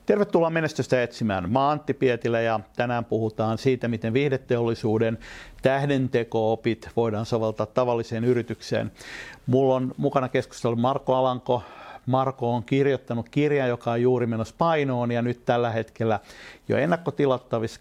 Tervetuloa menestystä etsimään. Mä oon Antti Pietilä ja tänään puhutaan siitä, miten viihdeteollisuuden tähdenteko-opit voidaan soveltaa tavalliseen yritykseen. Mulla on mukana keskustelussa Marko Alanko. Marko on kirjoittanut kirjan, joka on juuri menossa painoon ja nyt tällä hetkellä jo ennakkotilattavissa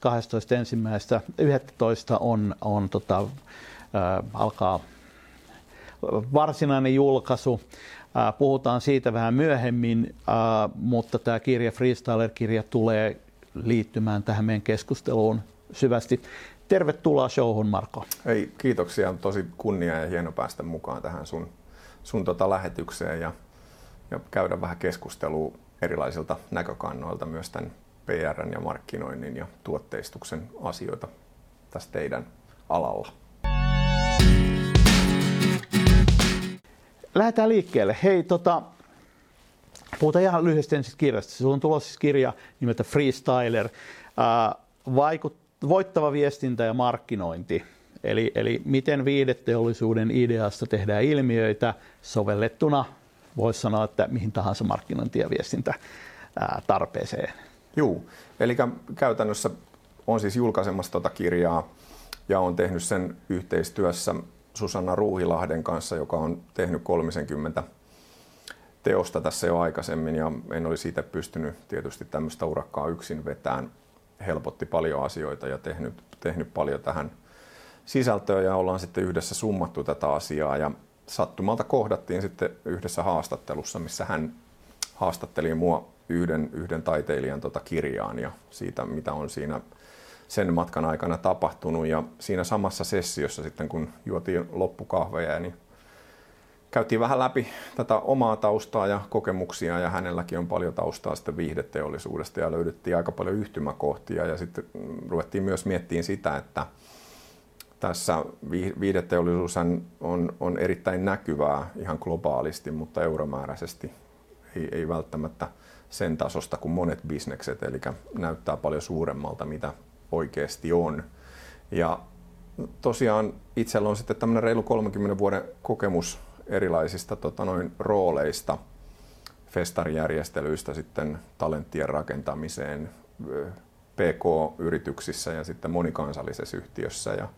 12.1.11. Alkaa varsinainen julkaisu. Puhutaan siitä vähän myöhemmin, mutta tämä kirja, Freestyler-kirja, tulee liittymään tähän meidän keskusteluun syvästi. Tervetuloa showhun, Marko. Hei, kiitoksia. On tosi kunnia ja hieno päästä mukaan tähän sun lähetykseen ja käydä vähän keskustelua erilaisilta näkökannoilta myös tämän PR:n ja markkinoinnin ja tuotteistuksen asioita tässä teidän alalla. Lähdetään liikkeelle. Hei, puhutaan ihan lyhyesti ensin kirjasta. Sulla on tulossa siis kirja nimeltä Freestyler, voittava viestintä ja markkinointi. Eli miten viihdeteollisuuden ideasta tehdään ilmiöitä sovellettuna, voisi sanoa, että mihin tahansa markkinointi- ja viestintä tarpeeseen. Joo, eli käytännössä on siis julkaisemassa tuota kirjaa ja on tehnyt sen yhteistyössä Susanna Ruuhilahden kanssa, joka on tehnyt 30 teosta tässä jo aikaisemmin ja en olisi itse pystynyt tietysti tämmöistä urakkaa yksin vetään. Helpotti paljon asioita ja tehnyt paljon tähän sisältöön ja ollaan sitten yhdessä summattu tätä asiaa ja sattumalta kohdattiin sitten yhdessä haastattelussa, missä hän haastatteli mua yhden taiteilijan kirjaan ja siitä, mitä on siinä sen matkan aikana tapahtunut. Ja siinä samassa sessiossa sitten, kun juotiin loppukahveja, niin käytiin vähän läpi tätä omaa taustaa ja kokemuksia ja hänelläkin on paljon taustaa sitten viihdeteollisuudesta ja löydettiin aika paljon yhtymäkohtia ja sitten ruvettiin myös miettimään sitä, että tässä viihdeteollisuus on erittäin näkyvää ihan globaalisti, mutta euromääräisesti ei välttämättä sen tasosta kuin monet bisnekset, eli näyttää paljon suuremmalta, mitä oikeasti on. Ja tosiaan itsellä on sitten tämmöinen reilu 30 vuoden kokemus erilaisista rooleista, festarijärjestelyistä sitten talenttien rakentamiseen PK-yrityksissä ja sitten monikansallisessa yhtiössä.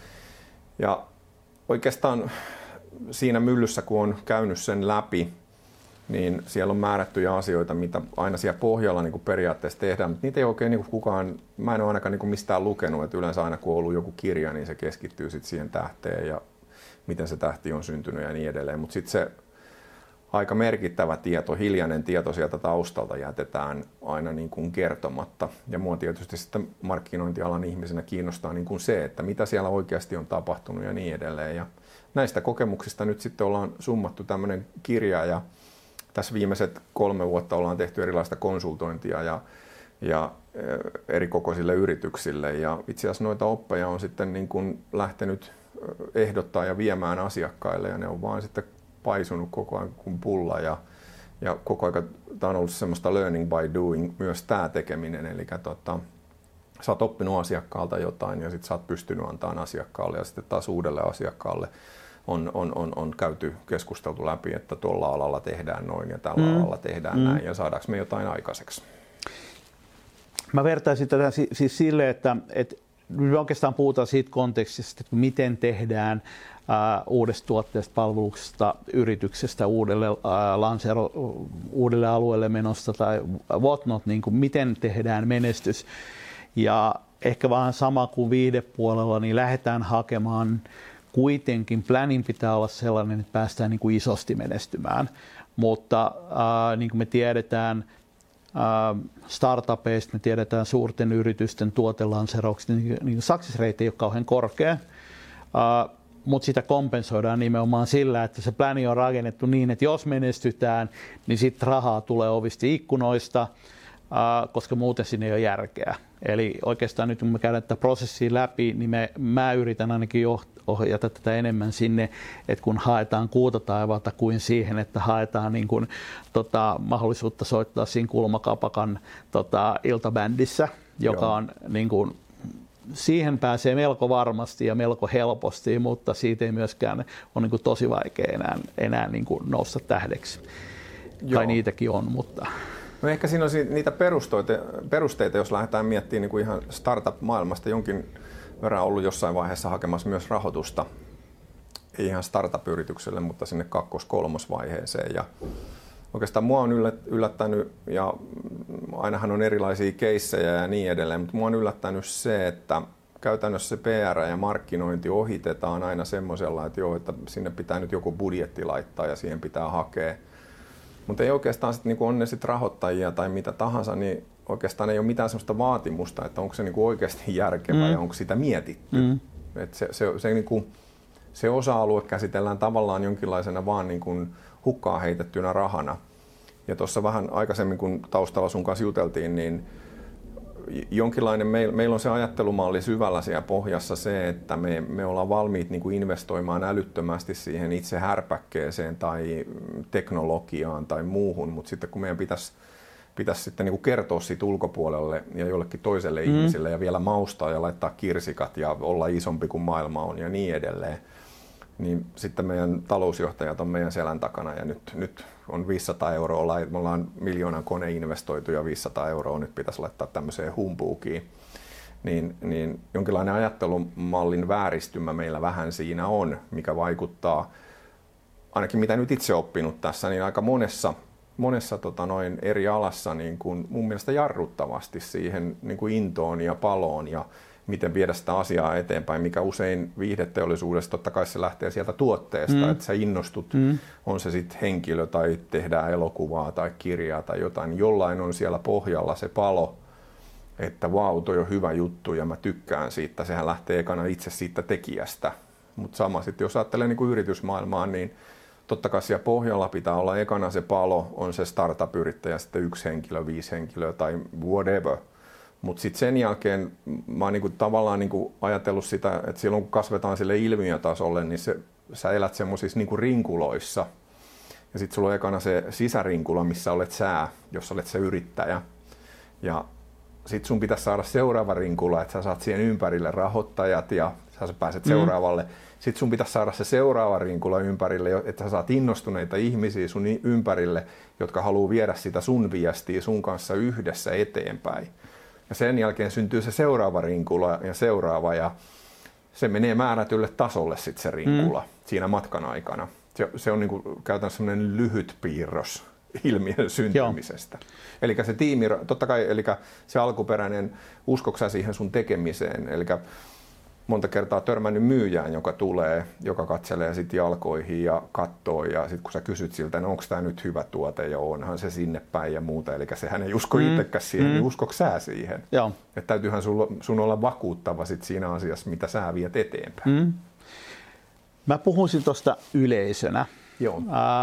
Ja oikeastaan siinä myllyssä, kun on käynyt sen läpi, niin siellä on määrättyjä asioita, mitä aina siellä pohjalla niin kuin periaatteessa tehdään, mutta niitä ei oikein niin kuin kukaan, mä en ole ainakaan niin kuin mistään lukenut, että yleensä aina kun on ollut joku kirja, niin se keskittyy sitten siihen tähteen ja miten se tähti on syntynyt ja niin edelleen, mutta sitten se aika merkittävä tieto, hiljainen tieto sieltä taustalta jätetään aina niin kuin kertomatta. Ja mua tietysti sitten markkinointialan ihmisenä kiinnostaa niin kuin se, että mitä siellä oikeasti on tapahtunut ja niin edelleen. Ja näistä kokemuksista nyt sitten ollaan summattu tämmöinen kirja ja tässä viimeiset 3 vuotta ollaan tehty erilaista konsultointia ja eri kokoisille yrityksille. Ja itse asiassa noita oppeja on sitten niin kuin lähtenyt ehdottaa ja viemään asiakkaille ja ne on vaan sitten paisunut koko ajan kuin pulla ja koko ajan tämä on ollut semmoista learning by doing myös tämä tekeminen, eli sä oot oppinut asiakkaalta jotain ja sitten sä oot pystynyt antamaan asiakkaalle ja sitten taas uudelle asiakkaalle on käyty keskusteltu läpi, että tuolla alalla tehdään noin ja tällä alalla tehdään näin ja saadaanko me jotain aikaiseksi. Mä vertaisin tätä siis sille, että me oikeastaan puhutaan siitä kontekstista, että miten tehdään uudesta tuotteesta, palveluksesta, yrityksestä uudelle alueelle menosta tai whatnot, niin kuin miten tehdään menestys. Ja ehkä vähän sama kuin viihdepuolella, niin lähdetään hakemaan kuitenkin, planin pitää olla sellainen, että päästään niin kuin isosti menestymään. Mutta niin kuin me tiedetään startupeista, me tiedetään suurten yritysten tuotelanserauksista, niin success rate ei ole kauhean korkea. Mutta sitä kompensoidaan nimenomaan sillä, että se pläni on rakennettu niin, että jos menestytään, niin sitten rahaa tulee ovista ikkunoista, koska muuten siinä ei ole järkeä. Eli oikeastaan nyt kun me käydään tätä prosessia läpi, niin mä yritän ainakin ohjata tätä enemmän sinne, että kun haetaan kuuta taivaalta kuin siihen, että haetaan niin kuin, mahdollisuutta soittaa siinä Kulmakapakan iltabändissä, joka on niin kuin, siihen pääsee melko varmasti ja melko helposti, mutta siitä ei myöskään ole niin kuin tosi vaikea enää niin kuin nousta tähdeksi. Joo. Tai niitäkin on, mutta... No ehkä siinä on niitä perusteita, jos lähdetään miettimään niin kuin ihan startup-maailmasta. Jonkin verran ollut jossain vaiheessa hakemassa myös rahoitusta. Ei ihan startup-yritykselle, mutta sinne 2-3-vaiheeseen. Ja oikeastaan mua on yllättänyt, ja ainahan on erilaisia keissejä ja niin edelleen, mutta mua on yllättänyt se, että käytännössä se PR ja markkinointi ohitetaan aina semmoisella, että joo, että sinne pitää nyt joku budjetti laittaa ja siihen pitää hakea. Mutta ei oikeastaan sit, niin on ne sit rahoittajia tai mitä tahansa, niin oikeastaan ei ole mitään sellaista vaatimusta, että onko se niin oikeasti järkevää ja onko sitä mietitty. Et se osa-alue käsitellään tavallaan jonkinlaisena vaan niin kuin hukkaan heitettynä rahana. Ja tuossa vähän aikaisemmin, kun taustalla sun kanssa juteltiin, niin jonkinlainen, meillä on se ajattelumalli syvällä siellä pohjassa se, että me ollaan valmiit niin kuin investoimaan älyttömästi siihen itse härpäkkeeseen tai teknologiaan tai muuhun, mutta sitten kun meidän pitäisi sitten niin kuin kertoa siitä ulkopuolelle ja jollekin toiselle ihmiselle ja vielä maustaa ja laittaa kirsikat ja olla isompi kuin maailma on ja niin edelleen, niin sitten meidän talousjohtajat on meidän selän takana ja nyt on 500 €, me ollaan 1 miljoonan kone investoitu ja 500 € nyt pitäisi laittaa tämmöiseen humbuukiin. Niin jonkinlainen ajattelumallin vääristymä meillä vähän siinä on, mikä vaikuttaa, ainakin mitä nyt itse oppinut tässä, niin aika monessa eri alassa niin kuin mun mielestä jarruttavasti siihen niin kuin intoon ja paloon ja miten viedä sitä asiaa eteenpäin, mikä usein viihdeteollisuudessa totta kai se lähtee sieltä tuotteesta, että sä innostut, on se sitten henkilö tai tehdään elokuvaa tai kirjaa tai jotain, niin jollain on siellä pohjalla se palo, että vau, toi on hyvä juttu ja mä tykkään siitä, sehän lähtee ekana itse siitä tekijästä. Mutta sama sitten, jos ajattelee niin kuin yritysmaailmaa, niin totta kai siellä pohjalla pitää olla ekana se palo, on se startup-yrittäjä, sitten 1 henkilö, 5 henkilöä tai whatever. Mutta sitten sen jälkeen mä oon niinku tavallaan niinku ajatellut sitä, että silloin kun kasvetaan sille ilmiötasolle, niin sä elät semmoisissa niinku rinkuloissa. Ja sitten sulla on ekana se sisärinkula, missä olet sä, jos olet se yrittäjä. Ja sitten sun pitäisi saada seuraava rinkula, että sä saat siihen ympärille rahoittajat ja sä pääset seuraavalle. Sitten sun pitäisi saada se seuraava rinkula ympärille, että sä saat innostuneita ihmisiä sun ympärille, jotka haluaa viedä sitä sun viestiä sun kanssa yhdessä eteenpäin. Ja sen jälkeen syntyy se seuraava rinkula ja seuraava, ja se menee määrätylle tasolle sitten se rinkula siinä matkan aikana. Se on niinku käytännössä semmoinen lyhyt piirros ilmiön syntymisestä. Eli se tiimi, totta kai, eli se alkuperäinen, uskotko sä siihen sun tekemiseen, eli monta kertaa törmännyt myyjään, joka tulee, joka katselee sit jalkoihin ja katsoo, ja sitten kun sä kysyt siltä, no onko tämä nyt hyvä tuote ja onhan se sinne päin ja muuta, eli sehän ei usko itsekään siihen, niin uskotko sä siihen? Että täytyyhän sun olla vakuuttava sit siinä asiassa, mitä sä viet eteenpäin. Mä puhuisin tuosta yleisönä. Joo.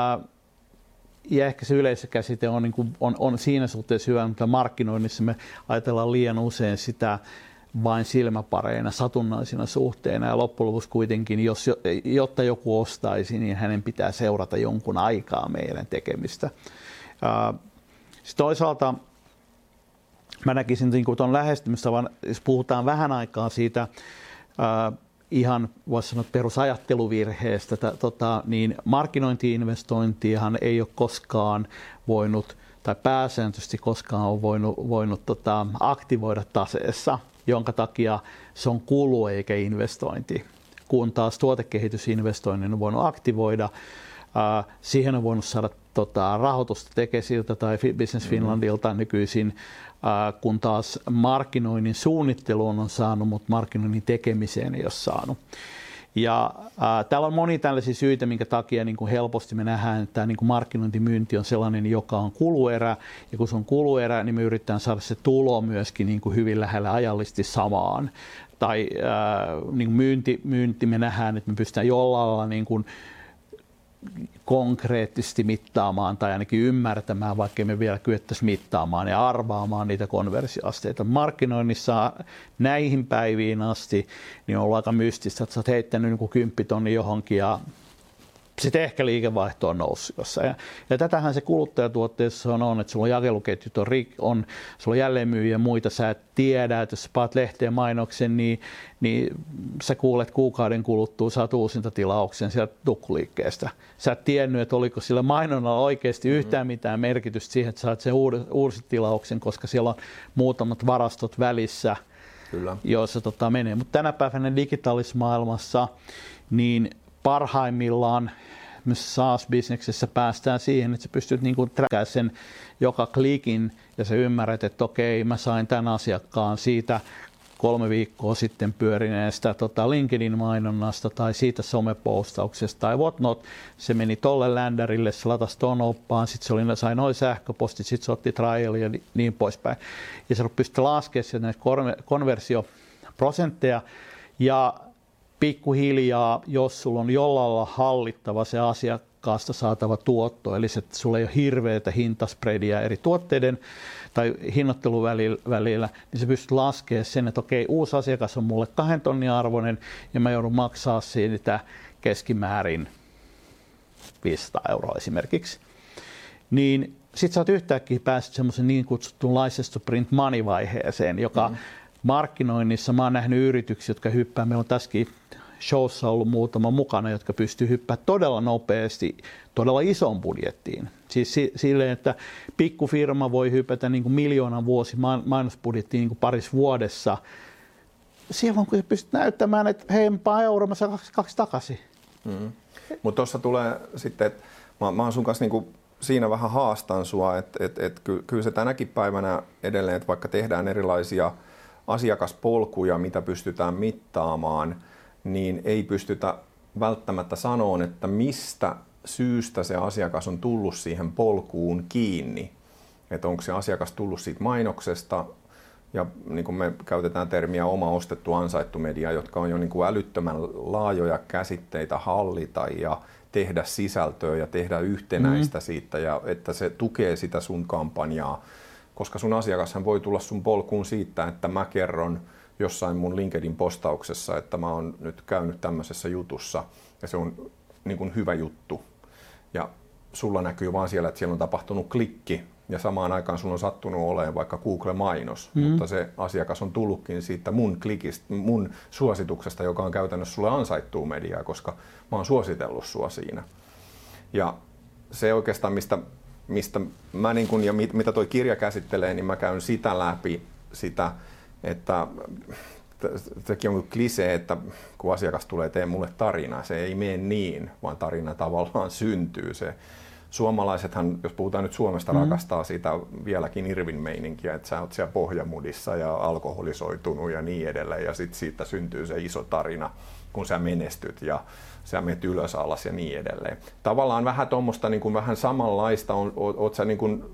Ja ehkä se yleisökäsite on siinä suhteessa hyvä, mutta markkinoinnissa me ajatellaan liian usein sitä vain silmäpareina, satunnaisina suhteina, ja loppujen lopuksi kuitenkin, jotta joku ostaisi, niin hänen pitää seurata jonkun aikaa meidän tekemistä. Sitten toisaalta mä näkisin tuon lähestymistavan, jos puhutaan vähän aikaa siitä ihan voisi sanoa perusajatteluvirheestä, niin markkinointi-investointihan ei ole koskaan voinut, tai pääsääntöisesti koskaan on voinut aktivoida taseessa, jonka takia se on kulu eikä investointi. Kun taas tuotekehitysinvestoinnin on voinut aktivoida, siihen on voinut saada rahoitusta Tekesiltä tai Business Finlandilta nykyisin, kun taas markkinoinnin suunnitteluun on saanut, mutta markkinoinnin tekemiseen ei ole saanut. Ja täällä on monia tällaisia syitä, minkä takia niin kuin helposti me nähdään, että niin kuin markkinointimyynti on sellainen, joka on kuluerä, ja kun se on kuluerä, niin me yritetään saada se tulo myöskin niin kuin hyvin lähellä ajallisesti samaan. Tai niin kuin myynti me nähdään, että me pystytään jollain lailla niin kuin konkreettisesti mittaamaan tai ainakin ymmärtämään, vaikka me vielä kyettäisiin mittaamaan ja arvaamaan niitä konversioasteita. Markkinoinnissa näihin päiviin asti niin on ollut aika mystistä, että sä oot heittänyt niin 10 000 johonkin ja sitten ehkä liikevaihto on noussut jossain. Ja tätähän se kuluttajatuotteessa on, että sulla on jakeluketjut, sulla on jälleenmyyjiä ja muita, sä et tiedä, että jos sä paat lehteen mainoksen, niin sä kuulet kuukauden kuluttua, saat uusintatilauksen sieltä tukkuliikkeestä. Sä et tiennyt, että oliko sillä mainonnalla oikeasti yhtään mitään merkitystä siihen, että saat sen uusitilauksen, koska siellä on muutamat varastot välissä, kyllä, joissa menee. Mutta tänä päivänä digitaalisessa maailmassa niin parhaimmillaan myös SaaS-bisneksessä päästään siihen, että sä pystyt trackkaamaan sen joka klikin ja sä ymmärrät, että okei, mä sain tämän asiakkaan siitä 3 viikkoa sitten pyörineestä LinkedIn-mainonnasta tai siitä somepostauksesta tai whatnot. Se meni tolle ländärille, se latasi ton oppaan, sitten sai noin sähköpostit, sitten se otti trialia ja niin poispäin. Ja sä pystyt laskemaan näitä konversioprosentteja ja pikkuhiljaa, jos sulla on jollain hallittava se asiakkaasta saatava tuotto, eli että sulla ei ole hirveätä hintaspreadia eri tuotteiden tai hinnoittelun välillä, niin sä pystyt laskemaan sen, että okei, uusi asiakas on mulle 2 tonnin arvoinen ja mä joudun maksaa siitä keskimäärin 500 € esimerkiksi. Niin sit sä oot yhtäkkiä päässyt semmoisen niin kutsuttuun license to print money-vaiheeseen, joka markkinoinnissa, mä oon nähnyt yrityksiä, jotka hyppää, meillä on tässäkin showssa ollut muutama mukana, jotka pystyy hyppäämään todella nopeasti, todella ison budjettiin. Siis silleen, että pikkufirma voi hypätä niin kuin 1 miljoonan vuosi mainosbudjettiin niin kuin parissa vuodessa. Silloin kun sä pystyt näyttämään, että hei, euro, mä saan 2 takaisin. Mutta tuossa tulee sitten, että mä oon sun kanssa niinku siinä vähän haastan sua, että kyllä se tänäkin päivänä edelleen, että vaikka tehdään erilaisia asiakaspolkuja, mitä pystytään mittaamaan, niin ei pystytä välttämättä sanomaan, että mistä syystä se asiakas on tullut siihen polkuun kiinni. Että onko se asiakas tullut siitä mainoksesta, ja niin kuin me käytetään termiä oma ostettu ansaittu media, jotka on jo niin kuin älyttömän laajoja käsitteitä hallita ja tehdä sisältöä ja tehdä yhtenäistä siitä, ja että se tukee sitä sun kampanjaa. Koska sun asiakashan voi tulla sun polkuun siitä, että mä kerron jossain mun LinkedIn-postauksessa, että mä oon nyt käynyt tämmöisessä jutussa ja se on niin kuin hyvä juttu. Ja sulla näkyy vaan siellä, että siellä on tapahtunut klikki ja samaan aikaan sulla on sattunut olemaan vaikka Google-mainos, mutta se asiakas on tullutkin siitä mun klikistä, mun suosituksesta, joka on käytännössä sulle ansaittua mediaa, koska mä oon suositellut sua siinä. Ja se oikeastaan, mistä mä niin kun, ja mitä toi kirja käsittelee, niin mä käyn sitä läpi, sitä, että sekin on klisee, että kun asiakas tulee tee mulle tarinaa, se ei mene niin, vaan tarina tavallaan syntyy. Suomalaisethan, jos puhutaan nyt Suomesta, rakastaa sitä vieläkin Irvin-meininkiä, että sä oot siellä pohjamudissa ja alkoholisoitunut ja niin edelleen, ja sitten siitä syntyy se iso tarina, kun sä menestyt ja sä menet ylös alas ja niin edelleen. Tavallaan vähän tuommoista niin kuin vähän samanlaista, oot sä niin kuin,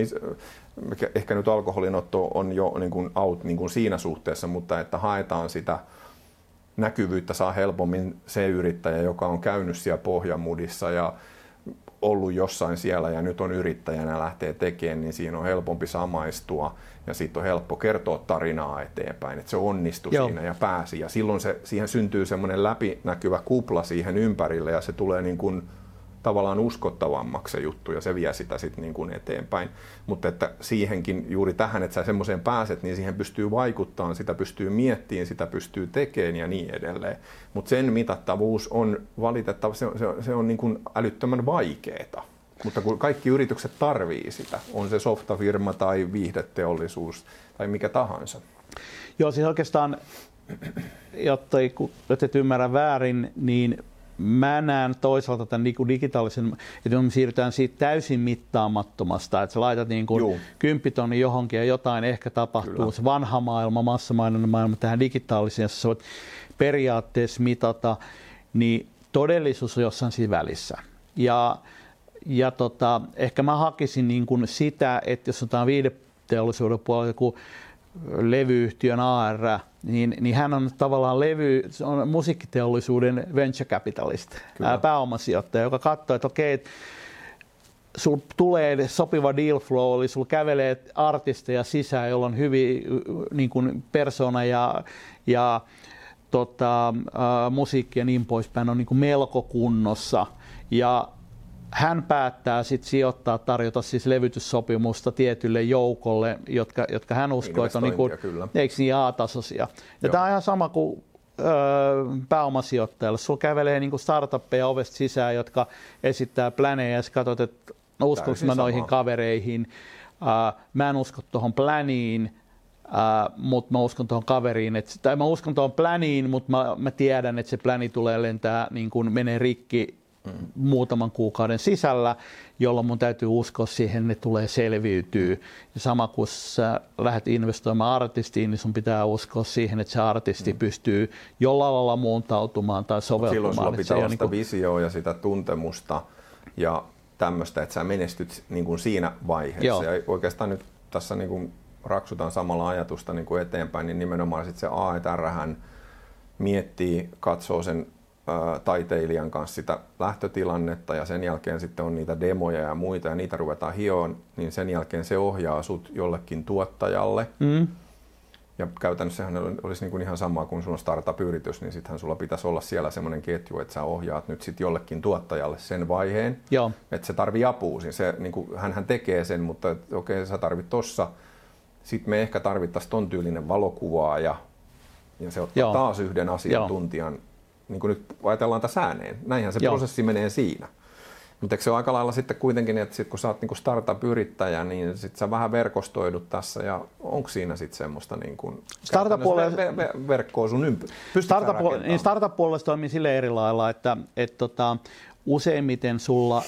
ehkä nyt alkoholinotto on jo niin kuin out niin kuin siinä suhteessa, mutta että haetaan sitä näkyvyyttä, saa helpommin se yrittäjä, joka on käynyt siellä pohjamudissa ja ollut jossain siellä ja nyt on yrittäjänä ja lähtee tekemään, niin siinä on helpompi samaistua ja siitä on helppo kertoa tarinaa eteenpäin, että se onnistui siinä ja pääsi. Ja silloin siihen syntyy semmoinen läpinäkyvä kupla siihen ympärille ja se tulee niin kuin tavallaan uskottavammaksi se juttu ja se vie sitä sitten niin kuin eteenpäin. Mutta että siihenkin juuri tähän, että sä semmoiseen pääset, niin siihen pystyy vaikuttamaan, sitä pystyy miettimään, sitä pystyy tekemään ja niin edelleen. Mutta sen mitattavuus on valitettavasti, se on niin kuin älyttömän vaikeeta. Mutta kun kaikki yritykset tarvii sitä, on se softafirma tai viihdeteollisuus tai mikä tahansa. Joo, siis oikeastaan, jotta et ymmärrä väärin, niin mä näen toisaalta tämän digitaalisen, että me siirrytään siitä täysin mittaamattomasta, että sä laitat niin kuin 10 tonnia johonkin ja jotain ehkä tapahtuu. Kyllä. Se vanha maailma, massamainonnan maailma tähän digitaaliseen, jossa sä voit periaatteessa mitata, niin todellisuus on jossain siinä välissä. Ja ehkä mä hakisin niin kuin sitä, että jos otetaan viihdeteollisuuden puolella joku levyyhtiön AR, niin hän on tavallaan on musiikkiteollisuuden venture capitalist, pääomasijoittaja, joka katsoo, että okei, sulla tulee sopiva deal flow, eli sulla kävelee artisteja sisään, jolla on hyvin niin kuin persona ja musiikki ja niin poispäin on niin kuin melko kunnossa. Ja hän päättää sitten sijoittaa, tarjota siis levytyssopimusta tietylle joukolle, jotka hän uskoo, että on niin kuin, eikö niin A-tasoisia. Ja tämä on ihan sama kuin pääomasijoittajalle. Sulla kävelee niin kuin startuppeja ovesta sisään, jotka esittää planeja ja sä katsot, että uskonko mä noihin kavereihin. Mä en usko tuohon planiin, mutta mä uskon tuohon kaveriin, tai mä uskon tuohon planiin, mutta mä tiedän, että se plani tulee lentää, niin kuin menee rikki muutaman kuukauden sisällä, jolloin mun täytyy uskoa siihen, että tulee selviytyy. Ja sama kun sä lähdet investoimaan artistiin, niin sun pitää uskoa siihen, että se artisti pystyy jollain lailla muuntautumaan tai soveltumaan. Silloin sulla pitää olla sitä visioa ja sitä tuntemusta ja tämmöistä, että sä menestyt niin kuin siinä vaiheessa. Joo. Ja oikeastaan nyt tässä niin kuin raksutaan samalla ajatusta niin kuin eteenpäin, niin nimenomaan sit se A&R-hän miettii, katsoo sen taiteilijan kanssa sitä lähtötilannetta ja sen jälkeen sitten on niitä demoja ja muita ja niitä ruvetaan hioon, niin sen jälkeen se ohjaa sut jollekin tuottajalle. Ja käytännössähän olisi niin kuin ihan sama kuin sulla on startup-yritys, niin sittenhän sulla pitäisi olla siellä semmoinen ketju, että sä ohjaat nyt sitten jollekin tuottajalle sen vaiheen, että se tarvii apua. Se, niin kuin, hänhän tekee sen, mutta okei, sä tarvit tossa. Sitten me ehkä tarvittaisiin ton tyylinen valokuvaa ja se ottaa taas yhden asiantuntijan. Niin kuin nyt ajatellaan tässä ääneen. Näinhän se prosessi menee siinä. Mutta eikö se ole aika lailla sitten kuitenkin, että sit kun sä oot niin kuin startup-yrittäjä, niin sit sä vähän verkostoidut tässä ja onko siinä sitten semmoista niin kuin verkkoa sun ympärillä? Startup-puolella toimii sille eri lailla, että useimmiten sulla,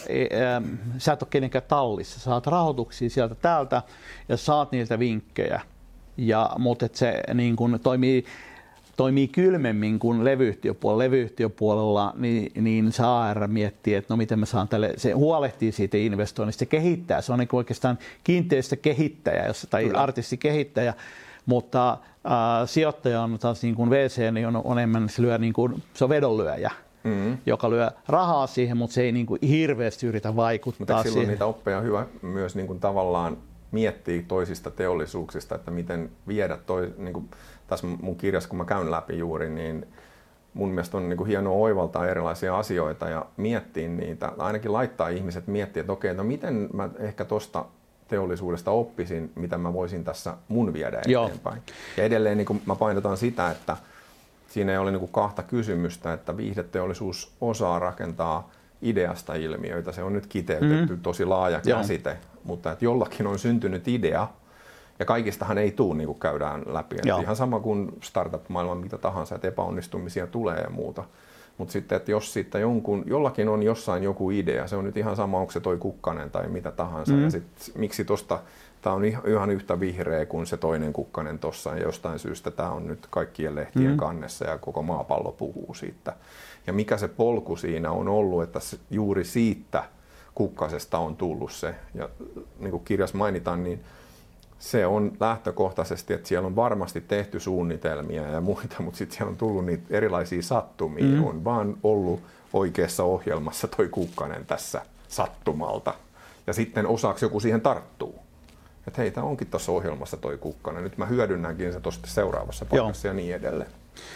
sä et ole kenenkään tallissa, saat rahoituksia sieltä täältä ja saat niiltä vinkkejä, mutta se niin kuin toimii kylmemmin kuin levyyhtiöpuolella. Levyyhtiöpuolella niin se AR miettii, että no miten mä saan tälle, se huolehtii siitä investoinnista, se kehittää, se on niin oikeastaan kiinteistökehittäjä tai artistikehittäjä, mutta sijoittaja on taas niin kuin VC, niin on enemmän, se lyö niin kuin, se on vedonlyöjä. Joka lyö rahaa siihen, mutta se ei niin kuin hirveästi yritä vaikuttaa mutta siihen. Silloin niitä oppeja on hyvä myös niin kuin tavallaan miettiä toisista teollisuuksista, että miten viedä niin kuin tässä mun kirjassa, kun mä käyn läpi juuri, niin mun mielestä on niin kuin hienoa oivaltaa erilaisia asioita ja miettiä niitä, ainakin laittaa ihmiset miettiä, että okei, no miten mä ehkä tosta teollisuudesta oppisin, mitä mä voisin tässä mun viedä eteenpäin. Ja edelleen niin kuin mä painotan sitä, että siinä ei ole niin kuin kahta kysymystä, että viihdeteollisuus osaa rakentaa ideasta ilmiöitä. Se on nyt kiteytetty tosi laaja käsite, mutta että jollakin on syntynyt idea ja kaikistahan ei tule, niin kuin käydään läpi. Ihan sama kuin startup-maailman mitä tahansa, että epäonnistumisia tulee ja muuta. Mutta sitten, että jos siitä jollakin on jossain joku idea, se on nyt ihan sama, onko se toi kukkanen tai mitä tahansa. Ja sitten miksi tosta, tämä on ihan yhtä vihreä kuin se toinen kukkanen tuossa ja jostain syystä tämä on nyt kaikkien lehtien kannessa ja koko maapallo puhuu siitä. Ja mikä se polku siinä on ollut, että juuri siitä kukkasesta on tullut se. Ja niin kuin kirjassa mainitaan, niin se on lähtökohtaisesti, että siellä on varmasti tehty suunnitelmia ja muita, mutta sitten siellä on tullut niitä erilaisia sattumia. On vaan ollut oikeassa ohjelmassa toi kukkanen tässä sattumalta. Ja sitten osaksi joku siihen tarttuu. Että hei, tämä onkin tuossa ohjelmassa toi kukkanen. Nyt mä hyödynnänkin se tuossa seuraavassa paikassa ja niin edelleen.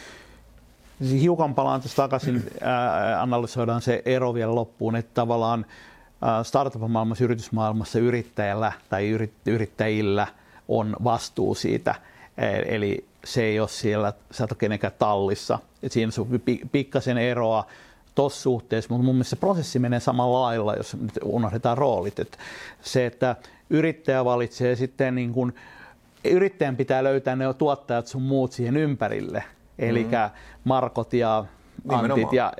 Hiukan palaan tästä takaisin, analysoidaan se ero vielä loppuun, että tavallaan startup-maailmassa, yritysmaailmassa yrittäjällä tai yrittäjillä on vastuu siitä. Eli se ei ole siellä, sä et ole kenenkään tallissa. Et siinä on pikkasen eroa tuossa suhteessa, mutta mun mielestä se prosessi menee samalla lailla, jos nyt unohdetaan roolit. Et se, että yrittäjä valitsee sitten, niin kun, yrittäjän pitää löytää ne tuottajat sun muut siihen ympärille. Eli Markot ja Antit ja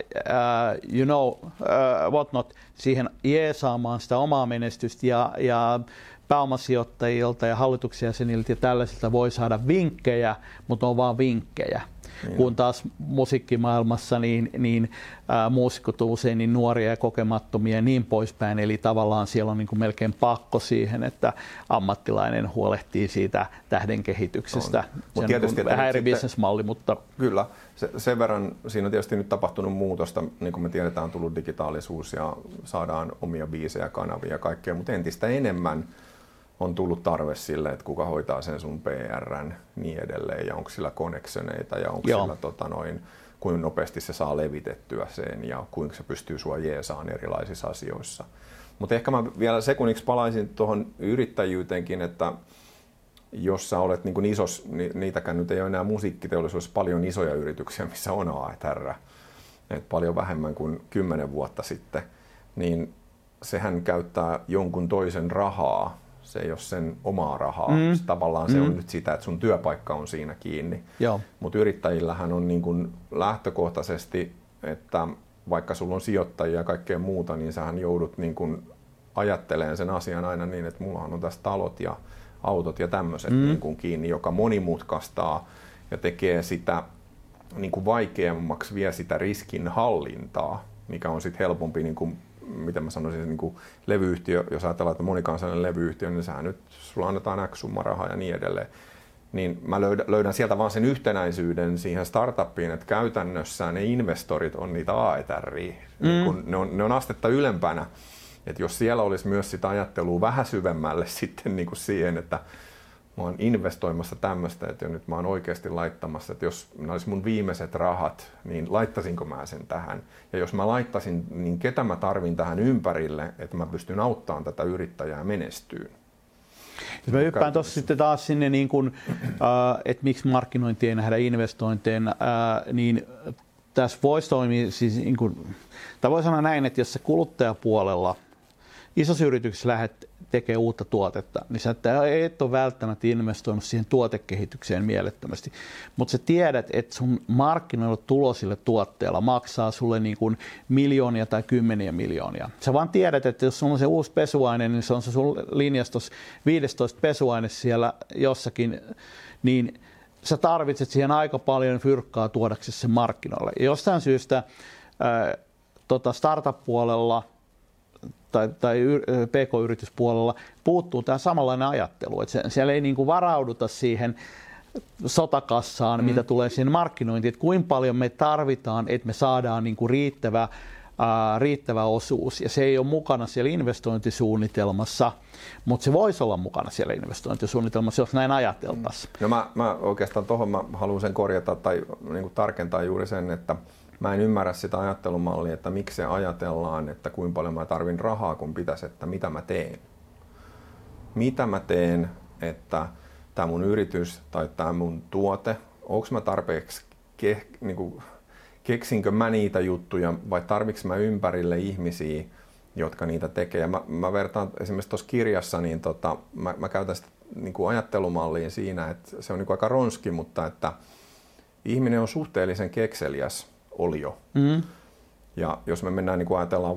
whatnot siihen jeesaamaan sitä omaa menestystä ja pääomasijoittajilta ja hallituksen jäseniltä ja tällaisilta voi saada vinkkejä, mutta on vaan vinkkejä. Kun taas musiikkimaailmassa niin muusikot on usein niin nuoria ja kokemattomia ja niin poispäin. Eli tavallaan siellä on niin kuin melkein pakko siihen, että ammattilainen huolehtii siitä tähden kehityksestä. Se on tietysti vähän eri bisnesmalli, mutta... Kyllä. Sen verran siinä on tietysti nyt tapahtunut muutosta. Niin kuin me tiedetään, on tullut digitaalisuus ja saadaan omia biisejä, kanavia ja kaikkea, mutta entistä enemmän on tullut tarve sille, että kuka hoitaa sen sun PR:n niin edelleen ja onko sillä connectioneita ja onko sillä kuinka nopeasti se saa levitettyä sen ja kuinka se pystyy sua jeesaan erilaisissa asioissa. Mutta ehkä mä vielä sekunniksi palaisin tuohon yrittäjyyteenkin, että jos sä olet niin kuin niitäkään nyt ei ole enää musiikkiteollisuudessa paljon isoja yrityksiä, missä on AETR, että paljon vähemmän kuin 10 vuotta sitten, niin sehän käyttää jonkun toisen rahaa, se ei ole sen omaa rahaa. Tavallaan se on nyt sitä, että sun työpaikka on siinä kiinni. Mutta yrittäjillähän on niin kuin lähtökohtaisesti, että vaikka sulla on sijoittajia ja kaikkea muuta, niin sähän joudut niin kuin ajattelemaan sen asian aina niin, että mullahan on tässä talot ja autot ja tämmöiset niin kuin kiinni, joka monimutkaistaa ja tekee sitä niin kuin vaikeammaksi, vie sitä riskinhallintaa, mikä on sitten helpompi, niin kuin, miten mä sanoisin, niin kuin levyyhtiö, jos ajatellaan, että monikansallinen levyyhtiö, niin sehän nyt sulla annetaan X summa rahaa ja niin edelleen. Niin mä löydän sieltä vaan sen yhtenäisyyden siihen startuppiin, että käytännössä ne investorit on niitä AETRiä. Niin ne on astetta ylempänä. Että jos siellä olisi myös sitä ajattelua vähän syvemmälle sitten niin kuin siihen, että mä oon investoimassa tämmöistä, että nyt mä oon oikeasti laittamassa, että jos ne olisi mun viimeiset rahat, niin laittaisinko mä sen tähän? Ja jos mä laittaisin, niin ketä mä tarvin tähän ympärille, että mä pystyn auttamaan tätä yrittäjää menestyyn? Jos mä hyppään tuossa sitten taas sinne, niin kuin, että miksi markkinointia ei nähdä investointeina, niin tässä voisi toimia, siis niin kuin, tai voi sanoa näin, että jos se kuluttajapuolella isossa yrityksessä lähdet tekemään uutta tuotetta, niin sä et ole välttämättä investoinut siihen tuotekehitykseen mielettömästi, mutta sä tiedät, että sun markkinoilla tulo sille tuotteella maksaa sulle niin kuin miljoonia tai kymmeniä miljoonia. Sä vaan tiedät, että jos sulla on se uusi pesuaine, niin se on se sun linjastos 15 pesuaine siellä jossakin, niin sä tarvitset siihen aika paljon fyrkkaa tuodaksesi sen markkinoille. Ja jostain syystä startup-puolella tai pk-yrityspuolella puuttuu tämä samanlainen ajattelu, että siellä ei niin kuin varauduta siihen sotakassaan, mitä tulee siihen markkinointiin, että kuinka paljon me tarvitaan, että me saadaan niin kuin riittävä osuus, ja se ei ole mukana siellä investointisuunnitelmassa, mutta se voisi olla mukana siellä investointisuunnitelmassa, jos näin ajateltaisiin. No mä oikeastaan tuohon mä haluan sen korjata tai niin kuin tarkentaa juuri sen, että mä en ymmärrä sitä ajattelumallia, että miksi se ajatellaan, että kuinka paljon mä tarvin rahaa, kun pitäisi, että mitä mä teen. Mitä mä teen, että tämä mun yritys tai tämä mun tuote, onko mä tarpeeksi, keksinkö mä niitä juttuja vai tarviks mä ympärille ihmisiä, jotka niitä tekee. Ja mä vertaan esimerkiksi tuossa kirjassa, niin mä käytän sitä niin kuin ajattelumalliin siinä, että se on niin kuin aika ronski, mutta että ihminen on suhteellisen kekseliäs olio. Ja jos me mennään niin kuin ajatellaan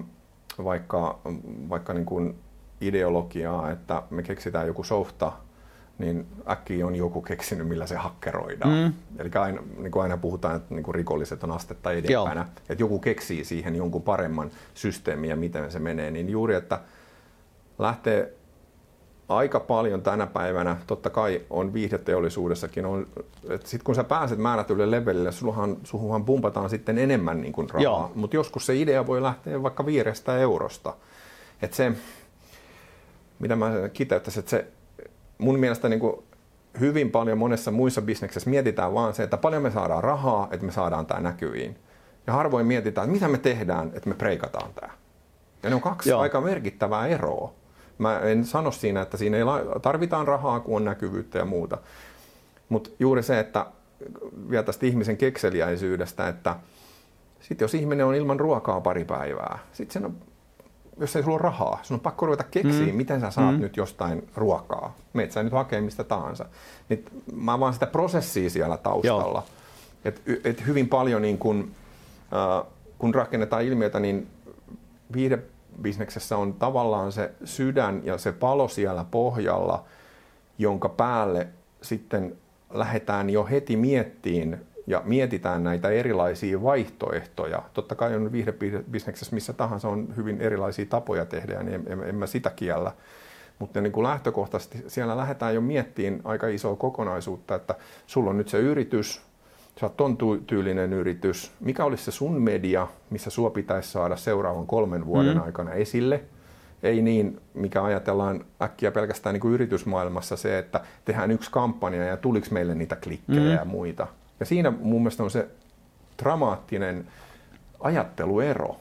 vaikka niin kuin ideologiaa, että me keksitään joku softa, niin äkkiä on joku keksinyt, millä se hakkeroidaan. Eli aina, niin kuin aina puhutaan, että niin kuin rikolliset on astetta edempänä. Että joku keksii siihen jonkun paremman systeemin ja miten se menee. Niin juuri, että lähtee aika paljon tänä päivänä, totta kai on viihdeteollisuudessakin, että sit kun sä pääset määrätylle levelille, suhunhan pumpataan sitten enemmän niin kuin rahaa, mutta joskus se idea voi lähteä vaikka 5 eurosta. Että se, mitä mä kiteyttäisin, että se mun mielestä niin kuin hyvin paljon monessa muissa bisneksissä mietitään vaan se, että paljon me saadaan rahaa, että me saadaan tämä näkyviin. Ja harvoin mietitään, että mitä me tehdään, että me preikataan tämä. Ja ne on 2 aika merkittävää eroa. Mä en sano siinä, että siinä ei tarvitaan rahaa, kun on näkyvyyttä ja muuta. Mutta juuri se, että vielä tästä ihmisen kekseliäisyydestä, että sit jos ihminen on ilman ruokaa pari päivää, sitten jos ei sulla ole rahaa, sun on pakko ruveta keksiä, miten sä saat nyt jostain ruokaa. Meet sä nyt hakee mistä tahansa. Niin mä vaan sitä prosessia siellä taustalla. Et hyvin paljon, niin kun rakennetaan ilmiötä, niin viihdebisneksessä on tavallaan se sydän ja se palo siellä pohjalla, jonka päälle sitten lähdetään jo heti mietitään näitä erilaisia vaihtoehtoja. Totta kai on viihdebisneksessä missä tahansa on hyvin erilaisia tapoja tehdä, niin en mä sitä kiellä. Mutta niin kuin lähtökohtaisesti siellä lähdetään jo miettimään aika isoa kokonaisuutta, että sulla on nyt se yritys, sä oot ton tyylinen yritys, mikä olisi se sun media, missä sua pitäisi saada seuraavan 3 vuoden aikana esille. Ei niin, mikä ajatellaan äkkiä pelkästään niin kuin yritysmaailmassa se, että tehdään yksi kampanja ja tuliko meille niitä klikkejä ja muita. Ja siinä mun mielestä on se dramaattinen ajatteluero.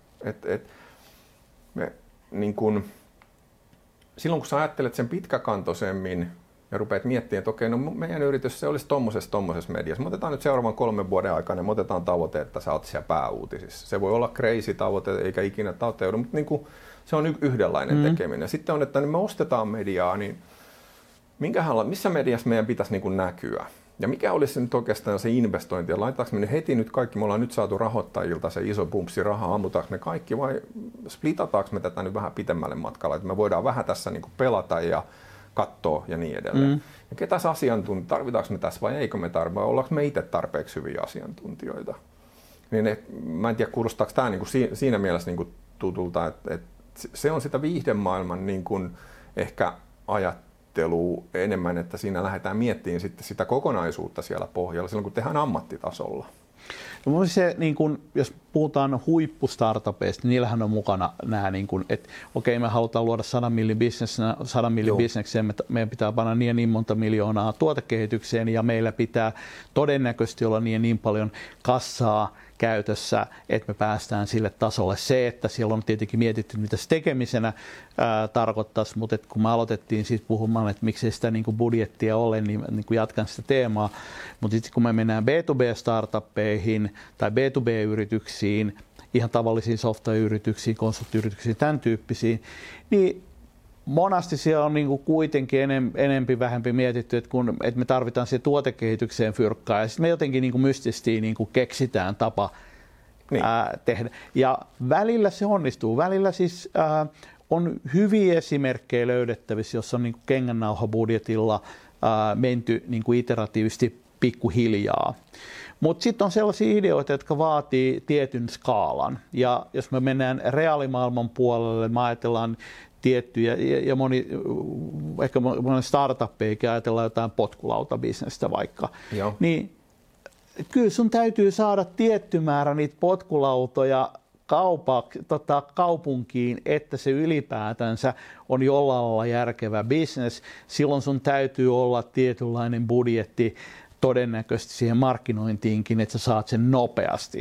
Niin kun, silloin kun sä ajattelet sen pitkäkantoisemmin ja rupeat miettimään, että okei, no meidän yritys se olisi tommosessa mediassa. Me otetaan nyt seuraavan 3 vuoden aikana, me otetaan tavoite, että sä oot siellä pääuutisissa. Se voi olla crazy tavoite, eikä ikinä toteudu, mutta niin kun, se on yhdenlainen tekeminen. Sitten on, että me ostetaan mediaa, niin missä mediassa meidän pitäisi niin kuin näkyä? Ja mikä olisi nyt oikeastaan se investointi? Ja laitetaanko me heti nyt kaikki, me ollaan nyt saatu rahoittajilta se iso pumpsi rahaa, ammutaanko me kaikki vai splitataanko me tätä nyt vähän pitemmälle matkalla, että me voidaan vähän tässä niin kuin pelata ja katsoa ja niin edelleen. Ja ketäs asiantuntija, tarvitaanko me tässä vai eikö me tarvita, vai ollaanko me itse tarpeeksi hyviä asiantuntijoita? Niin mä en tiedä, kuulostaako tämä niin kuin siinä mielessä niin kuin tutulta, että se on sitä viihdemaailman niin kuin ehkä ajattelu enemmän, että siinä lähdetään miettimään sitten sitä kokonaisuutta siellä pohjalla silloin, kun tehdään ammattitasolla. No, se, niin kun, jos puhutaan huippustartupeista, niin niillähän on mukana nämä, niin kun, että okei, me halutaan luoda 100 millin bisnekseen, meidän pitää panna niin monta miljoonaa tuotekehitykseen ja meillä pitää todennäköisesti olla niin paljon kassaa käytössä, että me päästään sille tasolle. Se, että siellä on tietenkin mietitty, mitä se tekemisenä tarkoittaisi, mutta kun me aloitettiin siitä puhumaan, että miksei sitä niin kuin budjettia ole, niin jatkan sitä teemaa. Mutta sitten kun me mennään B2B-startuppeihin tai B2B-yrityksiin, ihan tavallisiin software-yrityksiin, konsulttiyrityksiin, tämän tyyppisiin, niin monasti siellä on niin kuin kuitenkin enempi vähempi mietitty, että me tarvitaan siihen tuotekehitykseen fyrkkaa ja sitten me jotenkin niin kuin mystisesti niin kuin keksitään tapa tehdä. Ja välillä se onnistuu. Välillä siis on hyviä esimerkkejä löydettävissä, jossa on niin kuin kengännauhabudjetilla menty niin kuin iteratiivisesti pikkuhiljaa. Mutta sitten on sellaisia ideoita, jotka vaatii tietyn skaalan. Ja jos me mennään reaalimaailman puolelle, me ajatellaan tiettyjä, ja ehkä moni startuppeikin ajatellaan jotain potkulautabusinestä vaikka, niin kyllä sun täytyy saada tietty määrä niitä potkulautoja kaupunkiin, että se ylipäätänsä on jollain lailla järkevä business. Silloin sun täytyy olla tietynlainen budjetti todennäköisesti siihen markkinointiinkin, että sä saat sen nopeasti.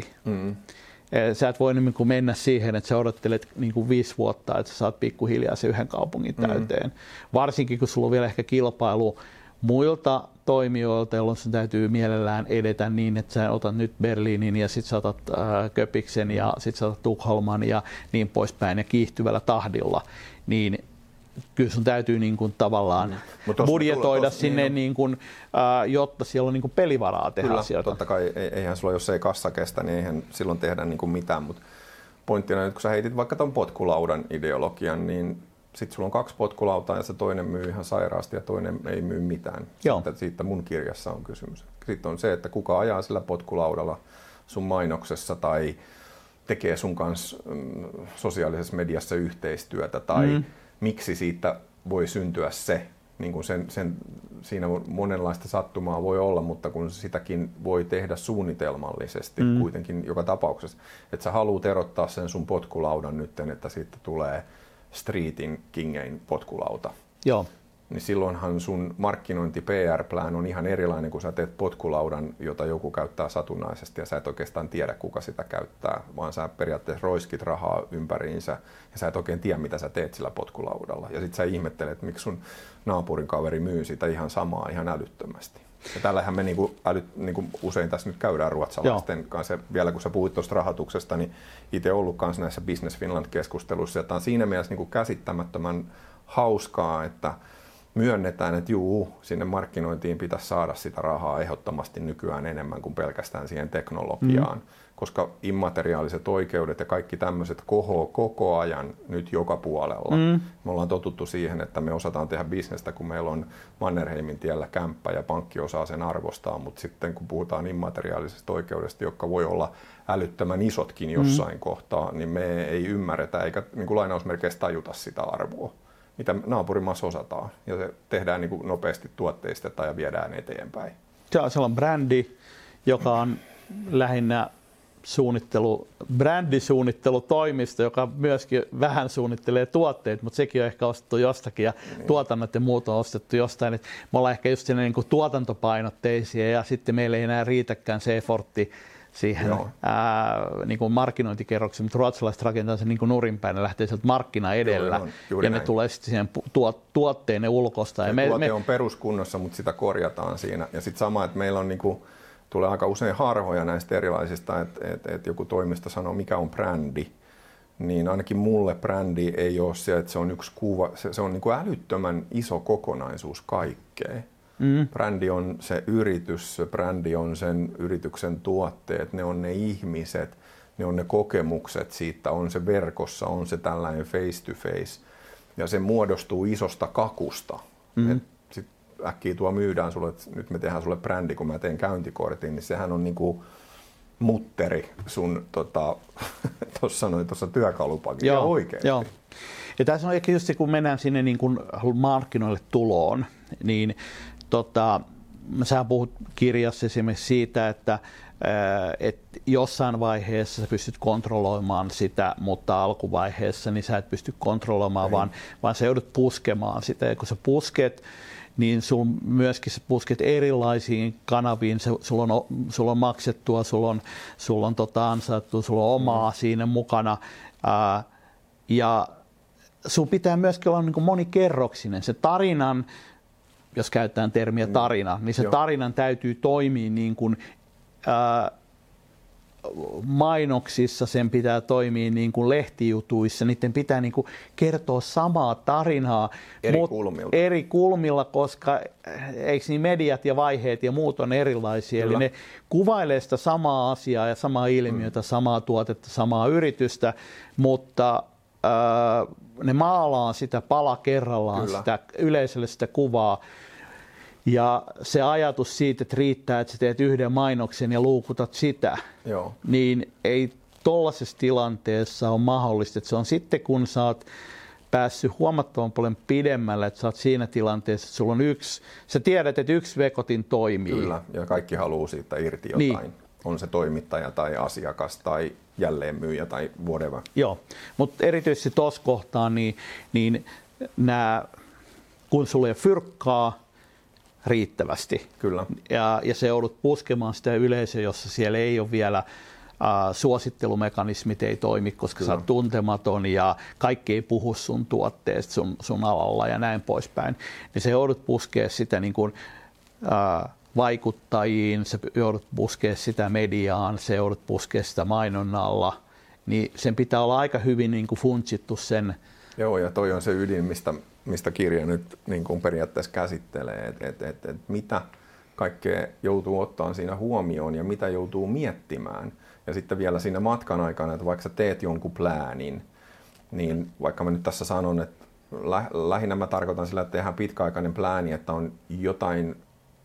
Sä et voi mennä siihen, että sä odottelet 5 vuotta, että sä saat pikkuhiljaa se yhden kaupungin täyteen. Varsinkin, kun sulla on vielä ehkä kilpailu muilta toimijoilta, jolloin sun täytyy mielellään edetä niin, että sä otat nyt Berliinin ja sit sä otat Köpiksen ja sit sä otat Tukholman ja niin poispäin ja kiihtyvällä tahdilla. Niin kyllä sun täytyy niin kuin tavallaan budjetoida sinne, niin kuin, jotta siellä on niin kuin pelivaraa tehdä kyllä, asioita. Totta kai, eihän sulla, jos ei kassa kestä, niin eihän silloin tehdä niin kuin mitään. Mutta pointtina nyt, kun sä heitit vaikka ton potkulaudan ideologian, niin sitten sulla on 2 potkulautaa ja se toinen myy ihan sairaasti ja toinen ei myy mitään. Siitä mun kirjassa on kysymys. Sitten on se, että kuka ajaa sillä potkulaudalla sun mainoksessa tai tekee sun kanssa sosiaalisessa mediassa yhteistyötä tai miksi siitä voi syntyä se, niin kuin siinä monenlaista sattumaa voi olla, mutta kun sitäkin voi tehdä suunnitelmallisesti kuitenkin joka tapauksessa, että sä haluat erottaa sen sun potkulaudan nyt, että siitä tulee streetin kingein potkulauta. Joo. Niin silloinhan sun markkinointi PR-plan on ihan erilainen, kun sä teet potkulaudan, jota joku käyttää satunnaisesti ja sä et oikeastaan tiedä, kuka sitä käyttää, vaan sä periaatteessa roiskit rahaa ympäriinsä ja sä et oikein tiedä, mitä sä teet sillä potkulaudalla. Ja sit sä ihmettelet, miksi sun naapurin kaveri myy sitä ihan samaa ihan älyttömästi. Ja tällähän me niinku usein tässä nyt käydään ruotsalaisten kanssa. Vielä kun sä puhuit tuosta rahoituksesta, niin itse ollut kanssa näissä Business Finland-keskusteluissa. Ja tämä on siinä mielessä niinku käsittämättömän hauskaa, että myönnetään, että sinne markkinointiin pitäisi saada sitä rahaa ehdottomasti nykyään enemmän kuin pelkästään siihen teknologiaan, koska immateriaaliset oikeudet ja kaikki tämmöiset kohoo koko ajan nyt joka puolella. Me ollaan totuttu siihen, että me osataan tehdä bisnestä, kun meillä on Mannerheimin tiellä kämppä ja pankki osaa sen arvostaa, mutta sitten kun puhutaan immateriaalisesta oikeudesta, joka voi olla älyttömän isotkin jossain kohtaa, niin me ei ymmärretä eikä niin kuin lainausmerkeissä tajuta sitä arvoa, mitä naapurimaassa osataan. Ja se tehdään niin kuin nopeasti tuotteistetaan ja viedään eteenpäin. Se on brändi, joka on lähinnä brändisuunnittelutoimisto, joka myöskin vähän suunnittelee tuotteet, mutta sekin on ehkä ostettu jostakin ja tuotannot ja muut on ostettu jostain. Et me ollaan ehkä just niin kuin tuotantopainotteisia ja sitten meillä ei enää riitäkään se effortti siihen niin kuin markkinointikerrokseen, mutta ruotsalaiset rakentaa sen niin kuin nurinpäin ja lähtee sieltä markkina edellä ja ne tulee sitten siihen tuotteenne ulkosta. Tuote on peruskunnossa, mutta sitä korjataan siinä. Ja sitten sama, että meillä on niin kuin, tulee aika usein harhoja näistä erilaisista, että joku toimisto sanoo, mikä on brändi. Niin ainakin mulle brändi ei ole se, että se on yksi kuva, se on niin kuin älyttömän iso kokonaisuus kaikkea. Brändi on se yritys, brändi on sen yrityksen tuotteet, ne on ne ihmiset, ne on ne kokemukset siitä, on se verkossa, on se tällainen face to face. Ja se muodostuu isosta kakusta. Sitten äkkiä tuo myydään sulle, että nyt me tehdään sulle brändi, kun mä teen käyntikortin, niin sehän on niinku mutteri sun tuossa työkalupakissa. Joo, oikeasti. Joo. Ja tässä on ehkä just se, kun mennään sinne niin kuin markkinoille tuloon, niin sä puhut kirjassa esimerkiksi siitä, että jossain vaiheessa sä pystyt kontrolloimaan sitä, mutta alkuvaiheessa niin sä et pysty kontrolloimaan, vaan sä joudut puskemaan sitä. Ja kun sä pusket, niin myöskin sä pusket erilaisiin kanaviin, sulla on maksettua, sulla on ansaittua, sulla on omaa siinä mukana. Ja sun pitää myöskin olla niin kuin monikerroksinen. Se tarinan, jos käytetään termiä tarina, niin se tarinan täytyy toimia niin kuin mainoksissa, sen pitää toimia niin kuin lehtijutuissa, niiden pitää niin kuin kertoa samaa tarinaa eri kulmilla, koska eikö niin mediat ja vaiheet ja muut on erilaisia, eli ne kuvailee sitä samaa asiaa ja samaa ilmiötä, samaa tuotetta, samaa yritystä, mutta ne maalaa sitä pala kerrallaan, sitä yleisölle sitä kuvaa. Ja se ajatus siitä, että riittää, että sä teet yhden mainoksen ja luukutat sitä, niin ei tollaisessa tilanteessa ole mahdollista. Että se on sitten, kun sä oot päässyt huomattavan paljon pidemmälle, että sä oot siinä tilanteessa, että sulla on sä tiedät, että yksi vekotin toimii. Kyllä, ja kaikki haluaa siitä irti jotain. Niin. On se toimittaja tai asiakas tai jälleenmyyjä tai whatever. Joo, mutta erityisesti tuossa kohtaa, niin kun sulla ei ole fyrkkaa riittävästi. Kyllä. Ja se joudut puskemaan sitä yleisöä, jossa siellä ei ole vielä suosittelumekanismit ei toimi, koska sä oot tuntematon ja kaikki ei puhu sun tuotteesta sun alalla ja näin poispäin. Niin se joudut puskea sitä niin kuin, vaikuttajiin, se joudut puskea sitä mediaan, se joudut puskea sitä mainonnalla. Niin sen pitää olla aika hyvin niin kuin funtsittu sen. Joo, ja toi on se ydin, mistä kirja nyt niin kuin periaatteessa käsittelee, että mitä kaikkea joutuu ottaa siinä huomioon ja mitä joutuu miettimään. Ja sitten vielä siinä matkan aikana, että vaikka sä teet jonkun pläänin, niin vaikka mä nyt tässä sanon, että lähinnä mä tarkoitan sillä, että tehdään pitkäaikainen plääni, että on jotain.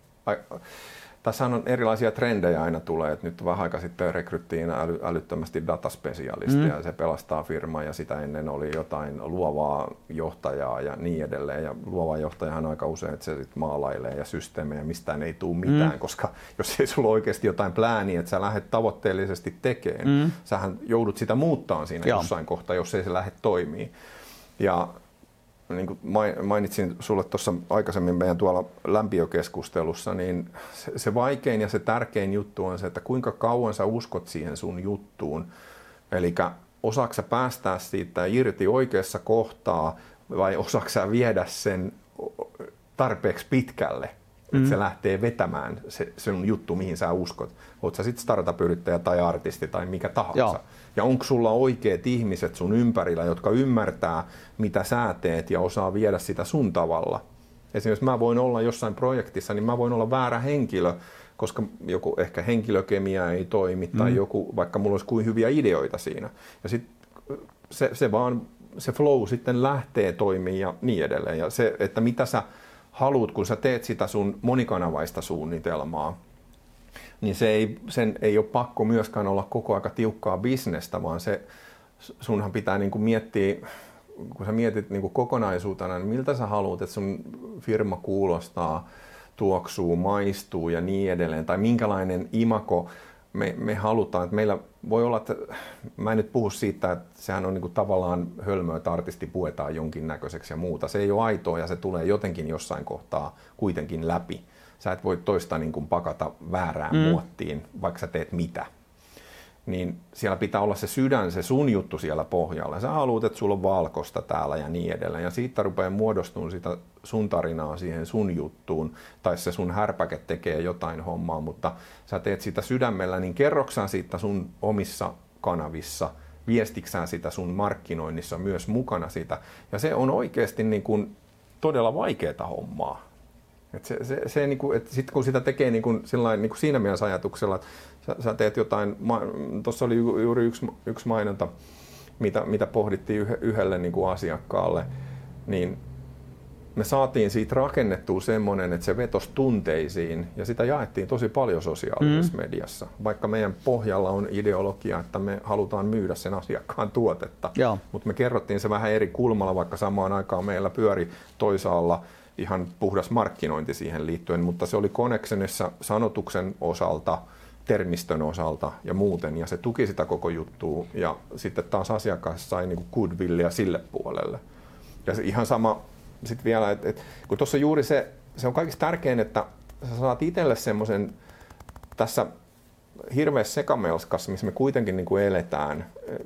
Tässä on erilaisia trendejä aina tulee, että nyt vähän aika sitten rekryttiin älyttömästi dataspesialistia ja se pelastaa firmaa ja sitä ennen oli jotain luovaa johtajaa ja niin edelleen. Ja luova johtajahan aika usein, että se sit maalailee ja systeemejä, mistään ei tule mitään, koska jos ei sulla oikeasti jotain plääniä, että sä lähdet tavoitteellisesti tekemään, sähän joudut sitä muuttaa siinä jossain kohtaa, jos ei se lähde toimii. Ja niin kuin mainitsin sulle tuossa aikaisemmin meidän tuolla lämpiökeskustelussa, niin se vaikein ja se tärkein juttu on se, että kuinka kauan sä uskot siihen sun juttuun. Eli osaatko sä päästää siitä irti oikeassa kohtaa vai osaatko sä viedä sen tarpeeksi pitkälle, että se lähtee vetämään se sun juttu, mihin sä uskot. Oot sä sitten startup-yrittäjä tai artisti tai mikä tahansa. Joo. Ja onko sulla oikeat ihmiset sun ympärillä, jotka ymmärtää, mitä sä teet ja osaa viedä sitä sun tavalla. Esimerkiksi mä voin olla jossain projektissa, niin mä voin olla väärä henkilö, koska joku ehkä henkilökemia ei toimi tai joku, vaikka mulla olisi kuin hyviä ideoita siinä. Ja sitten se flow sitten lähtee toimimaan ja niin edelleen. Ja se, että mitä sä haluat, kun sä teet sitä sun monikanavaista suunnitelmaa, niin sen ei ole pakko myöskään olla koko aika tiukkaa bisnestä, vaan sunhan pitää niin kuin miettiä, kun sä mietit niin kuin kokonaisuutena, niin miltä sä haluat, että sun firma kuulostaa, tuoksuu, maistuu ja niin edelleen, tai minkälainen imako me halutaan, että meillä voi olla, että mä en nyt puhu siitä, että sehän on niin kuin tavallaan hölmöä, että artisti puetaan jonkinnäköiseksi ja muuta. Se ei ole aitoa ja se tulee jotenkin jossain kohtaa kuitenkin läpi. Sä et voi toista niin kuin pakata väärään muottiin, vaikka sä teet mitä. Niin siellä pitää olla se sydän, se sun juttu siellä pohjalla. Sä haluat, että sulla on valkoista täällä ja niin edelleen. Ja siitä rupeaa muodostumaan sitä sun tarinaa siihen sun juttuun. Tai se sun härpäke tekee jotain hommaa, mutta sä teet sitä sydämellä, niin kerroksään siitä sun omissa kanavissa, viestiksään sitä sun markkinoinnissa myös mukana sitä. Ja se on oikeasti niin kuin todella vaikeaa hommaa. Se niin kuin, että sit kun sitä tekee niin kuin siinä mielessä ajatuksella, että sä teet jotain, tuossa oli juuri yksi mainonta, mitä pohdittiin yhdelle niin kuin asiakkaalle, niin me saatiin siitä rakennettua semmoinen, että se vetosi tunteisiin ja sitä jaettiin tosi paljon sosiaalisessa mediassa. Vaikka meidän pohjalla on ideologia, että me halutaan myydä sen asiakkaan tuotetta, mutta me kerrottiin se vähän eri kulmalla, vaikka samaan aikaan meillä pyöri toisaalla ihan puhdas markkinointi siihen liittyen, mutta se oli Connexionissa sanotuksen osalta, termistön osalta ja muuten, ja se tuki sitä koko juttua, ja sitten taas asiakas sai niinku goodwillia sille puolelle. Ja se ihan sama sitten vielä, että kun tuossa juuri se on kaikista tärkein, että sä saat itselle semmoisen tässä hirveässä sekamelskassa, missä me kuitenkin niinku eletään,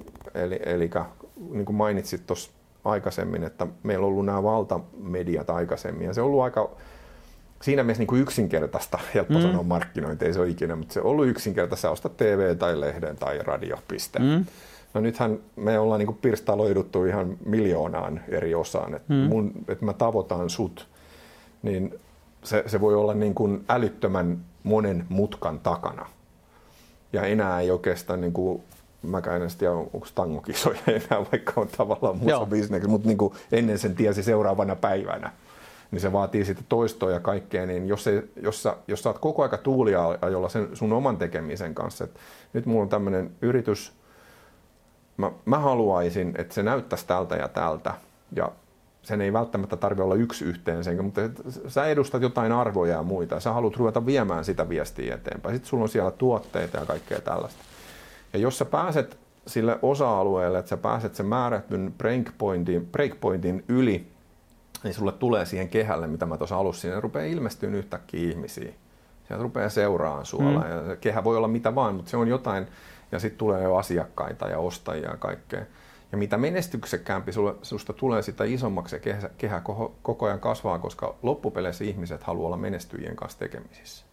eli niin kuin mainitsit tuossa aikaisemmin, että meillä on ollut nämä valtamediat aikaisemmin, ja se on ollut aika siinä mielessä niin kuin yksinkertaista, helppo sanoa markkinointi, ei se ole ikinä, mutta se on ollut yksinkertaista, ostaa TV tai lehden tai radio, piste. No nythän me ollaan niin kuin pirstaloiduttu ihan miljoonaan eri osaan, että mä tavoitan sut, niin se voi olla niin kuin älyttömän monen mutkan takana. Ja enää ei oikeastaan, niin kuin, mäkään en tiedä, onko tangokisoja enää, vaikka on tavallaan muussa bisneksessä, mutta niin kuin ennen sen tiesi seuraavana päivänä. Niin se vaatii sitten toistoa ja kaikkea, niin jos sä oot koko aika tuuliajolla sen sun oman tekemisen kanssa, että nyt mulla on tämmöinen yritys, mä haluaisin, että se näyttäisi tältä ja tältä, ja sen ei välttämättä tarvitse olla yksi yhteen sen, mutta sä edustat jotain arvoja ja muita, ja sä haluat ruveta viemään sitä viestiä eteenpäin. Sitten sulla on siellä tuotteita ja kaikkea tällaista. Ja jos sä pääset sille osa-alueelle, että sä pääset sen määrätyn breakpointin yli, niin sulle tulee siihen kehälle, mitä mä tuossa alussa, siinä rupeaa ilmestyä yhtäkkiä ihmisiä. Sieltä rupeaa seuraamaan sua. Ja se kehä voi olla mitä vaan, mutta se on jotain. Ja sitten tulee jo asiakkaita ja ostajia ja kaikkea. Ja mitä menestyksekkäämpi susta tulee, sitä isommaksi se kehä koko ajan kasvaa, koska loppupeleissä ihmiset haluaa olla menestyjien kanssa tekemisissä.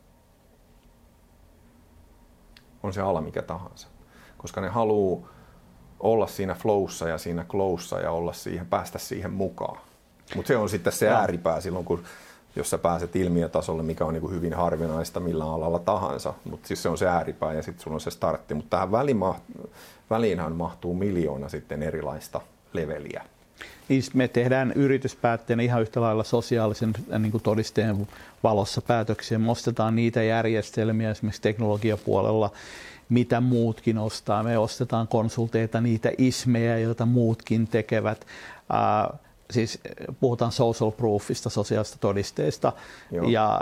On se ala mikä tahansa. Koska ne haluaa olla siinä flowssa ja siinä glowssa ja päästä siihen mukaan. Mutta se on sitten se ääripää silloin, jos sä pääset ilmiötasolle, mikä on niin kuin hyvin harvinaista millä alalla tahansa. Mutta siis se on se ääripää ja sitten sulla on se startti. Mutta tähän väliinhän mahtuu miljoona sitten erilaista leveliä. Niin me tehdään yrityspäättäjänä ihan yhtä lailla sosiaalisen niin kuin todisteen valossa päätöksiä. Me ostetaan niitä järjestelmiä esimerkiksi teknologiapuolella, mitä muutkin ostaa. Me ostetaan konsulteita, niitä ismejä, joita muutkin tekevät. Siis puhutaan social proofista, sosiaalista todisteista. Ja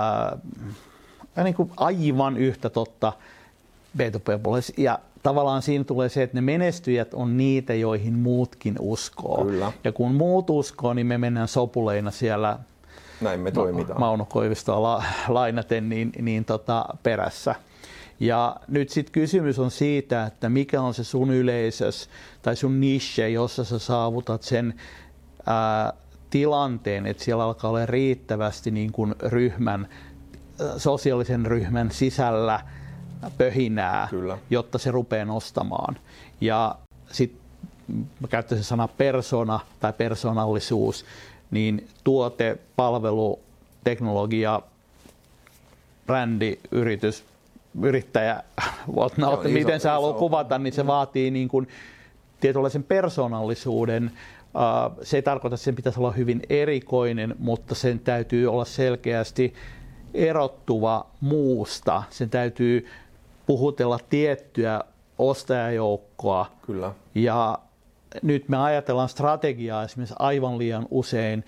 niin kuin aivan yhtä totta B2B-puolella. Ja tavallaan siinä tulee se, että ne menestyjät on niitä, joihin muutkin uskoo. Kyllä. Ja kun muut uskoo, niin me mennään sopuleina siellä. Näin me toimitaan. Mauno Koivistoa lainaten perässä. Ja nyt sitten kysymys on siitä, että mikä on se sun yleisös tai sun niche, jossa sä saavutat sen tilanteen, että siellä alkaa olla riittävästi niin kuin sosiaalisen ryhmän sisällä pöhinää, jotta se rupeaa nostamaan. Ja sitten mä käyttäisin sana persona tai persoonallisuus, niin tuote, palvelu, teknologia, brändi, yritys, yrittäjä, miten sä haluat kuvata, niin se vaatii niin kuin tietynlaisen persoonallisuuden. Se ei tarkoita, että sen pitäisi olla hyvin erikoinen, mutta sen täytyy olla selkeästi erottuva muusta. Sen täytyy puhutella tiettyä ostajajoukkoa. Kyllä. Ja nyt me ajatellaan strategiaa esimerkiksi aivan liian usein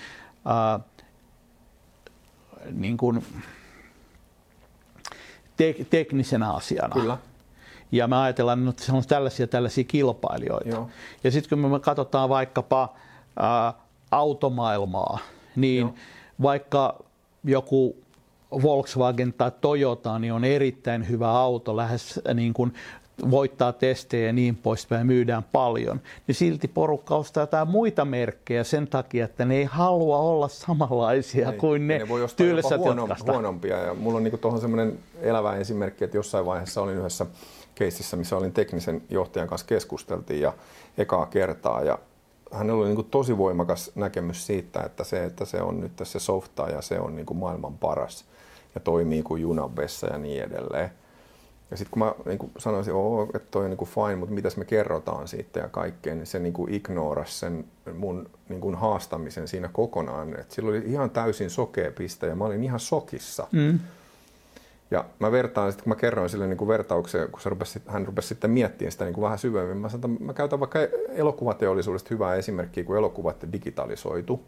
niin kuin teknisenä asiana. Kyllä. Ja me ajatellaan, että se on tällaisia kilpailijoita. Joo. Ja sitten kun me katsotaan vaikkapa automaailmaa, niin Joo. vaikka joku Volkswagen tai Toyota niin on erittäin hyvä auto, lähes niin kuin voittaa testejä ja niin poispäin, myydään paljon, niin silti porukka ostaa jotain muita merkkejä sen takia, että ne ei halua olla samanlaisia kuin ne tylsät huonompia. Ja mulla on niinku tuohon semmoinen elävä esimerkki, että jossain vaiheessa olin yhdessä keississä, missä olin teknisen johtajan kanssa keskusteltiin ja ekaa kertaa. Ja hänellä oli niinku tosi voimakas näkemys siitä, että se on nyt se softa ja se on niinku maailman paras ja toimii kuin junavessa ja niin edelleen. Ja sitten kun mä niin sanoisin, että toi on niin fine, mutta mitäs me kerrotaan siitä ja kaikkea, niin se niin ignorasi sen mun niin haastamisen siinä kokonaan. Et sillä oli ihan täysin sokea piste ja mä olin ihan sokissa. Ja mä vertaan, kun mä kerroin sille niin vertauksen, kun hän rupesi sitten miettimään sitä niin vähän syvemmin. Mä käytän vaikka elokuvateollisuudesta hyvää esimerkkiä, kun elokuvat digitalisoitu.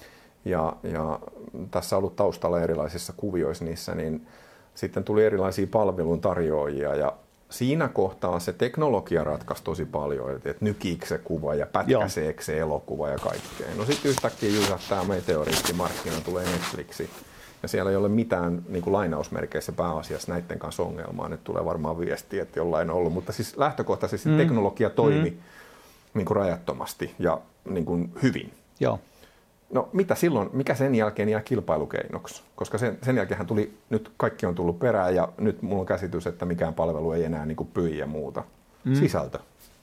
Ja tässä on ollut taustalla erilaisissa kuvioissa niissä, niin sitten tuli erilaisia palveluntarjoajia ja siinä kohtaa se teknologia ratkaisi tosi paljon, että nykiikö se kuva ja pätkäseekö se elokuva ja kaikkea. No sitten yhtäkkiä jysähtää meteoriittimarkkina, tulee Netflixi ja siellä ei ole mitään niin kuin lainausmerkeissä pääasiassa näiden kanssa ongelmaa. Nyt tulee varmaan viestiä, että jollain on ollut, mutta siis lähtökohtaisesti teknologia toimi niin kuin rajattomasti ja niin kuin hyvin. Joo. No mitä silloin, mikä sen jälkeen jää kilpailukeinoksi? Koska sen jälkeen tuli, nyt kaikki on tullut perään ja nyt mulla on käsitys, että mikään palvelu ei enää niin kuin pyy ja muuta. Sisältö.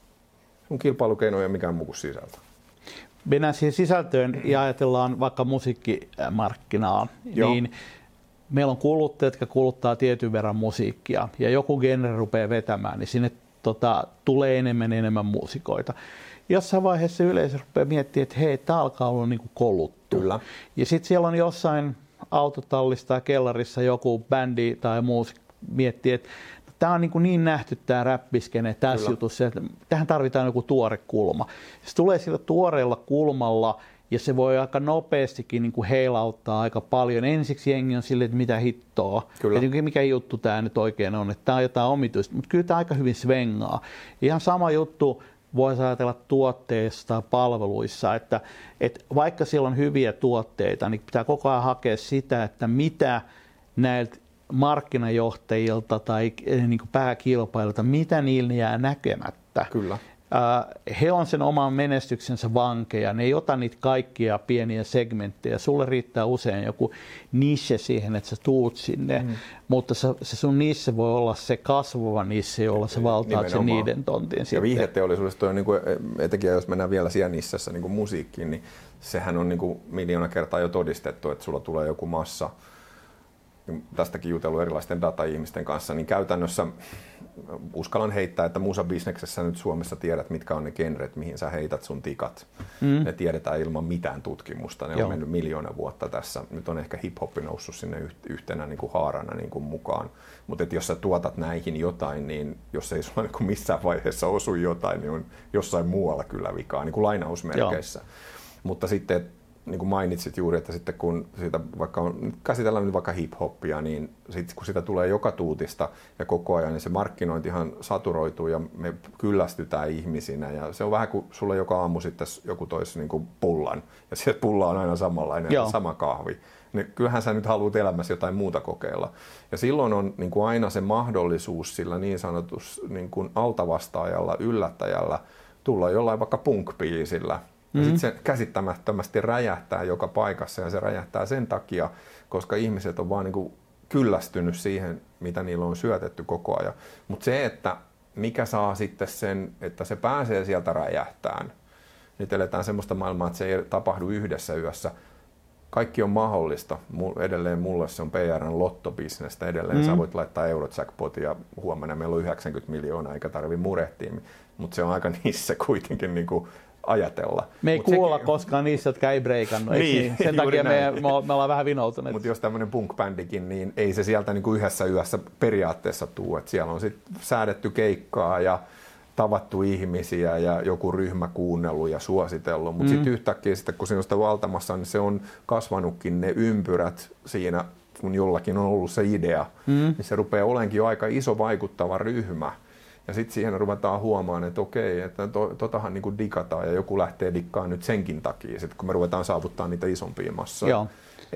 Sun kilpailukeino ei ole mikään muu kuin sisältö. Mennään siihen sisältöön ja ajatellaan vaikka musiikkimarkkinaa, niin meillä on kuluttajat, jotka kuluttaa tietyn verran musiikkia ja joku genre rupeaa vetämään, niin sinne tulee enemmän muusikoita. Jossain vaiheessa yleisö rupeaa miettimään, että hei, tämä alkaa olla niin kuin koluttu. Kyllä. Ja sitten siellä on jossain autotallissa tai kellarissa joku bändi tai muu miettii, että tämä on niin nähty tämä räppiskene tässä jutussa, että tähän tarvitaan joku tuore kulma. Se tulee sillä tuoreella kulmalla ja se voi aika nopeastikin niin kuin heilauttaa aika paljon. Ensiksi jengi on silleen, että mitä hittoa, että mikä juttu tämä nyt oikein on, että tämä on jotain omituista, mutta kyllä tämä aika hyvin svengaa. Ihan sama juttu voisi ajatella tuotteista, palveluissa, että vaikka siellä on hyviä tuotteita, niin pitää koko ajan hakea sitä, että mitä näiltä markkinajohtajilta tai niin kuin pääkilpailijoilta, mitä niillä jää näkemättä. Kyllä. He on sen oman menestyksensä vankeja, ne ei ota niitä kaikkia pieniä segmenttejä. Sulle riittää usein joku niche siihen, että sä tuut sinne, mutta se sun niche voi olla se kasvava niche, jolla sä valtaat sen niiden tontin. Ja viihdeteollisuudessa on, niin kuin, etenkin jos mennään vielä siellä nichessä niin kuin musiikkiin, niin sehän on niin kuin miljoona kertaa jo todistettu, että sulla tulee joku massa. Tästäkin jutellut erilaisten data-ihmisten kanssa, niin käytännössä uskallan heittää, että musabisneksessä nyt Suomessa tiedät, mitkä on ne genret, mihin sä heität sun tikat. Ne tiedetään ilman mitään tutkimusta. Ne on mennyt 1,000,000 vuotta tässä. Nyt on ehkä hip-hop noussut sinne yhtenä niin kuin haarana niin kuin mukaan. Mutta jos sä tuotat näihin jotain, niin jos ei sulla niin kuin missään vaiheessa osu jotain, niin on jossain muualla kyllä vikaa, niin kuin lainausmerkeissä. Mutta sitten niin kuin mainitsit juuri, että sitten kun siitä käsitellään nyt vaikka hip-hoppia, niin sitten kun sitä tulee joka tuutista ja koko ajan, niin se markkinointihan saturoituu ja me kyllästytään ihmisinä. Ja se on vähän kuin sulle joka aamu sitten joku toisi niin kuin pullan ja se pulla on aina samanlainen, sama kahvi. Niin kyllähän sä nyt haluat elämässä jotain muuta kokeilla. Ja silloin on niin kuin aina se mahdollisuus sillä niin sanotus niin kuin altavastaajalla, yllättäjällä tulla jollain vaikka punk-biisillä. Ja sitten se käsittämättömästi räjähtää joka paikassa ja se räjähtää sen takia, koska ihmiset on vaan niin kuin kyllästynyt siihen, mitä niillä on syötetty koko ajan. Mutta se, että mikä saa sitten sen, että se pääsee sieltä räjähtään. Nyt eletään semmoista maailmaa, että se ei tapahdu yhdessä yössä. Kaikki on mahdollista. Edelleen mulle se on PR:n lottobisnestä. Edelleen sä voit laittaa Eurojackpotin ja huomenna meillä on 90 miljoonaa eikä tarvitse murehtia. Mutta se on aika niissä kuitenkin niin kuin ajatella. Me ei kuulla koskaan niissä, jotka ei breikannut. Niin, sen takia me ollaan vähän vinoutuneet. Mutta jos tämmöinen punk-bändikin, niin ei se sieltä niin kuin yhdessä yössä periaatteessa tule. Siellä on sitten säädetty keikkaa ja tavattu ihmisiä ja joku ryhmä kuunnellut ja suositellut. Mutta sitten yhtäkkiä, kun siinä on sitä valtamassa, niin se on kasvanutkin ne ympyrät siinä, kun jollakin on ollut se idea. Niin se rupeaa olenkin jo aika iso vaikuttava ryhmä. Ja sitten siihen ruvetaan huomaan, että okei, että totahan niin kuin digataan ja joku lähtee dikkaan nyt senkin takia, sit kun me ruvetaan saavuttaa niitä isompia massoja. Joo.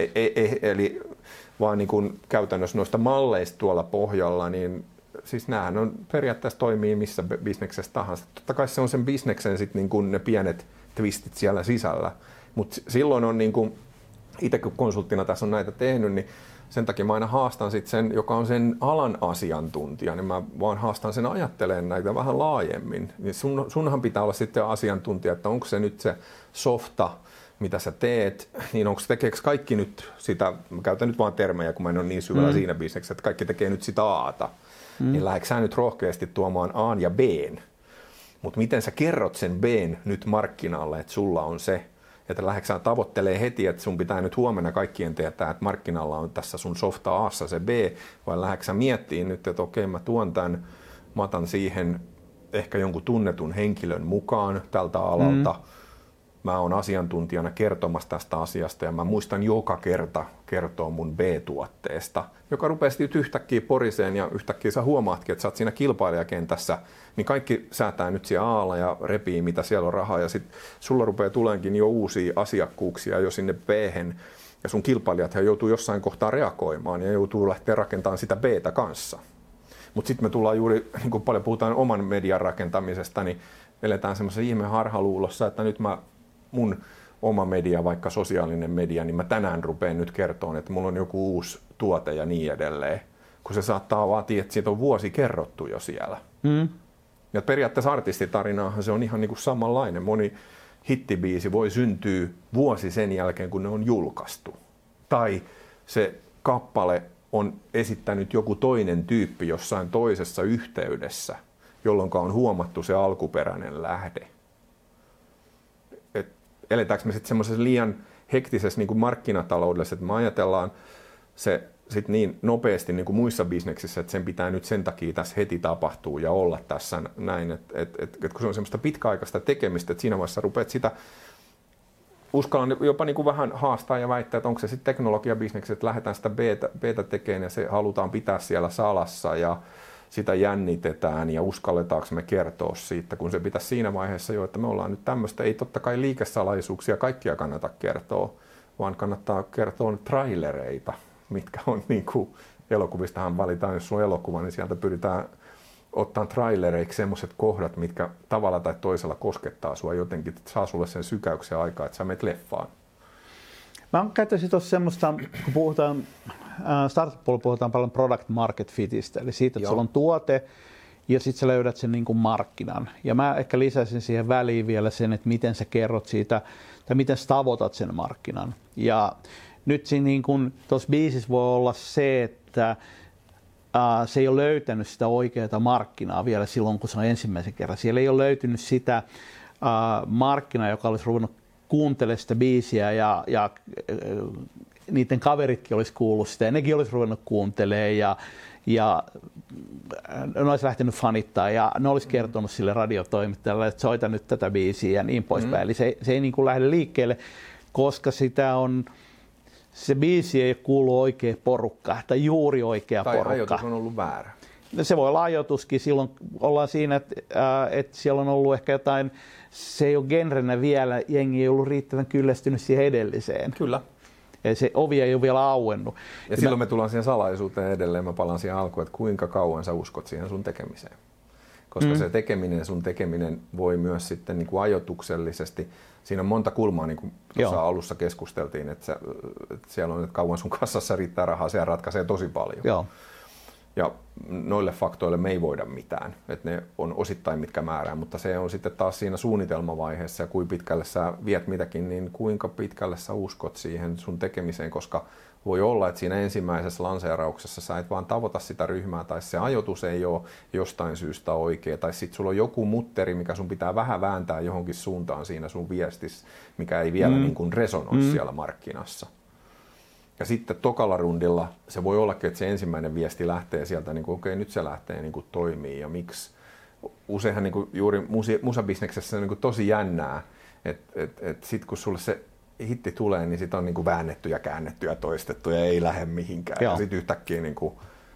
Eli vaan niin kuin käytännössä noista malleista tuolla pohjalla, niin siis näähän on periaatteessa toimii missä bisneksessä tahansa. Totta kai se on sen bisneksen sit niin kuin ne pienet twistit siellä sisällä, mutta silloin on niin kuin, itse kun konsulttina tässä on näitä tehnyt, niin sen takia mä aina haastan sit sen, joka on sen alan asiantuntija, niin mä vaan haastan sen ajattelemaan näitä vähän laajemmin. Niin sunhan pitää olla sitten asiantuntija, että onko se nyt se softa, mitä sä teet, niin tekeekö kaikki nyt sitä, mä käytän nyt vaan termejä, kun mä en ole niin syvällä siinä bisneksessä, että kaikki tekee nyt sitä A:ta, niin lähdekö sä nyt rohkeasti tuomaan A:n ja B:n, mutta miten sä kerrot sen B:n nyt markkinalle, että sulla on se, että lähdekö sä tavoittelee heti, että sun pitää nyt huomenna kaikkien tietää, että markkinalla on tässä sun softa A:ssa se B, vai lähdekö sä miettimään nyt, että okei, mä tuon tämän, mä otan siihen ehkä jonkun tunnetun henkilön mukaan tältä alalta, mä oon asiantuntijana kertomassa tästä asiasta ja mä muistan joka kerta kertoa mun B-tuotteesta, joka rupeaa sitten yhtäkkiä poriseen ja yhtäkkiä sä huomaatkin, että sä oot siinä kilpailijakentässä, niin kaikki säätää nyt siellä A:lla ja repii, mitä siellä on rahaa ja sitten sulla rupeaa tuleenkin jo uusia asiakkuuksia jo sinne B:hen ja sun kilpailijat joutuu jossain kohtaa reagoimaan ja joutuu lähteä rakentamaan sitä B:tä kanssa. Mutta sitten me tullaan juuri, niin kuin paljon puhutaan oman median rakentamisesta, niin eletään semmoisen ihme harhaluulossa, että nyt mun oma media, vaikka sosiaalinen media, niin mä tänään rupean nyt kertomaan, että mulla on joku uusi tuote ja niin edelleen. Kun se saattaa vaatia, että siitä on vuosi kerrottu jo siellä. Ja periaatteessa artistitarinaahan se on ihan niin kuin samanlainen. Moni hittibiisi voi syntyä vuosi sen jälkeen, kun ne on julkaistu. Tai se kappale on esittänyt joku toinen tyyppi jossain toisessa yhteydessä, jolloin on huomattu se alkuperäinen lähde. Eletäänkö me sitten semmoisessa liian hektisessä niin kuin markkinataloudessa, että me ajatellaan se sit niin nopeasti niin kuin muissa bisneksissä, että sen pitää nyt sen takia tässä heti tapahtua ja olla tässä näin, että kun se on semmoista pitkäaikaista tekemistä, että siinä vaiheessa rupeat sitä, uskallan jopa niin kuin vähän haastaa ja väittää, että onko se sitten teknologiabisneksessä, että lähdetään sitä B:tä tekemään ja se halutaan pitää siellä salassa ja sitä jännitetään ja uskalletaanko me kertoa siitä, kun se pitäisi siinä vaiheessa jo, että me ollaan nyt tämmöistä, ei totta kai liikesalaisuuksia kaikkia kannata kertoa, vaan kannattaa kertoa trailereita, mitkä on niin kuin elokuvistahan valitaan, jos sulla on elokuva, niin sieltä pyritään ottaa trailereiksi semmoiset kohdat, mitkä tavalla tai toisella koskettaa sua jotenkin, että saa sulle sen sykäyksen aikaa, että sä menet leffaan. Mä käyttäisin tuossa semmoista, kun puhutaan, startup-puolella puhutaan paljon product market fitistä, eli siitä, että sulla on tuote ja sitten sä löydät sen niin kuin markkinan. Ja mä ehkä lisäisin siihen väliin vielä sen, että miten sä kerrot siitä, tai miten sä tavoitat sen markkinan. Ja nyt siinä niin kuin tuossa biisissä voi olla se, että se ei ole löytänyt sitä oikeaa markkinaa vielä silloin, kun se on ensimmäisen kerran. Siellä ei ole löytynyt sitä markkinaa, joka olisi ruvennut kuuntelemaan sitä biisiä ja niiden kaveritkin olisi kuullut sitä ja nekin olisi ruvennut kuuntelemaan ja ne olisi lähtenyt fanittaa ja ne olisi kertonut sille radiotoimittajalle, että soita nyt tätä biisiä ja niin poispäin. Eli se ei niin kuin lähde liikkeelle, koska se biisi ei kuulu oikea porukka tai juuri oikea porukka. Tai ajoitus on ollut väärä. Se voi olla ajoituskin. Silloin ollaan siinä, että siellä on ollut ehkä jotain, se ei ole genrenä vielä, jengi ei ollut riittävän kyllästynyt siihen edelliseen. Kyllä. Ja se ovi ei ole vielä auennut. Ja silloin me tullaan siihen salaisuuteen edelleen. Mä palaan siihen alkuun, että kuinka kauan sä uskot siihen sun tekemiseen. Koska se sun tekeminen voi myös sitten niin kuin ajoituksellisesti, siinä on monta kulmaa, niin kuin tuossa alussa keskusteltiin, että siellä on, että kauan sun kassassa riittää rahaa, se ratkaisee tosi paljon. Joo. Ja noille faktoille me ei voida mitään, että ne on osittain mitkä määrää, mutta se on sitten taas siinä suunnitelmavaiheessa ja kuinka pitkälle sä viet mitäkin, niin kuinka pitkälle sä uskot siihen sun tekemiseen, koska voi olla, että siinä ensimmäisessä lanseerauksessa sä et vaan tavoita sitä ryhmää tai se ajoitus ei ole jostain syystä oikea tai sitten sulla on joku mutteri, mikä sun pitää vähän vääntää johonkin suuntaan siinä sun viestissä, mikä ei vielä niin kuin resonoi siellä markkinassa. Ja sitten tokalla rundilla se voi ollakin, että se ensimmäinen viesti lähtee sieltä, niin kuin, okei, nyt se lähtee niin kuin toimii ja miksi. Useinhan niin kuin juuri musabisneksessä on niin kuin tosi jännää, että sitten kun sulle se hitti tulee, niin sit on niin kuin väännetty ja käännetty ja toistettu ja ei lähde mihinkään. Ja sitten yhtäkkiä niin kuin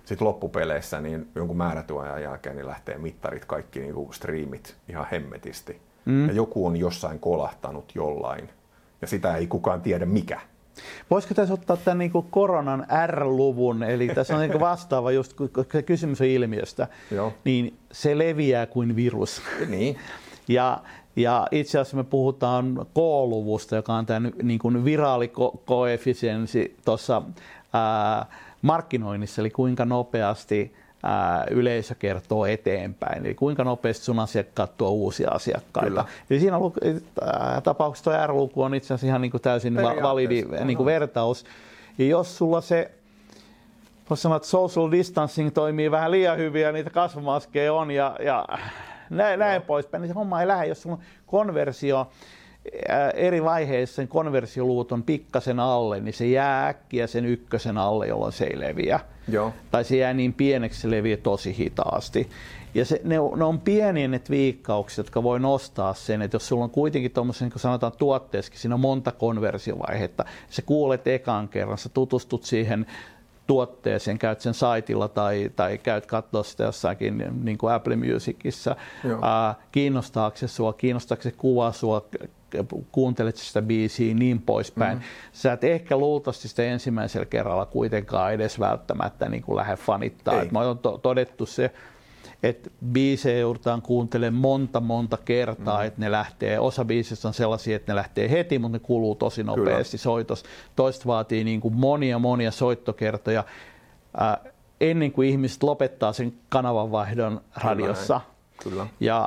sitten loppupeleissä niin jonkun määrätyn ajan jälkeen niin lähtee mittarit, kaikki niin kuin striimit ihan hemmetisti. Ja joku on jossain kolahtanut jollain, ja sitä ei kukaan tiedä mikä. Voisiko tässä ottaa tämän niin kuin koronan R-luvun, eli tässä on niin kuin vastaava, just kun kysymys on ilmiöstä, niin se leviää kuin virus. Niin. Ja itse asiassa me puhutaan K-luvusta, joka on tämä niin kuin viraalikoefisienssi tuossa markkinoinnissa, eli kuinka nopeasti yleisö kertoo eteenpäin, eli kuinka nopeasti sun asiakkaat tuo uusia asiakkaita. Kyllä. Eli siinä tapauksessa tuo R-luku on itse asiassa ihan niin kuin täysin validi niin kuin vertaus. Ja jos sulla se, voisi sanoa, että social distancing toimii vähän liian hyvin ja niitä kasvomaskeja on ja näin poispäin, niin se homma ei lähde. Jos sulla on konversio eri vaiheissa, sen konversioluvut on pikkasen alle, niin se jää äkkiä sen ykkösen alle, jolloin se ei leviä. Joo. Tai se jää niin pieneksi, se leviää tosi hitaasti. Ja ne on pieniä ne twiikkaukset, jotka voi nostaa sen, että jos sulla on kuitenkin tuommoisen, niin kuin sanotaan tuotteessakin, siinä on monta konversiovaihetta, sä kuulet ekan kerran, sä tutustut siihen tuotteeseen, käyt sen saitilla tai käyt katsoa sitä jossakin niin kuin Apple Musicissa, kiinnostaako se sua, kiinnostaako se kuva sua, kuuntelet sitä biisiä, niin poispäin. Sä et ehkä luultavasti sitä ensimmäisellä kerralla kuitenkaan edes välttämättä niin kuin lähde fanittaa. Me on todettu se, että biisejä joudutaan kuuntelemaan monta kertaa, että ne lähtee, osa biisistä on sellaisia, että ne lähtee heti, mutta ne kuluu tosi nopeasti soitos. Toista vaatii niin kuin monia soittokertoja ennen kuin ihmiset lopettaa sen kanavanvaihdon radiossa. Kyllä. Ja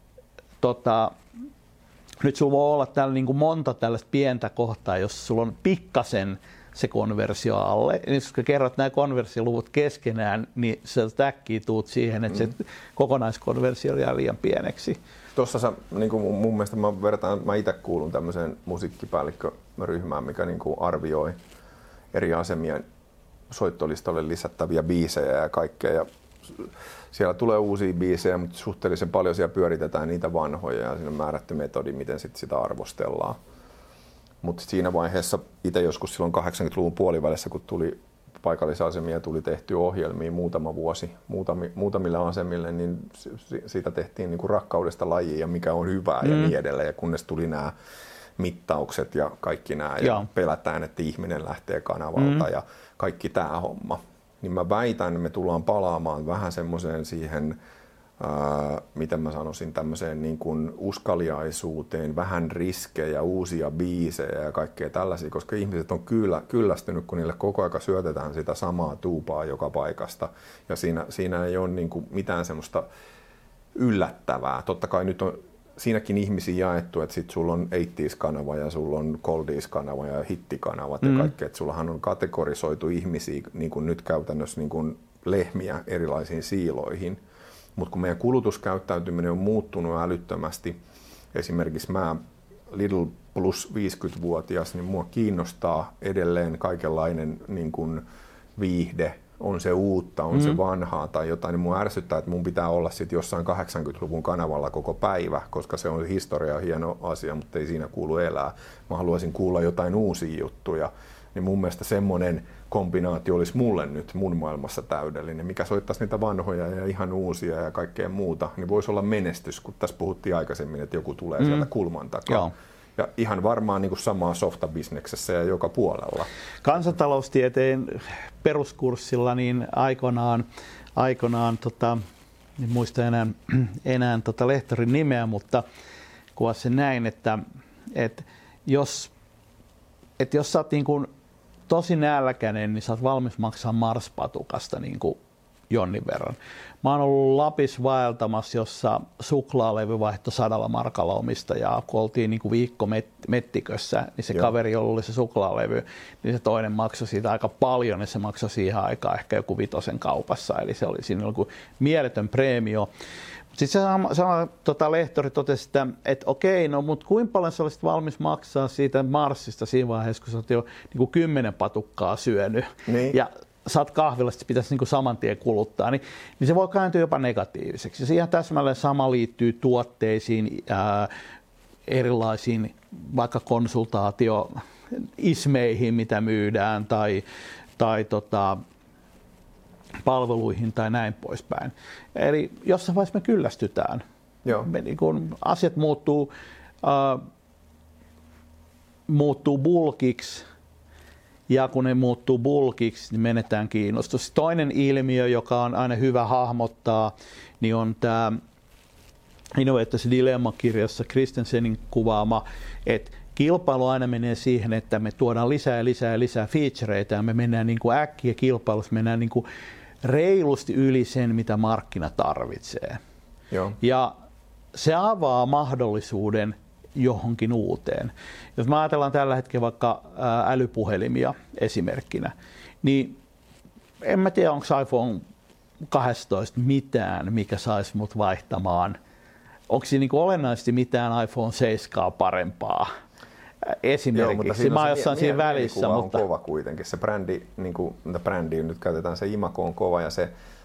nyt sulla voi olla täällä niin kuin monta tällaista pientä kohtaa, jos sulla on pikkasen se konversio alle. Ja jos kerrot nämä konversioluvut keskenään, niin sä äkkiä tuut siihen, että se kokonaiskonversio jää liian pieneksi. Tuossa niin kuin mun mielestä mä itse kuulun tämmöiseen musiikkipäällikköryhmään, mikä niin kuin arvioi eri asemien soittolistalle lisättäviä biisejä ja kaikkea. Ja siellä tulee uusia biisejä, mutta suhteellisen paljon siellä pyöritetään niitä vanhoja ja siinä on määrätty metodi, miten sitä arvostellaan. Mutta siinä vaiheessa itse joskus silloin 80-luvun puolivälissä, kun tuli paikallisasemia, tuli tehty ohjelmia muutama vuosi muutamille asemille, niin siitä tehtiin niinku rakkaudesta lajiin ja mikä on hyvää ja niin edelleen. Ja kunnes tuli nämä mittaukset ja kaikki nämä ja pelätään, että ihminen lähtee kanavalta ja kaikki tämä homma. Niin mä väitän, että me tullaan palaamaan vähän semmoiseen siihen, miten mä sanoisin, tämmöiseen niin kuin uskaliaisuuteen, vähän riskejä, uusia biisejä ja kaikkea tällaisia, koska ihmiset on kyllästynyt, kun niille koko ajan syötetään sitä samaa tuupaa joka paikasta. Ja siinä ei ole niin kuin mitään semmoista yllättävää. Totta kai nyt on siinäkin ihmisiä jaettu, että sit sulla on 80s-kanava ja sulla on Coldies-kanava ja hittikanavat ja kaikkea. Että sullahan on kategorisoitu ihmisiä niin kuin nyt käytännössä niin kuin lehmiä erilaisiin siiloihin. Mutta kun meidän kulutuskäyttäytyminen on muuttunut älyttömästi, esimerkiksi mä Lidl plus 50-vuotias, niin mua kiinnostaa edelleen kaikenlainen niin kun viihde, on se uutta, on se vanhaa tai jotain, niin mua ärsyttää, että mun pitää olla sitten jossain 80-luvun kanavalla koko päivä, koska se on historia hieno asia, mutta ei siinä kuulu elää. Mä haluaisin kuulla jotain uusia juttuja, niin mun mielestä semmoinen kombinaatio olisi mulle nyt mun maailmassa täydellinen, mikä soittaisi niitä vanhoja ja ihan uusia ja kaikkea muuta, niin voisi olla menestys, kun tässä puhuttiin aikaisemmin, että joku tulee sieltä kulman takaa. Joo. Ja ihan varmaan niin kuin samaa softabisneksessä ja joka puolella. Kansantaloustieteen peruskurssilla niin aikoinaan en muista enää lehtorin nimeä, mutta kuvasi sen näin, että jos sä oot niin kuin tosi nälkäinen, niin sä oot valmis maksaa Mars-patukasta niin kuin jonnin verran. Mä oon ollut Lapissa vaeltamassa, jossa suklaalevy vaihtoi 100 markalla omistajaa. Kun oltiin niin kuin viikko mettikössä, niin se kaveri, jolla oli se suklaalevy, niin se toinen maksoi siitä aika paljon, ja se maksoi siihen aikaan ehkä joku 5 kaupassa. Eli se oli siinä joku mieletön preemio. Sitten se sama lehtori totesi, että okei, no mutta kuinka paljon sä olisit valmis maksaa siitä Marsista siinä vaiheessa, kun sä oot jo niin kuin 10 patukkaa syönyt. Niin. Ja saat kahvilasta, pitäisi niin saman tien kuluttaa, niin se voi kääntyä jopa negatiiviseksi. Ja siihen täsmälleen sama liittyy tuotteisiin, erilaisiin vaikka konsultaatioismeihin, mitä myydään, tai palveluihin tai näin poispäin. Eli jossain vaiheessa me kyllästytään. Joo. Niin kun asiat muuttuu bulkiksi, ja kun ne muuttuu bulkiksi, niin menetään kiinnostus. Toinen ilmiö, joka on aina hyvä hahmottaa, niin on tämä Innovators Dilemma-kirjassa Christensenin kuvaama, että kilpailu aina menee siihen, että me tuodaan lisää ja lisää ja lisää featureita, ja me mennään niin kuin äkkiä kilpailussa, mennään niin kuin reilusti yli sen, mitä markkina tarvitsee. Joo. Ja se avaa mahdollisuuden johonkin uuteen. Jos me ajatellaan tällä hetkellä vaikka älypuhelimia esimerkkinä, niin en mä tiedä, onko iPhone 12 mitään, mikä saisi mut vaihtamaan. Onko siinä niin olennaisesti mitään iPhone 7 parempaa esimerkiksi? Joo, mä oon jossain siinä välissä. Mutta on kova kuitenkin. Se brändi, niin kuin brändi nyt käytetään, se imago on kova ja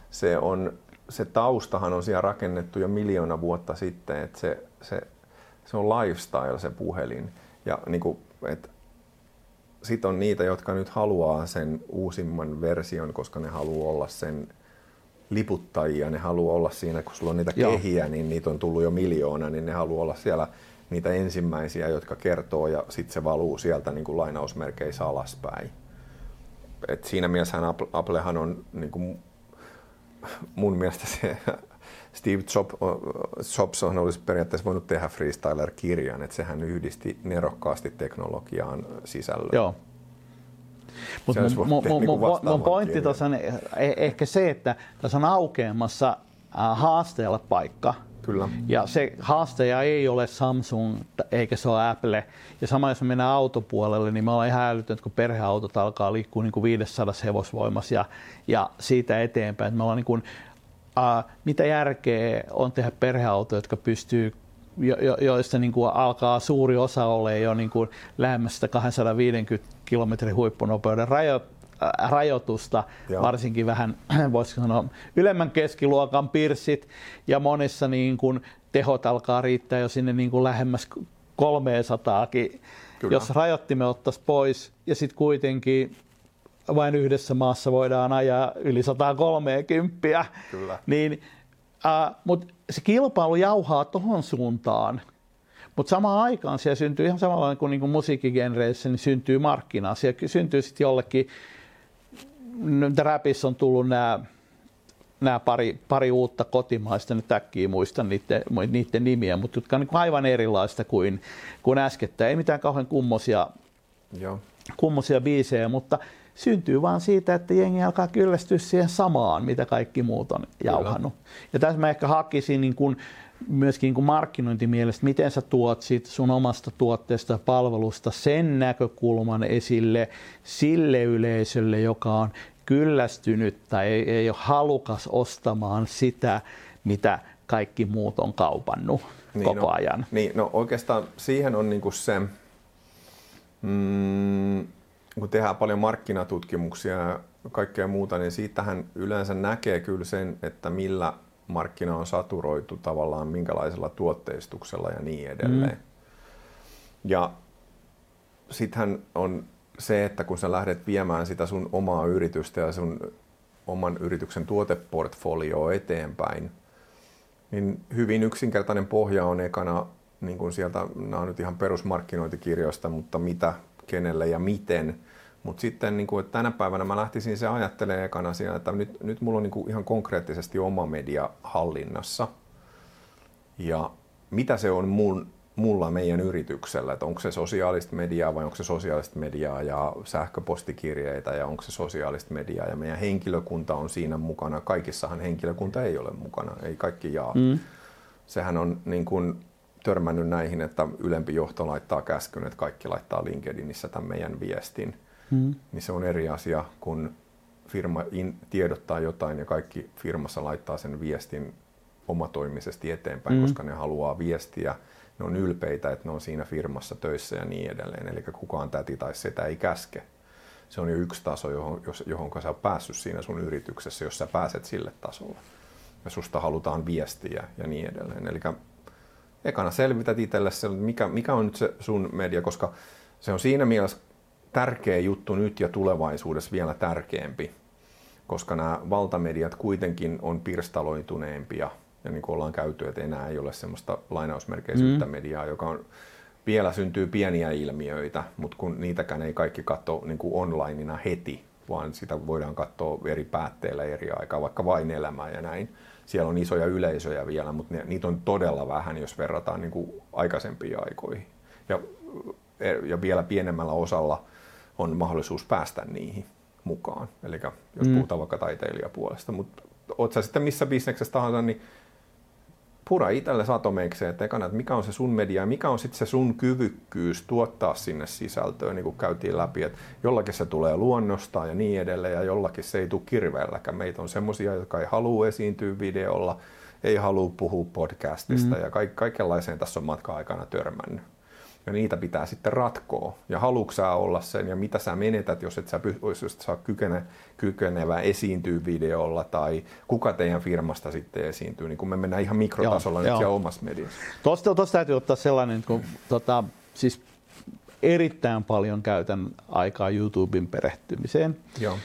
se taustahan on siellä rakennettu jo 1 000 000 vuotta sitten, että se on lifestyle se puhelin. Ja niin kuin, sit on niitä, jotka nyt haluaa sen uusimman version, koska ne haluaa olla sen liputtajia, ne haluaa olla siinä, kun sulla on niitä kehiä, niin niitä on tullut jo 1 000 000, niin ne haluaa olla siellä niitä ensimmäisiä, jotka kertoo ja sitten se valuu sieltä niin kuin lainausmerkeissä alaspäin. Et siinä mielessä Applehan on niin kuin, mun mielestä se Steve Jobs olisi periaatteessa voinut tehdä Freestyler-kirjan, että sehän yhdisti nerokkaasti teknologiaan sisällön. Joo. Mutta mun pointti tuossa on ehkä se, että tässä on aukeamassa haasteella paikka. Kyllä. Ja se haastaja ei ole Samsung eikä se ole Apple. Ja sama jos me mennään autopuolelle, niin me ollaan ihan älytöntä, kun perheautot alkaa liikkua niin kuin 500 hevosvoimassa ja siitä eteenpäin. Että me ollaan niin kuin, mitä järkeä on tehdä perheautoja, jotka pystyy, joista niin kuin alkaa suuri osa olemaan jo niin kuin lähemmäs sitä 250 kilometrin huippunopeuden rajoitusta, varsinkin vähän, voisiko sanoa, ylemmän keskiluokan pirssit, ja monissa niin kuin tehot alkaa riittää jo sinne niin kuin lähemmäs 300kin, jos rajoittimme ottaisi pois, ja sitten kuitenkin vain yhdessä maassa voidaan ajaa yli 130. Kyllä. Niin, mutta se kilpailu jauhaa tuohon suuntaan. Mutta samaan aikaan siellä syntyy ihan samalla kuin niinku musiikkigenreissä, niin syntyy markkinaa. Siellä syntyy sitten jollekin, nyt rapissa on tullut nämä pari uutta kotimaista, nyt äkkiä muistan niiden nimiä, mutta jotka on niinku aivan erilaista kuin äskettäin. Ei mitään kauhean kummosia biisejä, mutta syntyy vaan siitä, että jengi alkaa kyllästyä siihen samaan, mitä kaikki muut on jauhannut. Kyllä. Ja tässä mä ehkä hakisin niin kuin myöskin niin kuin markkinointimielestä, miten sä tuot siitä sun omasta tuotteesta ja palvelusta sen näkökulman esille sille yleisölle, joka on kyllästynyt tai ei ole halukas ostamaan sitä, mitä kaikki muut on kaupannut koko ajan. No oikeastaan siihen on niinku se, kun tehdään paljon markkinatutkimuksia ja kaikkea muuta, niin siitähän yleensä näkee kyllä sen, että millä markkina on saturoitu tavallaan, minkälaisella tuotteistuksella ja niin edelleen. Ja sittenhän on se, että kun sä lähdet viemään sitä sun omaa yritystä ja sun oman yrityksen tuoteportfolioa eteenpäin, niin hyvin yksinkertainen pohja on ekana, niin kuin sieltä, nämä on nyt ihan perusmarkkinointikirjoista, mutta mitä, kenelle ja miten. Mutta sitten niin kuin, että tänä päivänä mä lähtisin se ajattelemaan ekana siinä, että nyt mulla on niin kuin ihan konkreettisesti oma media hallinnassa. Ja mitä se on mulla meidän yrityksellä, että onko se sosiaalista mediaa vai onko se sosiaalista mediaa ja sähköpostikirjeitä ja onko se sosiaalista mediaa ja meidän henkilökunta on siinä mukana. Kaikissahan henkilökunta ei ole mukana, ei kaikki jaa. Sehän on niin kuin törmännyt näihin, että ylempi johto laittaa käskyn, että kaikki laittaa LinkedInissä tämän meidän viestin. Niin se on eri asia, kun firma tiedottaa jotain ja kaikki firmassa laittaa sen viestin omatoimisesti eteenpäin, koska ne haluaa viestiä. Ne on ylpeitä, että ne on siinä firmassa töissä ja niin edelleen. Eli kukaan täti tai setä ei käske. Se on jo yksi taso, johon sä oot päässyt siinä sun yrityksessä, jos sä pääset sille tasolle. Ja susta halutaan viestiä ja niin edelleen. Eli ekana selvität itsellesi, mikä on nyt se sun media, koska se on siinä mielessä tärkeä juttu nyt ja tulevaisuudessa vielä tärkeämpi. koska nämä valtamediat kuitenkin on pirstaloituneempia. Ja niin kuin ollaan käyty, että enää ei ole semmoista lainausmerkeisyyttä mediaa, joka on, vielä syntyy pieniä ilmiöitä, mutta kun niitäkään ei kaikki katso niin kuin onlineina heti, vaan sitä voidaan katsoa eri päätteillä eri aikaa, vaikka Vain elämää ja näin. Siellä on isoja yleisöjä vielä, mutta niitä on todella vähän, jos verrataan niin kuin aikaisempiin aikoihin. Ja vielä pienemmällä osalla on mahdollisuus päästä niihin mukaan. Eli jos puhutaan vaikka taiteilijapuolesta. Mutta oot sä sitten missä bisneksessä tahansa, niin pura itselle satomeikseen, että mikä on se sun media ja mikä on sitten se sun kyvykkyys tuottaa sinne sisältöä, niin kuin käytiin läpi, että jollakin se tulee luonnosta ja niin edelleen ja jollakin se ei tule kirveelläkään. Meitä on semmoisia, jotka ei halua esiintyä videolla, ei halua puhua podcastista ja kaikenlaiseen tässä on matka-aikana törmännyt. Ja niitä pitää sitten ratkoa. Ja haluatko sä olla sen ja mitä sä menetät, jos et sä saa kykenevä esiintyä videolla tai kuka teidän firmasta sitten esiintyy, niin kun me mennään ihan mikrotasolla nyt siellä omassa mediassa. Tuosta täytyy ottaa sellainen, kun siis erittäin paljon käytän aikaa YouTuben perehtymiseen. Joo.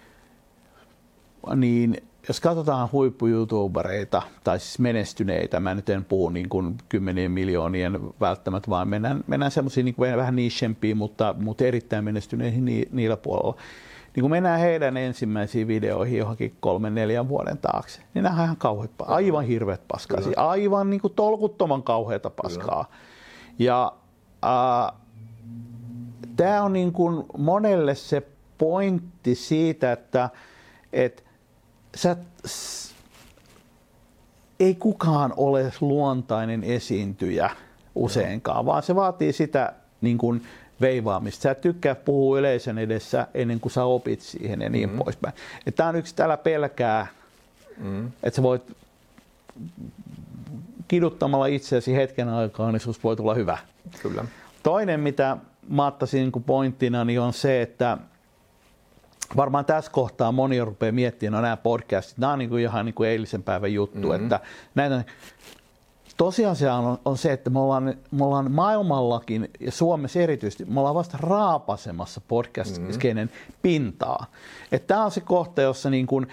Niin jos katsotaan huippu-youtubereita tai siis menestyneitä, mä nyt en puhu niin kuin 10 miljoonien välttämättä, vaan mennään semmoisiin niin kuin vähän nichempiin, mutta erittäin menestyneihin niillä puolella. Niin kun mennään heidän ensimmäisiin videoihin johonkin 3-4 vuoden taakse, niin nämä on ihan kauheat, aivan hirveät paskaisia, aivan niin kuin tolkuttoman kauheata paskaa. Ja tämä on niin kuin monelle se pointti siitä, että ei kukaan ole luontainen esiintyjä useinkaan, vaan se vaatii sitä niin kuin veivaamista. Sä et tykkää puhua yleisön edessä ennen kuin sä opit siihen ja niin poispäin. Tämä on yksi, älä pelkää, että sä voit kiduttamalla itseäsi hetken aikaa, niin susta voi tulla hyvä. Kyllä. Toinen, mitä mä ottaisin niin kuin pointtina, niin on se, että varmaan tässä kohtaa moni rupeaa miettimään, nämä podcastit, nämä on niin kuin ihan niin kuin eilisen päivän juttu, että näitä, tosiasia on se, että me ollaan maailmallakin ja Suomessa erityisesti, me ollaan vasta raapasemassa podcast-skenen pintaa. Tämä on se kohta, jossa niin kuin,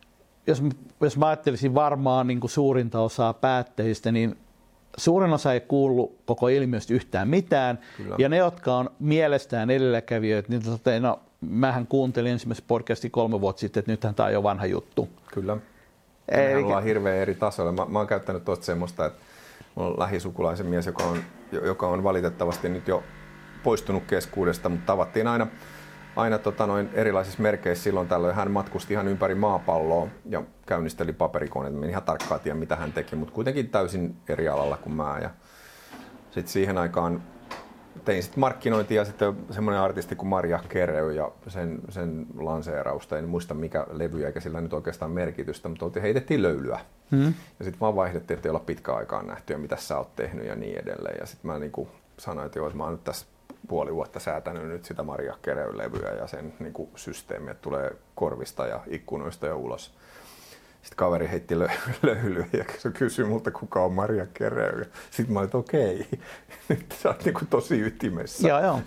jos mä ajattelisin varmaan niin kuin suurinta osaa päättäjistä, niin suurin osa ei kuulu koko ilmiöstä yhtään mitään. Kyllä. Ja ne, jotka on mielestään edelläkävijöitä, niin no, mähän kuuntelin ensimmäisen podcastin 3 vuotta sitten, että nythän tämä on jo vanha juttu. Kyllä. Mehän ollaan hirveän eri tasoilla. Mä oon käyttänyt tuosta semmoista, että mulla on lähisukulaisen mies, joka on valitettavasti nyt jo poistunut keskuudesta, mutta tavattiin aina erilaisissa merkeissä silloin tällöin. Hän matkusti ihan ympäri maapalloa ja käynnisteli paperikoneita. Mä en ihan tarkkaan tiedä, mitä hän teki, mutta kuitenkin täysin eri alalla kuin mä. Ja sitten siihen aikaan tein sitten markkinointia ja sitten semmoinen artisti kuin Maria Carey ja sen lanseerausta. En muista mikä levy eikä sillä nyt oikeastaan merkitystä, mutta heitettiin löylyä. Ja sitten vaan vaihdettiin, että ei olla pitkä aikaan nähty ja mitä sä oot tehnyt ja niin edelleen. Ja sitten mä niinku sanoin, että joo, että mä oon nyt tässä puoli vuotta säätänyt nyt sitä Maria Carey-levyä ja sen niinku systeemi, että tulee korvista ja ikkunoista ja ulos. Sitten kaveri heitti löylyä ja kysyi multa, kuka on Maria Carey. Sitten mä olin, että okei, nyt sä oot niinku tosi ytimessä. Joo.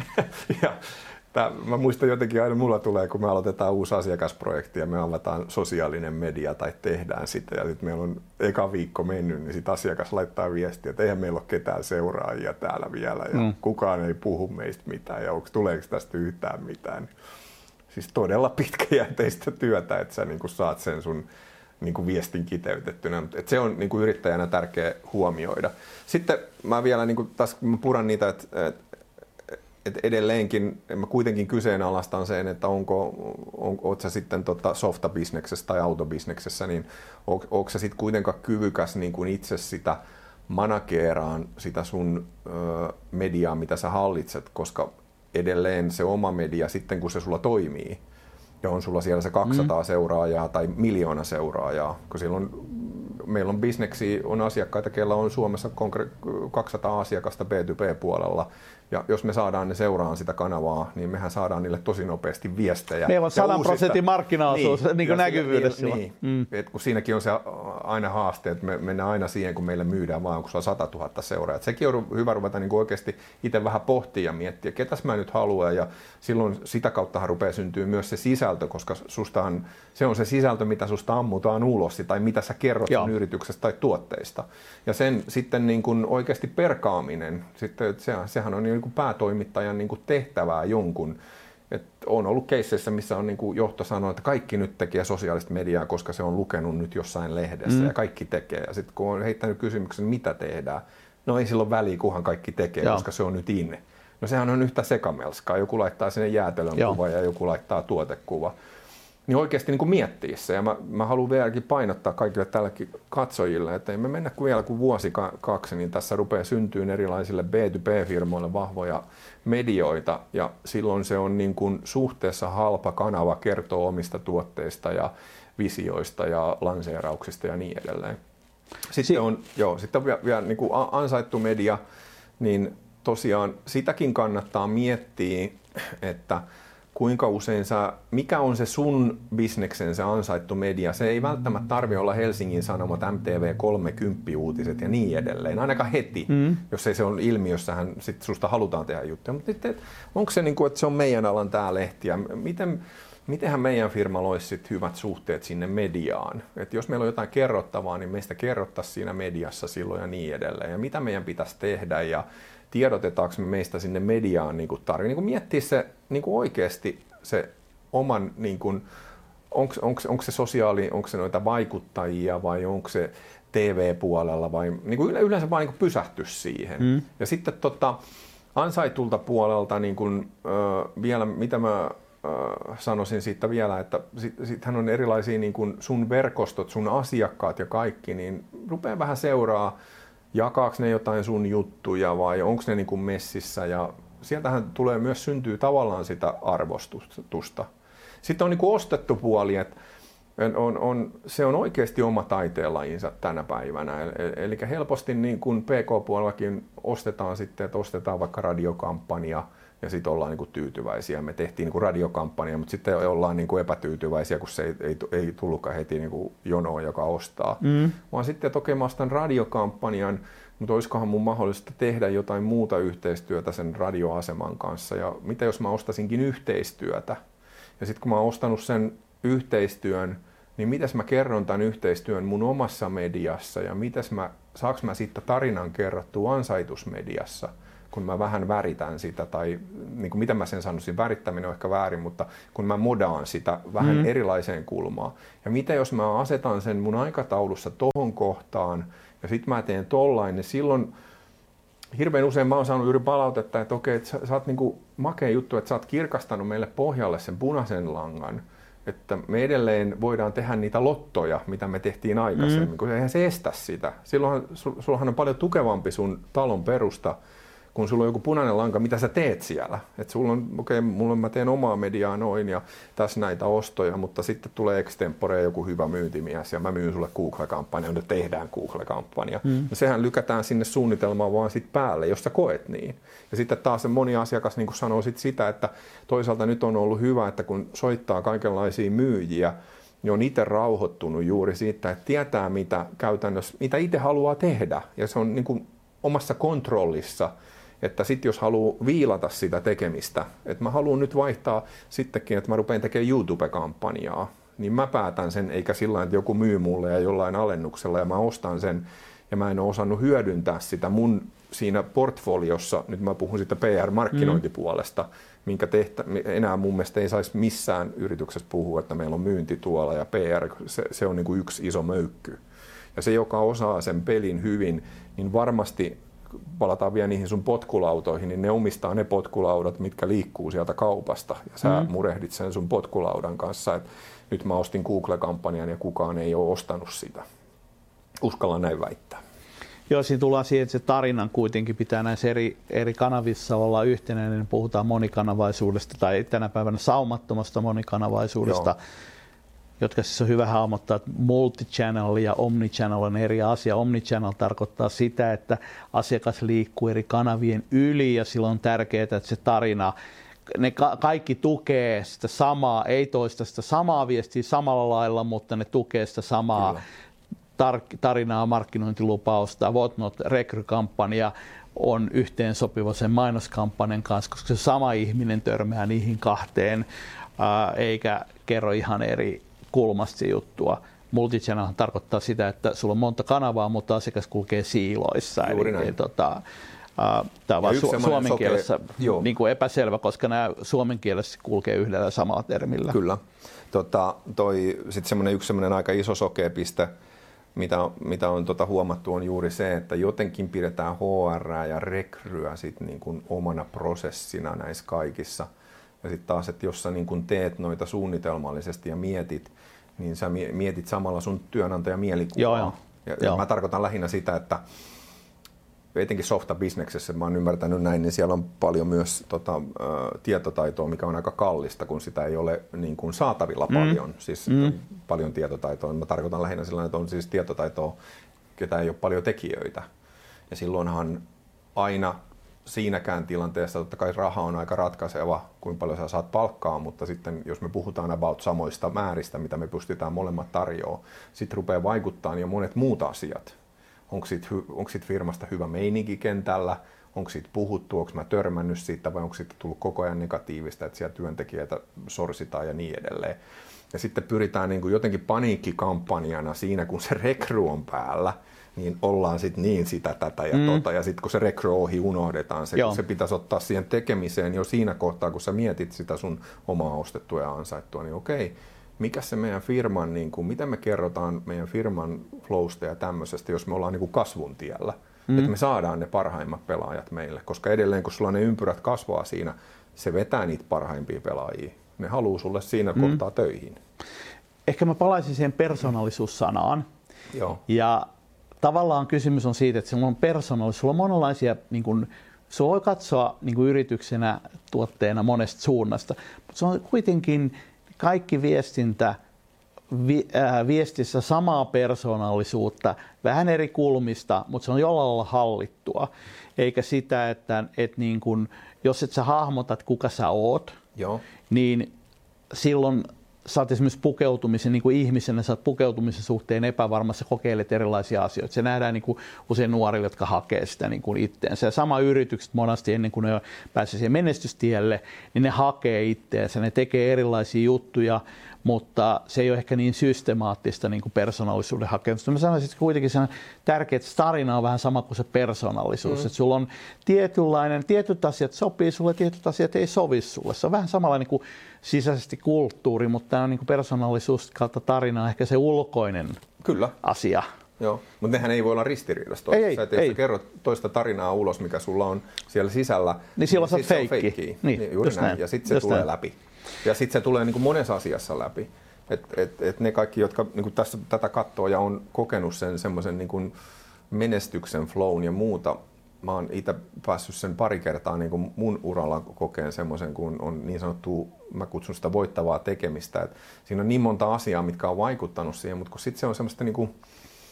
Mä muistan jotenkin aina, mulla tulee, kun me aloitetaan uusi asiakasprojekti ja me avataan sosiaalinen media tai tehdään sitä ja sitten meillä on eka viikko mennyt, niin sitten asiakas laittaa viestiä, että eihän meillä ole ketään seuraajia täällä vielä ja kukaan ei puhu meistä mitään ja tuleeko tästä yhtään mitään. Siis todella pitkäjänteistä työtä, että sä niinku saat sen sun niinku viestin kiteytettynä. Et se on niinku yrittäjänä tärkeä huomioida. Sitten mä vielä niinku taas puran niitä, että edelleenkin mä kuitenkin kyseenalaistan sen, että oot sä sitten softabisneksessä tai autobisneksessä, niin onko sä sitten kuitenkaan kyvykäs niin kuin itse sitä manageeraan sitä sun mediaa, mitä sä hallitset, koska edelleen se oma media sitten kun se sulla toimii ja on sulla siellä se 200 seuraajaa tai 1 miljoona seuraajaa, kun meillä on bisneksiä, on asiakkaita, keillä on Suomessa 200 asiakasta B2B-puolella. Ja jos me saadaan ne seuraamaan sitä kanavaa, niin mehän saadaan niille tosi nopeasti viestejä. Meillä on 100% markkinaosuus niin näkyvyydessä. Et kun siinäkin on se aina haasteet, me mennään aina siihen, kun meille myydään vaan, kun sulla on 100 000 seuraajaa. Sekin on hyvä ruveta niin oikeasti itse vähän pohtia ja miettiä, ketäs mä nyt haluan, ja silloin sitä kauttahan rupeaa syntyä myös se sisältö, koska se on se sisältö, mitä susta ammutaan ulos, tai mitä sä kerrot sun yrityksestä tai tuotteista. Ja sen sitten niin kuin oikeasti perkaaminen, sitten, sehän on niin kuin päätoimittajan niin kuin tehtävää jonkun. Et on ollut keisseissä, missä on niin kuin johto sanonut, että kaikki nyt tekee sosiaalista mediaa, koska se on lukenut nyt jossain lehdessä ja kaikki tekee. Ja sitten kun on heittänyt kysymyksen, mitä tehdään, no ei silloin väliä, kunhan kaikki tekee, koska se on nyt inne. No sehän on yhtä sekamelskaa. Joku laittaa sinne jäätelön kuva ja joku laittaa tuotekuva. Niin oikeasti niin kuin miettiä se. Ja mä haluan vieläkin painottaa kaikille tälläkin katsojille, että ei me mennä vielä kuin vuosi kaksi, niin tässä rupeaa syntyyn erilaisille B2B-firmoille vahvoja medioita, ja silloin se on niin kuin suhteessa halpa kanava kertoo omista tuotteista ja visioista ja lanseerauksista ja niin edelleen. Sitten on vielä niin kuin ansaittu media, niin tosiaan sitäkin kannattaa miettiä, että kuinka usein mikä on se sun bisneksen se ansaittu media. Se ei välttämättä tarvitse olla Helsingin Sanomat, MTV 30 uutiset ja niin edelleen, ainakaan heti, jos ei se on ilmiössähän sit susta halutaan tehdä juttuja. Mutta onko se niin kuin, että se on meidän alan tää lehti ja mitenhän meidän firmalla olisi sit hyvät suhteet sinne mediaan? Et jos meillä on jotain kerrottavaa, niin meistä kerrottaisiin siinä mediassa silloin ja niin edelleen. Ja mitä meidän pitäisi tehdä ja tiedotetaanko me meistä sinne mediaan niin tarvii niin miettiä se niin oikeasti se oman, niin onko se sosiaali, onko se noita vaikuttajia vai onko se TV-puolella vai niin yleensä vaan niin pysähtyä siihen. Ja sitten ansaitulta puolelta niin vielä, mitä mä sanoisin siitä vielä, että sittenhän on erilaisia niin sun verkostot, sun asiakkaat ja kaikki, niin rupeaa vähän seuraa. Jakaako ne jotain sun juttuja vai onko ne niin kuin messissä, ja sieltähän tulee myös syntyy tavallaan sitä arvostusta. Sitten on niin kuin ostettu puoli, että se on oikeasti oma taiteenlajinsa tänä päivänä. Eli helposti niin kuin PK-puolellakin ostetaan sitten, että ostetaan vaikka radiokampanja ja sitten ollaan niin kuin tyytyväisiä. Me tehtiin niin kuin radiokampanja, mutta sitten ollaan niin kuin epätyytyväisiä, kun se ei tullutkaan heti niin kuin jonoa, joka ostaa. Vaan sitten, että okei, mä ostan radiokampanjan, mutta olisikohan mun mahdollista tehdä jotain muuta yhteistyötä sen radioaseman kanssa. Ja mitä jos mä ostasinkin yhteistyötä? Ja sitten kun mä oon ostanut sen yhteistyön, niin mitäs mä kerron tämän yhteistyön mun omassa mediassa ja saanko mä sitten tarinan kerrottua ansaitusmediassa, kun mä vähän väritän sitä, tai niin kuin mitä mä sen sanoisin, värittäminen on ehkä väärin, mutta kun mä modaan sitä vähän erilaiseen kulmaan. Ja mitä jos mä asetan sen mun aikataulussa tohon kohtaan, ja sit mä teen tollain, niin silloin hirveän usein mä oon saanut yli palautetta, että okei, että sä oot niin kuin makea juttu, että sä oot kirkastanut meille pohjalle sen punaisen langan, että me edelleen voidaan tehdä niitä lottoja, mitä me tehtiin aikaisemmin, kun eihän se estä sitä. Silloinhan sullahan on paljon tukevampi sun talon perusta, kun sulla on joku punainen lanka, mitä sä teet siellä. Että sulla on, mä teen omaa mediaa noin ja tässä näitä ostoja, mutta sitten tulee extempore joku hyvä myyntimies ja mä myyn sulle Google-kampanja, ja tehdään Google-kampanja. Ja sehän lykätään sinne suunnitelmaan vaan sit päälle, jos sä koet niin. Ja sitten taas moni asiakas niin sanoo sit sitä, että toisaalta nyt on ollut hyvä, että kun soittaa kaikenlaisia myyjiä, niin on itse rauhoittunut juuri siitä, että tietää mitä käytännössä, mitä itse haluaa tehdä. Ja se on niin kuin omassa kontrollissa. Että sitten jos haluaa viilata sitä tekemistä, että mä haluan nyt vaihtaa sittenkin, että mä rupean tekemään YouTube-kampanjaa, niin mä päätän sen, eikä sillä tavalla, että joku myy mulle ja jollain alennuksella ja mä ostan sen ja mä en ole osannut hyödyntää sitä mun siinä portfoliossa, nyt mä puhun siitä PR-markkinointipuolesta, minkä enää mun mielestä ei saisi missään yrityksessä puhua, että meillä on myynti tuolla ja PR, se on niin kuin yksi iso möykky. Ja se, joka osaa sen pelin hyvin, niin varmasti palataan vielä niihin sun potkulautoihin, niin ne omistaa ne potkulaudat, mitkä liikkuu sieltä kaupasta. Ja sä murehdit sen sun potkulaudan kanssa, että nyt mä ostin Google-kampanjan ja kukaan ei ole ostanut sitä. Uskallan näin väittää. Joo, siinä tullaan siihen, että se tarinan kuitenkin pitää näissä eri kanavissa olla yhtenäinen. Puhutaan monikanavaisuudesta tai tänä päivänä saumattomasta monikanavaisuudesta. Joo. Jotka siis on hyvä hahmottaa, että multichannel ja omnichannel on eri asia. Omnichannel tarkoittaa sitä, että asiakas liikkuu eri kanavien yli ja silloin on tärkeää, että se tarina, ne kaikki tukee sitä samaa, ei toista sitä samaa viestiä samalla lailla, mutta ne tukee sitä samaa tarinaa, markkinointilupausta, whatnot, rekrykampanja on yhteensopiva sen mainoskampanjan kanssa, koska se sama ihminen törmää niihin kahteen, eikä kerro ihan eri kulmasta juttua. Multichannel tarkoittaa sitä, että sulla on monta kanavaa, mutta asiakas kulkee siiloissa. Tämä on vaan suomen kielessä niin kuin epäselvä, koska nämä suomen kielessä kulkee yhdellä samalla termillä. Kyllä. Sitten yksi aika iso sokeapiste, mitä on huomattu, on juuri se, että jotenkin pidetään HR ja rekryä sit niin kuin omana prosessina näissä kaikissa. Ja sitten taas, että jos sä niin kuin teet noita suunnitelmallisesti ja mietit, niin sä mietit samalla sun työnantajan mielikuvaa. Ja mä tarkoitan lähinnä sitä, että etenkin softabisneksessä, mä oon ymmärtänyt näin, niin siellä on paljon myös tietotaitoa, mikä on aika kallista, kun sitä ei ole niin kuin saatavilla paljon. Siis paljon tietotaitoa. Mä tarkoitan lähinnä sellainen, että on siis tietotaitoa, ketä ei ole paljon tekijöitä. Ja silloinhan aina siinäkään tilanteessa totta kai raha on aika ratkaiseva, kuinka paljon sä saat palkkaa, mutta sitten jos me puhutaan about samoista määristä, mitä me pystytään molemmat tarjoamaan, sitten rupeaa vaikuttaa jo monet muut asiat. Onko siitä firmasta hyvä meininki kentällä, onko siitä puhuttu, onko mä törmännyt siitä vai onko siitä tullut koko ajan negatiivista, että siellä työntekijöitä sorsitaan ja niin edelleen. Ja sitten pyritään niin kuin jotenkin paniikkikampanjana siinä, kun se rekry on päällä, niin ollaan sitten niin sitä, tätä ja ja sitten kun se rekry ohi, unohdetaan se, kun se pitäisi ottaa siihen tekemiseen jo siinä kohtaa, kun sä mietit sitä sun omaa ostettua ja ansaittua, niin okei, mikä se meidän firman, niin kuin, miten me kerrotaan meidän firman flowsta ja tämmöisestä, jos me ollaan niin kuin kasvun tiellä, että me saadaan ne parhaimmat pelaajat meille, koska edelleen kun sulla ne ympyrät kasvaa siinä, se vetää niitä parhaimpia pelaajia. Ne haluaa sulle siinä kohtaa töihin. Ehkä mä palaisin siihen persoonallisuussanaan. Joo. Ja tavallaan kysymys on siitä, että sulla on persoonallisuus, sulla on monenlaisia, niin kun, sulla voi katsoa niin kun yrityksenä, tuotteena monesta suunnasta, mutta se on kuitenkin kaikki viestintä viestissä samaa persoonallisuutta, vähän eri kulmista, mutta se on jollain lailla hallittua. Eikä sitä, että niin kun, jos et sä hahmotat, kuka sä oot, niin silloin sä oot esimerkiksi pukeutumisen, niin kuin ihmisenä, sä oot pukeutumisen suhteen epävarmassa, kokeilet erilaisia asioita. Se nähdään niin kuin usein nuorille, jotka hakee sitä niin kuin itteensä. Ja sama yritykset monasti ennen kuin ne pääsee siihen menestystielle, niin ne hakee itteensä, ne tekee erilaisia juttuja, mutta se ei ole ehkä niin systemaattista niin kuin persoonallisuuden hakemusta. Mä sanoisin, että kuitenkin se on tärkeää, että tarina on vähän sama kuin se persoonallisuus. Että sulla on tietyt asiat sopii sulle, tietyt asiat ei sovi sulle. Se on vähän samanlainen kuin sisäisesti kulttuuri, mutta tämä on niin kuin persoonallisuus kautta tarina ehkä se ulkoinen asia. Joo, mutta nehän ei voi olla ristiriidassa toisessa. Jos sä kerrot toista tarinaa ulos, mikä sulla on siellä sisällä, niin silloin se on feikki. Niin, juuri näin. Ja sitten se tulee läpi. Ja sitten se tulee niin kuin monessa asiassa läpi. Et ne kaikki, jotka niin kuin tätä katsoo ja on kokenut sen semmoisen niin kuin menestyksen, flown ja muuta, mä oon itse päässyt sen pari kertaa niin kuin mun uralla kokeen semmoisen, kun on niin sanottu, mä kutsun sitä voittavaa tekemistä. Et siinä on niin monta asiaa, mitkä on vaikuttanut siihen, mutta kun sitten se on semmoista niin kuin,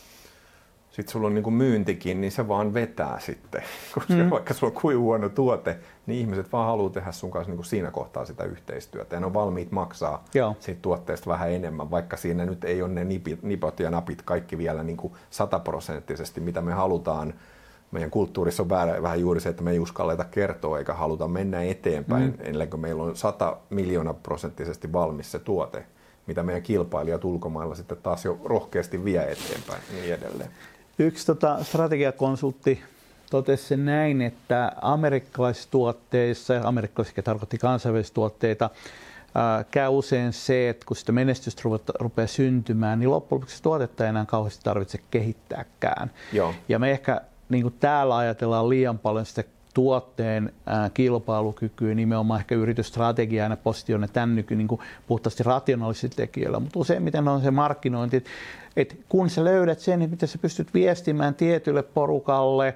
sitten sulla on niin kuin myyntikin, niin se vaan vetää sitten. Koska vaikka sulla on kuin huono tuote, niin ihmiset vaan haluaa tehdä sun kanssa niin kuin siinä kohtaa sitä yhteistyötä. Ja ne on valmiit maksaa siitä tuotteesta vähän enemmän, vaikka siinä nyt ei ole ne nipot ja napit kaikki vielä niin kuin 100%, mitä me halutaan. Meidän kulttuurissa on vähän juuri se, että me ei uskalleta kertoa eikä haluta mennä eteenpäin, ennen kuin meillä on 100 miljoonaa% valmis se tuote, mitä meidän kilpailijat ulkomailla sitten taas jo rohkeasti vie eteenpäin ja niin edelleen. Yksi strategiakonsultti totesi sen näin, että amerikkalaisissa tuotteissa, amerikkalaisissa tarkoitti kansainvälisiä tuotteita, käy usein se, että kun sitä menestystä rupeaa syntymään, niin loppujen lopuksi tuotetta ei enää kauheasti tarvitse kehittääkään. Joo. Ja me ehkä niin kuin täällä ajatellaan liian paljon sitä tuotteen kilpailukykyä, nimenomaan ehkä yritysstrategiaa ja positioon tämän nyky niin kuin puhtaasti rationaalisilla tekijöillä, mutta useimmiten on se markkinointi, että kun sä löydät sen, että miten sä pystyt viestimään tietylle porukalle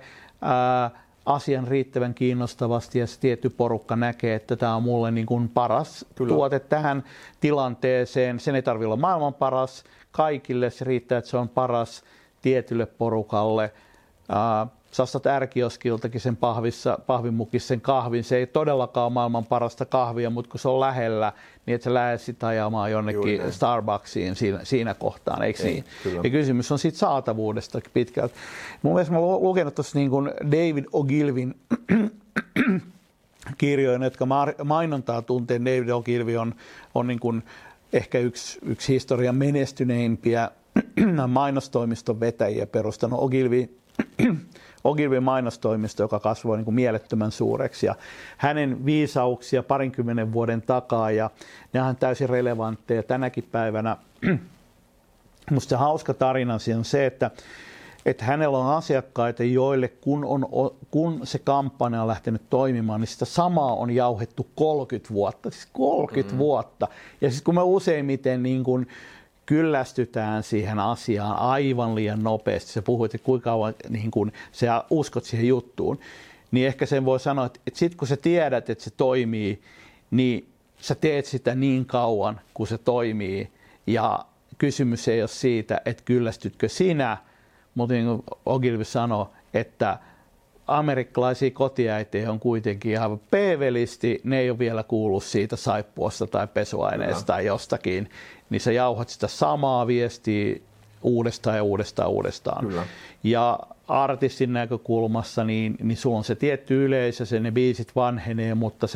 asian riittävän kiinnostavasti ja se tietty porukka näkee, että tämä on mulle niin kuin paras tuote tähän tilanteeseen. Sen ei tarvitse olla maailman paras kaikille, se riittää, että se on paras tietylle porukalle. sä ostat R-kioskiltakin sen pahvimukissa sen kahvin, se ei todellakaan ole maailman parasta kahvia, mutta kun se on lähellä, niin et sä lähde sitä ajamaan jonnekin Starbucksiin siinä kohtaan, eikö niin? Ja kysymys on siitä saatavuudesta pitkälti. Mun mielestä mä oon lukenut tuossa niin kuin David Ogilvyn kirjoja, jotka mainontaa tuntee. David Ogilvy on niin kuin ehkä yksi historian menestyneimpiä mainostoimiston vetäjiä perustanut Ogilvy mainostoimisto, joka kasvoi niin kuin mielettömän suureksi. Ja hänen viisauksia 20 vuoden takaa, ja ne on täysin relevantteja tänäkin päivänä. Musta se hauska tarina on se, että hänellä on asiakkaita, joille kun se kampanja on lähtenyt toimimaan, niin sitä samaa on jauhettu 30 vuotta. Siis 30 vuotta. Ja siis kun me useimmiten niin kun kyllästytään siihen asiaan aivan liian nopeasti, sä puhuit, että kuinka kauan niin kun sä uskot siihen juttuun, niin ehkä sen voi sanoa, että sit kun sä tiedät, että se toimii, niin sä teet sitä niin kauan, kun se toimii. Ja kysymys ei ole siitä, että kyllästytkö sinä, mutta niin kuin Ogilvy sanoi, että amerikkalaisia kotiäitejä on kuitenkin ihan peevelisti, ne ei ole vielä kuullut siitä saippuasta tai pesuaineesta tai jostakin, niin sä jauhat sitä samaa viestiä uudestaan ja uudestaan. Kyllä. Ja artistin näkökulmassa, niin sulla on se tietty yleisö, ne biisit vanhenee, mutta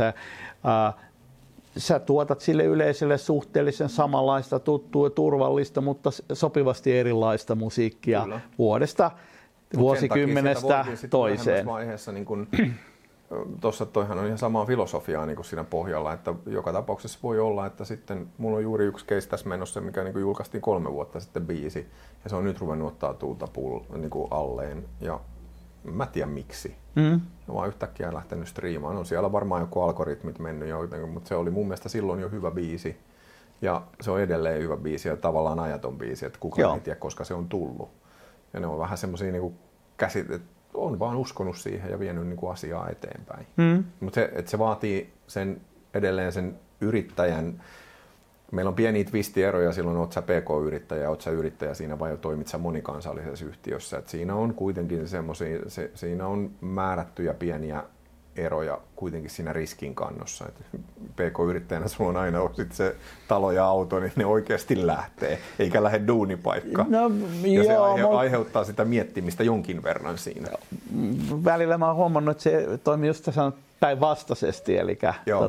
sä tuotat sille yleisölle suhteellisen samanlaista, tuttua ja turvallista, mutta sopivasti erilaista musiikkia vuodesta, vuosikymmenestä toiseen. Vaiheessa, niin kun, tuossa toihan on ihan samaa filosofiaa niin kuin siinä pohjalla, että joka tapauksessa voi olla, että sitten mulla on juuri yksi case tässä menossa, mikä niin kuin julkaistiin 3 vuotta sitten biisi, ja se on nyt ruvennut ottaa tuulta niin kuin alleen, ja mä tiedän miksi. Mä oon yhtäkkiä lähtenyt striimaan. On siellä varmaan joku algoritmit mennyt jotenkin, mutta se oli mun mielestä silloin jo hyvä biisi. Ja se on edelleen hyvä biisi ja tavallaan ajaton biisi, että kukaan ei tiedä, koska se on tullut. Ja ne on vähän semmosia niinku että on vaan uskonut siihen ja vienyt niinku asiaa eteenpäin. Mutta se vaatii edelleen sen yrittäjän. Meillä on pieniä twistieroja silloin, oot sä PK-yrittäjä, oot sä yrittäjä siinä vai toimit sä monikansallisessa yhtiössä. Et siinä on kuitenkin semmoisia, siinä on määrättyjä pieniä eroja kuitenkin siinä riskinkannossa. Et PK-yrittäjänä sulla on aina sit se talo ja auto, niin ne oikeasti lähtee, eikä lähde duunipaikka. No, ja se aiheuttaa sitä miettimistä jonkin verran siinä. Välillä mä oon huomannut, että se toimii just päinvastaisesti, eli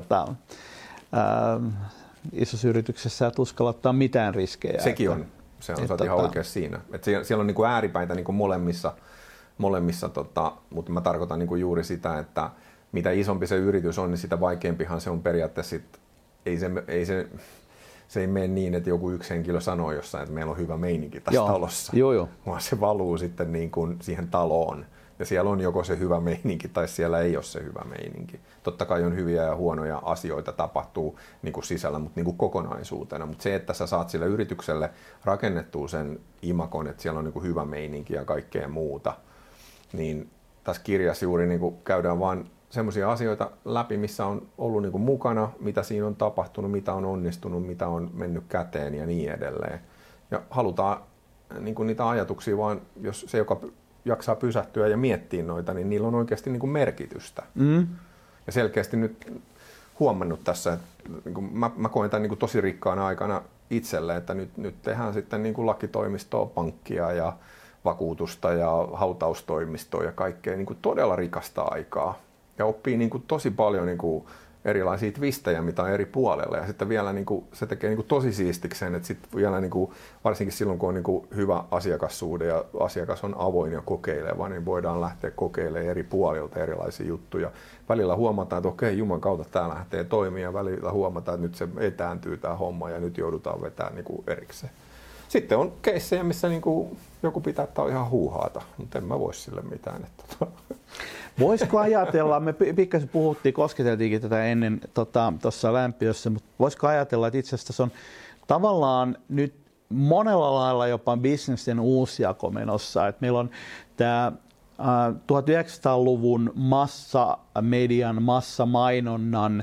isossa yrityksessä et uskalla ottaa mitään riskejä. Sekin on. Se on ihan oikeassa siinä. Et siellä on niinku ääripäitä niinku molemmissa mutta mä tarkoitan niinku juuri sitä, että mitä isompi se yritys on, niin sitä vaikeampihan se on periaatteessa. Se ei mene niin, että joku yksi henkilö sanoo jossain, että meillä on hyvä meininki tässä talossa, vaan se valuu sitten niin kuin siihen taloon. Ja siellä on joko se hyvä meininki tai siellä ei ole se hyvä meininki. Totta kai on hyviä ja huonoja asioita tapahtuu niin kuin sisällä, mutta niin kuin kokonaisuutena. Mutta se, että sä saat sille yritykselle rakennettua sen imakon, että siellä on niin kuin hyvä meininki ja kaikkea muuta, niin tässä kirjassa juuri niin kuin käydään vaan semmoisia asioita läpi, missä on ollut niin kuin mukana, mitä siinä on tapahtunut, mitä on onnistunut, mitä on mennyt käteen ja niin edelleen. Ja halutaan niin kuin niitä ajatuksia vaan, jos se, joka jaksaa pysähtyä ja miettiä noita, niin niillä on oikeasti niin kuin merkitystä. Ja selkeästi nyt huomannut tässä, että niin kuin mä koen tämän niin kuin tosi rikkaana aikana itselle, että nyt tehdään sitten niin kuin lakitoimistoa, pankkia ja vakuutusta ja hautaustoimistoa ja kaikkea niin kuin todella rikasta aikaa. Ja oppii niin kuin tosi paljon niin kuin erilaisia twistejä, mitä on eri puolella. Ja sitten vielä niin kuin, se tekee niin kuin tosi siistikseen, että sitten vielä niin kuin, varsinkin silloin, kun on niin kuin hyvä asiakassuhde ja asiakas on avoin ja kokeileva, niin voidaan lähteä kokeilemaan eri puolilta erilaisia juttuja. Välillä huomataan, että okei, Juman kautta tämä lähtee toimimaan, ja välillä huomataan, että nyt se etääntyy tämä homma ja nyt joudutaan vetämään niin kuin erikseen. Sitten on keissejä, missä niin kuin joku pitää, että on ihan huuhaata, mutta en mä voi sille mitään. Voisiko ajatella, me pikkasen puhuttiin, kosketeltiinkin tätä ennen tuossa lämpiössä, mutta voisiko ajatella, että itse asiassa on tavallaan nyt monella lailla jopa bisnesten uusjako menossa. Että meillä on tämä 1900-luvun massamedian, massamainonnan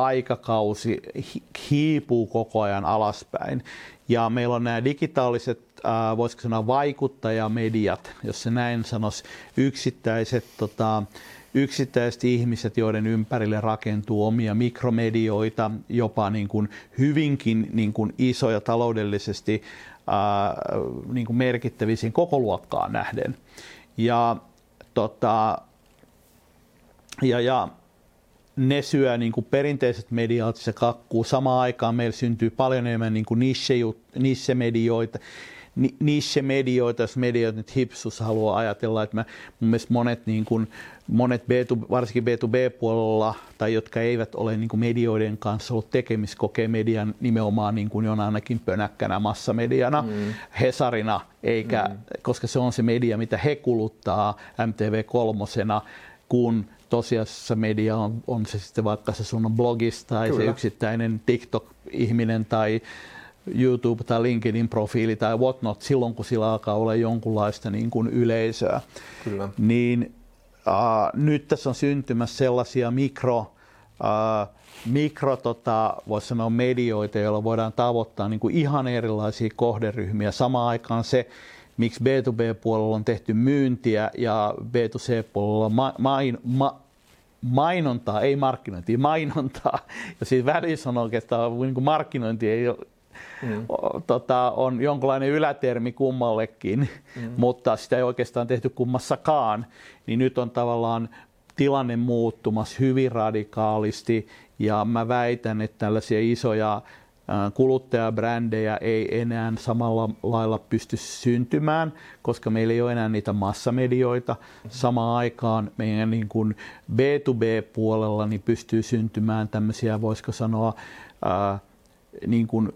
aikakausi hiipuu koko ajan alaspäin. Ja meillä on nämä digitaaliset voisiko sanoa vaikuttajamediat, jos se näin sanoisi, yksittäiset ihmiset, joiden ympärille rakentuu omia mikromedioita, jopa niin kuin hyvinkin niin kuin isoja taloudellisesti niin kuin merkittäviin koko luokkaan nähden. Ja ne syö niin kuin perinteiset mediat, se kakkuu. Samaan aikaan meillä syntyy paljon enemmän niin kuin niche-medioita, jos mediat nyt hipsus haluaa ajatella, että mun mielestä monet varsinkin B2B-puolella, tai jotka eivät ole niin kuin medioiden kanssa ollut tekemistä, kokee median nimenomaan niin kuin jonakin pönäkkänä massamediana, Hesarina, koska se on se media, mitä he kuluttaa MTV3, kun tosiasiassa media on se sitten vaikka se sun blogista tai se yksittäinen TikTok-ihminen tai YouTube tai LinkedIn profiili tai whatnot, silloin kun sillä alkaa olla jonkunlaista niin kuin yleisöä. Kyllä. Niin nyt tässä on syntymässä sellaisia voisi sanoa medioita, joilla voidaan tavoittaa niin kuin ihan erilaisia kohderyhmiä. Samaan aikaan se, miksi B2B-puolella on tehty myyntiä ja B2C-puolella mainontaa, ei markkinointia, mainontaa. Ja siinä välissä on oikeastaan niin kuin markkinointi ei ole, on jonkinlainen ylätermi kummallekin, mutta sitä ei oikeastaan tehty kummassakaan. Niin nyt on tavallaan tilanne muuttumassa hyvin radikaalisti ja mä väitän, että tällaisia isoja kuluttajabrändejä ei enää samalla lailla pysty syntymään, koska meillä ei ole enää niitä massamedioita. Samaan aikaan meidän niin kuin B2B-puolella niin pystyy syntymään tämmöisiä, voisiko sanoa, niin kuin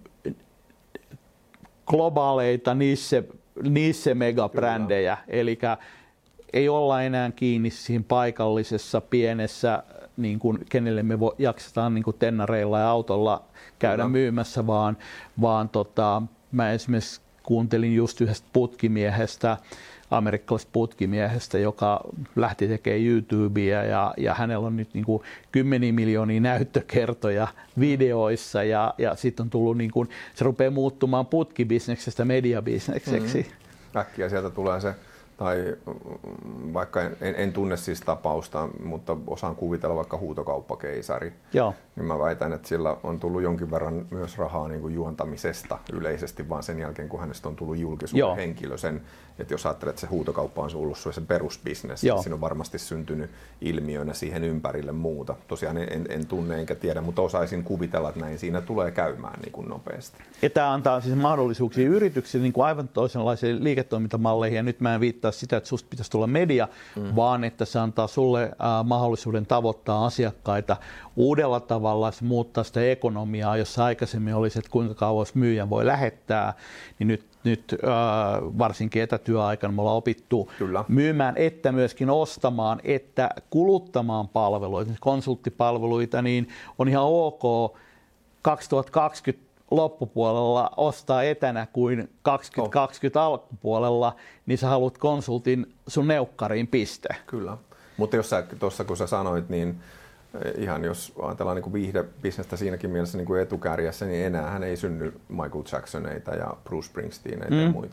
globaaleita niche-megabrändejä, eli ei olla enää kiinni siinä paikallisessa pienessä, niin kuin, kenelle me jaksetaan niin kuin tennareilla ja autolla käydä myymässä, vaan mä esimerkiksi kuuntelin just yhdestä putkimiehestä, amerikkalaisesta putkimiehestä, joka lähti tekemään YouTubea ja hänellä on nyt niin kuin 10 miljoonia näyttökertoja videoissa ja sitten on tullut, niin kuin, se rupeaa muuttumaan putkibisneksestä mediabisnekseksi. Äkkiä sieltä tulee se, tai vaikka en tunne siis tapausta, mutta osaan kuvitella vaikka huutokauppakeisari, niin mä väitän, että sillä on tullut jonkin verran myös rahaa niin kuin juontamisesta yleisesti, vaan sen jälkeen, kun hänestä on tullut julkisuuden henkilö. Sen, että jos ajattelet, että se huutokauppa on ollut se perusbisnes, niin siinä on varmasti syntynyt ilmiönä siihen ympärille muuta. Tosiaan en tunne enkä tiedä, mutta osaisin kuvitella, että näin siinä tulee käymään niin kuin nopeasti. Ja tämä antaa siis mahdollisuuksia yrityksille niin kuin aivan toisenlaisiin liiketoimintamalleihin, ja nyt mä en viittaa sitä, että susta pitäisi tulla media, vaan että se antaa sulle mahdollisuuden tavoittaa asiakkaita uudella tavalla, se muuttaa sitä ekonomiaa, jossa aikaisemmin olisi, että kuinka kauas myyjän voi lähettää, niin nyt varsinkin etätyöaikana me ollaan opittu myymään, että myöskin ostamaan, että kuluttamaan palveluita, konsulttipalveluita, niin on ihan ok 2020 loppupuolella ostaa etänä kuin 2020 alkupuolella, niin sä haluat konsultin sun neukkariin, piste. Kyllä, mutta jos tuossa kun sä sanoit, niin ihan jos ajatellaan niin kuin viihdebisnestä siinäkin mielessä niin kuin etukärjessä, niin enää hän ei synny Michael Jacksoneita ja Bruce Springsteeneitä ja muita.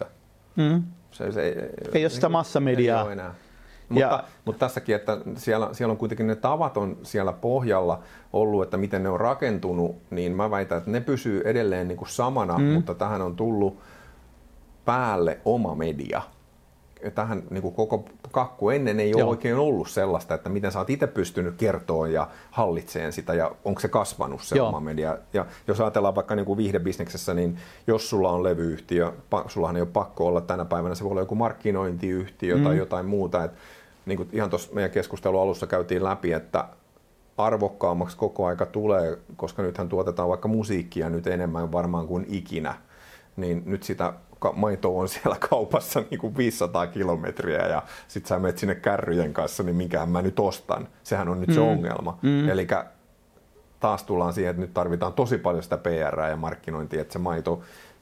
Ei ole sitä massamediaa. Ei ole enää. Mutta tässäkin, että siellä on kuitenkin ne tavat on siellä pohjalla ollut, että miten ne on rakentunut, niin mä väitän, että ne pysyy edelleen niin kuin samana, mutta tähän on tullut päälle oma media. Tähän niin kuin koko kakku ennen ei ole oikein ollut sellaista, että miten sä oot itse pystynyt kertoa ja hallitseen sitä ja onko se kasvanut se oma media. Ja jos ajatellaan vaikka niin kuin viihdebisneksessä, niin jos sulla on levyyhtiö, sullahan ei ole pakko olla tänä päivänä, se voi olla joku markkinointiyhtiö tai jotain muuta. Et, niin kuin ihan tuossa meidän keskustelun alussa käytiin läpi, että arvokkaammaksi koko aika tulee, koska nythän tuotetaan vaikka musiikkia nyt enemmän varmaan kuin ikinä, niin nyt sitä maitoa on siellä kaupassa niin kuin 500 kilometriä ja sit sä menet sinne kärryjen kanssa, niin minkään mä nyt ostan. Sehän on nyt se ongelma. Eli taas tullaan siihen, että nyt tarvitaan tosi paljon sitä PR:ää ja markkinointia, että se maito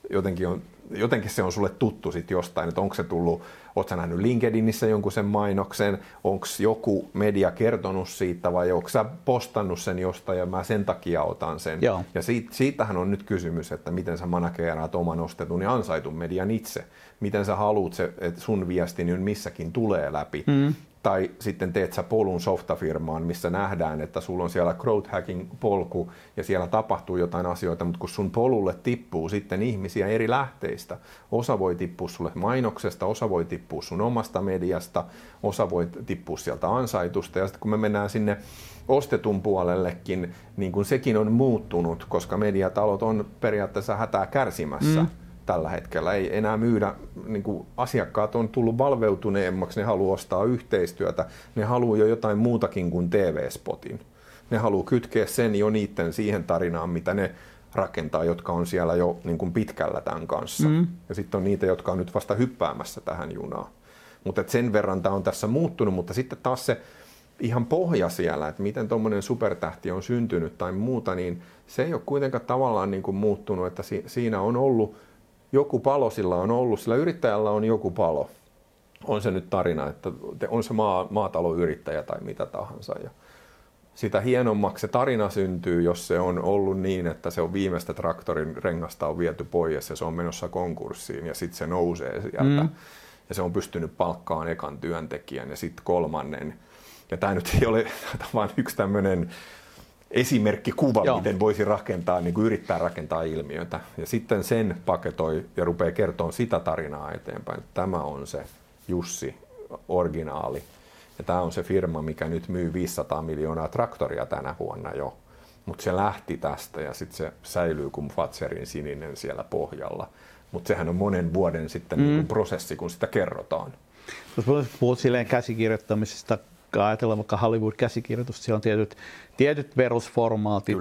jotenkin se on sulle tuttu sit jostain, että onko se tullut, ootko sä nähnyt LinkedInissä jonkun sen mainoksen, onko joku media kertonut siitä vai onko sä postannut sen jostain ja mä sen takia otan sen. Joo. Ja siitähän on nyt kysymys, että miten sä manageeraat oman ostetun ja ansaitun median itse. Miten sä haluut, että sun viesti missäkin tulee läpi. Tai sitten teet sä polun softafirmaan, missä nähdään, että sulla on siellä growth hacking polku ja siellä tapahtuu jotain asioita, mutta kun sun polulle tippuu sitten ihmisiä eri lähteistä, osa voi tippua sulle mainoksesta, osa voi tippua sun omasta mediasta, osa voi tippua sieltä ansaitusta ja sitten kun me mennään sinne ostetun puolellekin, niin kun sekin on muuttunut, koska mediatalot on periaatteessa hätää kärsimässä. Tällä hetkellä ei enää myydä, niin kuin asiakkaat on tullut valveutuneemmaksi, ne haluaa ostaa yhteistyötä, ne haluaa jo jotain muutakin kuin TV-spotin. Ne haluaa kytkeä sen jo niiden siihen tarinaan, mitä ne rakentaa, jotka on siellä jo niin kuin pitkällä tämän kanssa. Ja sitten on niitä, jotka on nyt vasta hyppäämässä tähän junaan. Mutta sen verran tämä on tässä muuttunut, mutta sitten taas se ihan pohja siellä, että miten tuommoinen supertähti on syntynyt tai muuta, niin se ei ole kuitenkaan tavallaan niin kuin muuttunut, että siinä on ollut joku palo sillä on ollut, sillä yrittäjällä on joku palo. On se nyt tarina, että on se maataloyrittäjä tai mitä tahansa. Ja sitä hienommaksi se tarina syntyy, jos se on ollut niin, että se on viimeistä traktorin rengasta on viety pois ja se on menossa konkurssiin ja sitten se nousee sieltä. Ja se on pystynyt palkkaamaan ekan työntekijän ja sitten kolmannen. Ja tämä nyt ei ole vain yksi tämmöinen esimerkkikuva, miten voisi rakentaa, niin kuin yrittää rakentaa ilmiötä. Ja sitten sen paketoi ja rupeaa kertomaan sitä tarinaa eteenpäin. Tämä on se Jussi originaali. Ja tämä on se firma, mikä nyt myy 500 miljoonaa traktoria tänä vuonna jo. Mutta se lähti tästä ja sitten se säilyy kuin Fazerin sininen siellä pohjalla. Mutta sehän on monen vuoden sitten niin kuin prosessi, kun sitä kerrotaan. Jos puhut silleen käsikirjoittamisesta, ajatellaan vaikka Hollywood-käsikirjoitusta, siellä on tietyt perusformaatit.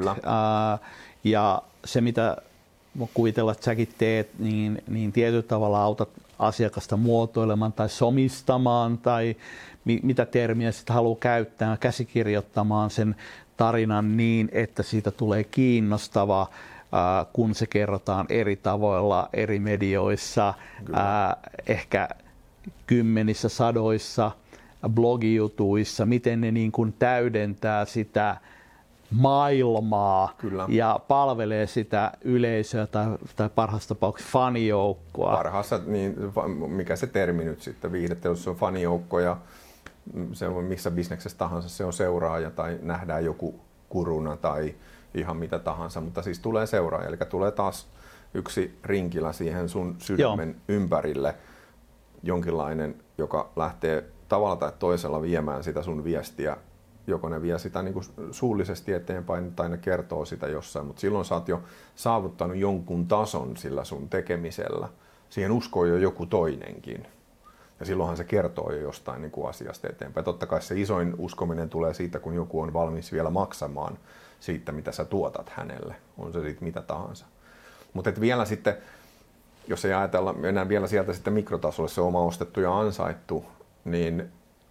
Ja se, mitä kuvitella, että säkin teet, niin tietyllä tavalla autat asiakasta muotoilemaan tai somistamaan tai mitä termiä sitten haluaa käyttää, käsikirjoittamaan sen tarinan niin, että siitä tulee kiinnostava, kun se kerrotaan eri tavoilla, eri medioissa, ehkä kymmenissä, sadoissa blogijutuissa, miten ne niin kuin täydentää sitä maailmaa. Kyllä. Ja palvelee sitä yleisöä tai parhaassa tapauksessa fanijoukkoa. Parhaassa, niin mikä se termi nyt sitten, viihdeteollisuus on fanijoukko ja se on missä bisneksessä tahansa, se on seuraaja tai nähdään joku kuruna tai ihan mitä tahansa, mutta siis tulee seuraaja, eli tulee taas yksi rinkilä siihen sun sydämen ympärille, jonkinlainen, joka lähtee tavalla tai toisella viemään sitä sun viestiä. Joko ne vie sitä niin kuin suullisesti eteenpäin tai ne kertoo sitä jossain, mutta silloin sä oot jo saavuttanut jonkun tason sillä sun tekemisellä. Siihen uskoo jo joku toinenkin. Ja silloinhan se kertoo jo jostain niin kuin asiasta eteenpäin. Totta kai se isoin uskominen tulee siitä, kun joku on valmis vielä maksamaan siitä, mitä sä tuotat hänelle. On se sitten mitä tahansa. Mutta vielä sitten, jos ei ajatella, mennään vielä sieltä sitten mikrotasolle se oma ostettu ja ansaittu, niin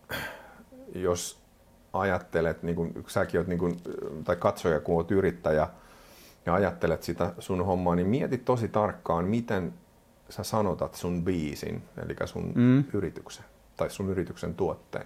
jos ajattelet, niin kuin säkin oot, niin kuin, tai katsoja, kun oot yrittäjä ja ajattelet sitä sun hommaa, niin mieti tosi tarkkaan, miten sä sanotat sun biisin, eli sun yrityksen tai sun yrityksen tuotteen.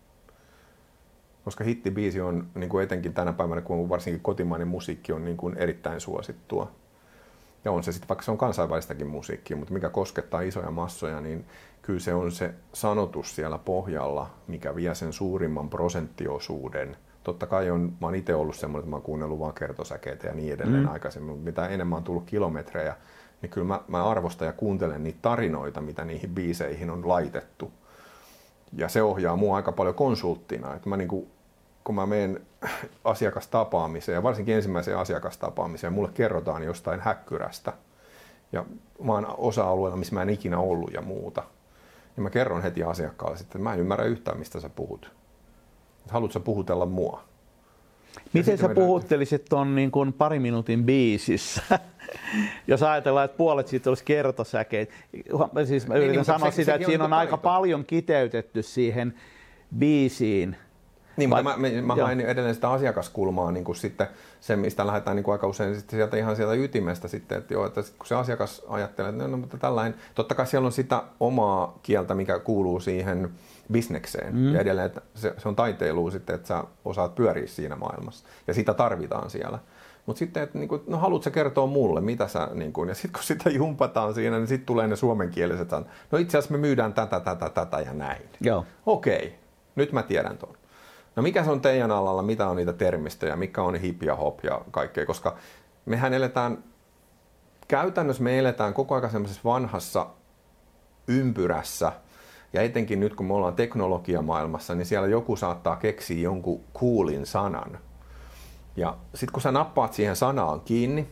Koska hittibiisi on niin kuin etenkin tänä päivänä, kun varsinkin kotimainen musiikki on niin kuin erittäin suosittua. Ja on se sitten, vaikka se on kansainvälistäkin musiikkia, mutta mikä koskettaa isoja massoja, niin kyllä se on se sanotus siellä pohjalla, mikä vie sen suurimman prosenttiosuuden. Totta kai mä oon itse ollut semmoinen, että mä oon kuunnellut vaan kertosäkeitä ja niin edelleen aikaisemmin, mutta mitä enemmän on tullut kilometrejä, niin kyllä mä arvostan ja kuuntelen niitä tarinoita, mitä niihin biiseihin on laitettu. Ja se ohjaa mua aika paljon konsulttina, että mä niinku, kun mä menen asiakastapaamiseen ja varsinkin ensimmäiseen asiakastapaamiseen, mulle kerrotaan jostain häkkyrästä ja mä oon osa-alueella, missä mä en ikinä ollut ja muuta. Ja mä kerron heti asiakkaalle sitten, että mä en ymmärrä yhtään, mistä sä puhut. Haluatko sä puhutella mua? Miten sä puhuttelisit ton niin kuin pari minuutin biisissä? Jos ajatellaan, että puolet siitä olisi kertosäkeitä. Siis mä yritän sanoa sitä, että siinä on aika paljon kiteytetty siihen biisiin. Niin, mutta mä haen edelleen sitä asiakaskulmaa, niin kuin sitten se, mistä lähdetään niin kuin aika usein sitten sieltä ihan sieltä ytimestä sitten, että joo, että kun se asiakas ajattelee, että no, mutta tällainen, totta kai siellä on sitä omaa kieltä, mikä kuuluu siihen bisnekseen ja edelleen, että se on taiteilua sitten, että sä osaat pyöriä siinä maailmassa ja sitä tarvitaan siellä. Mutta sitten, että niinku, no haluatko sä kertoa mulle, mitä sä, niinku, ja sitten kun sitä jumpataan siinä, niin sitten tulee ne suomenkieliset sanat. No itse asiassa me myydään tätä ja näin. Joo. Okei, nyt mä tiedän ton. No mikä se on teidän alalla, mitä on niitä termistöjä, mikä on hip ja hop ja kaikkea, koska mehän käytännössä me eletään koko ajan semmoisessa vanhassa ympyrässä, ja etenkin nyt kun me ollaan teknologiamaailmassa, niin siellä joku saattaa keksiä jonkun coolin sanan. Ja sitten kun sä nappaat siihen sanaan kiinni,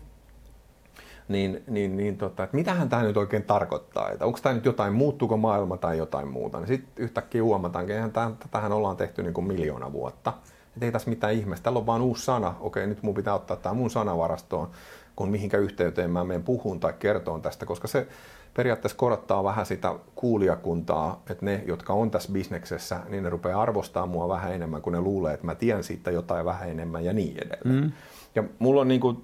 että mitähän tämä nyt oikein tarkoittaa, että onko tämä nyt jotain, muuttuuko maailma tai jotain muuta, niin sitten yhtäkkiä huomataan, että tätähän ollaan tehty niin kuin 1,000,000 vuotta. Et ei tässä mitään ihmeessä, täällä on vaan uusi sana, okei nyt mun pitää ottaa tämä mun sanavarastoon, kun mihinkä yhteyteen mä menen puhun tai kertoon tästä, koska se periaatteessa korottaa vähän sitä kuulijakuntaa, että ne, jotka on tässä bisneksessä, niin ne rupeaa arvostaa mua vähän enemmän, kun ne luulee, että mä tiedän siitä jotain vähän enemmän ja niin edelleen. Ja mulla on niin kuin,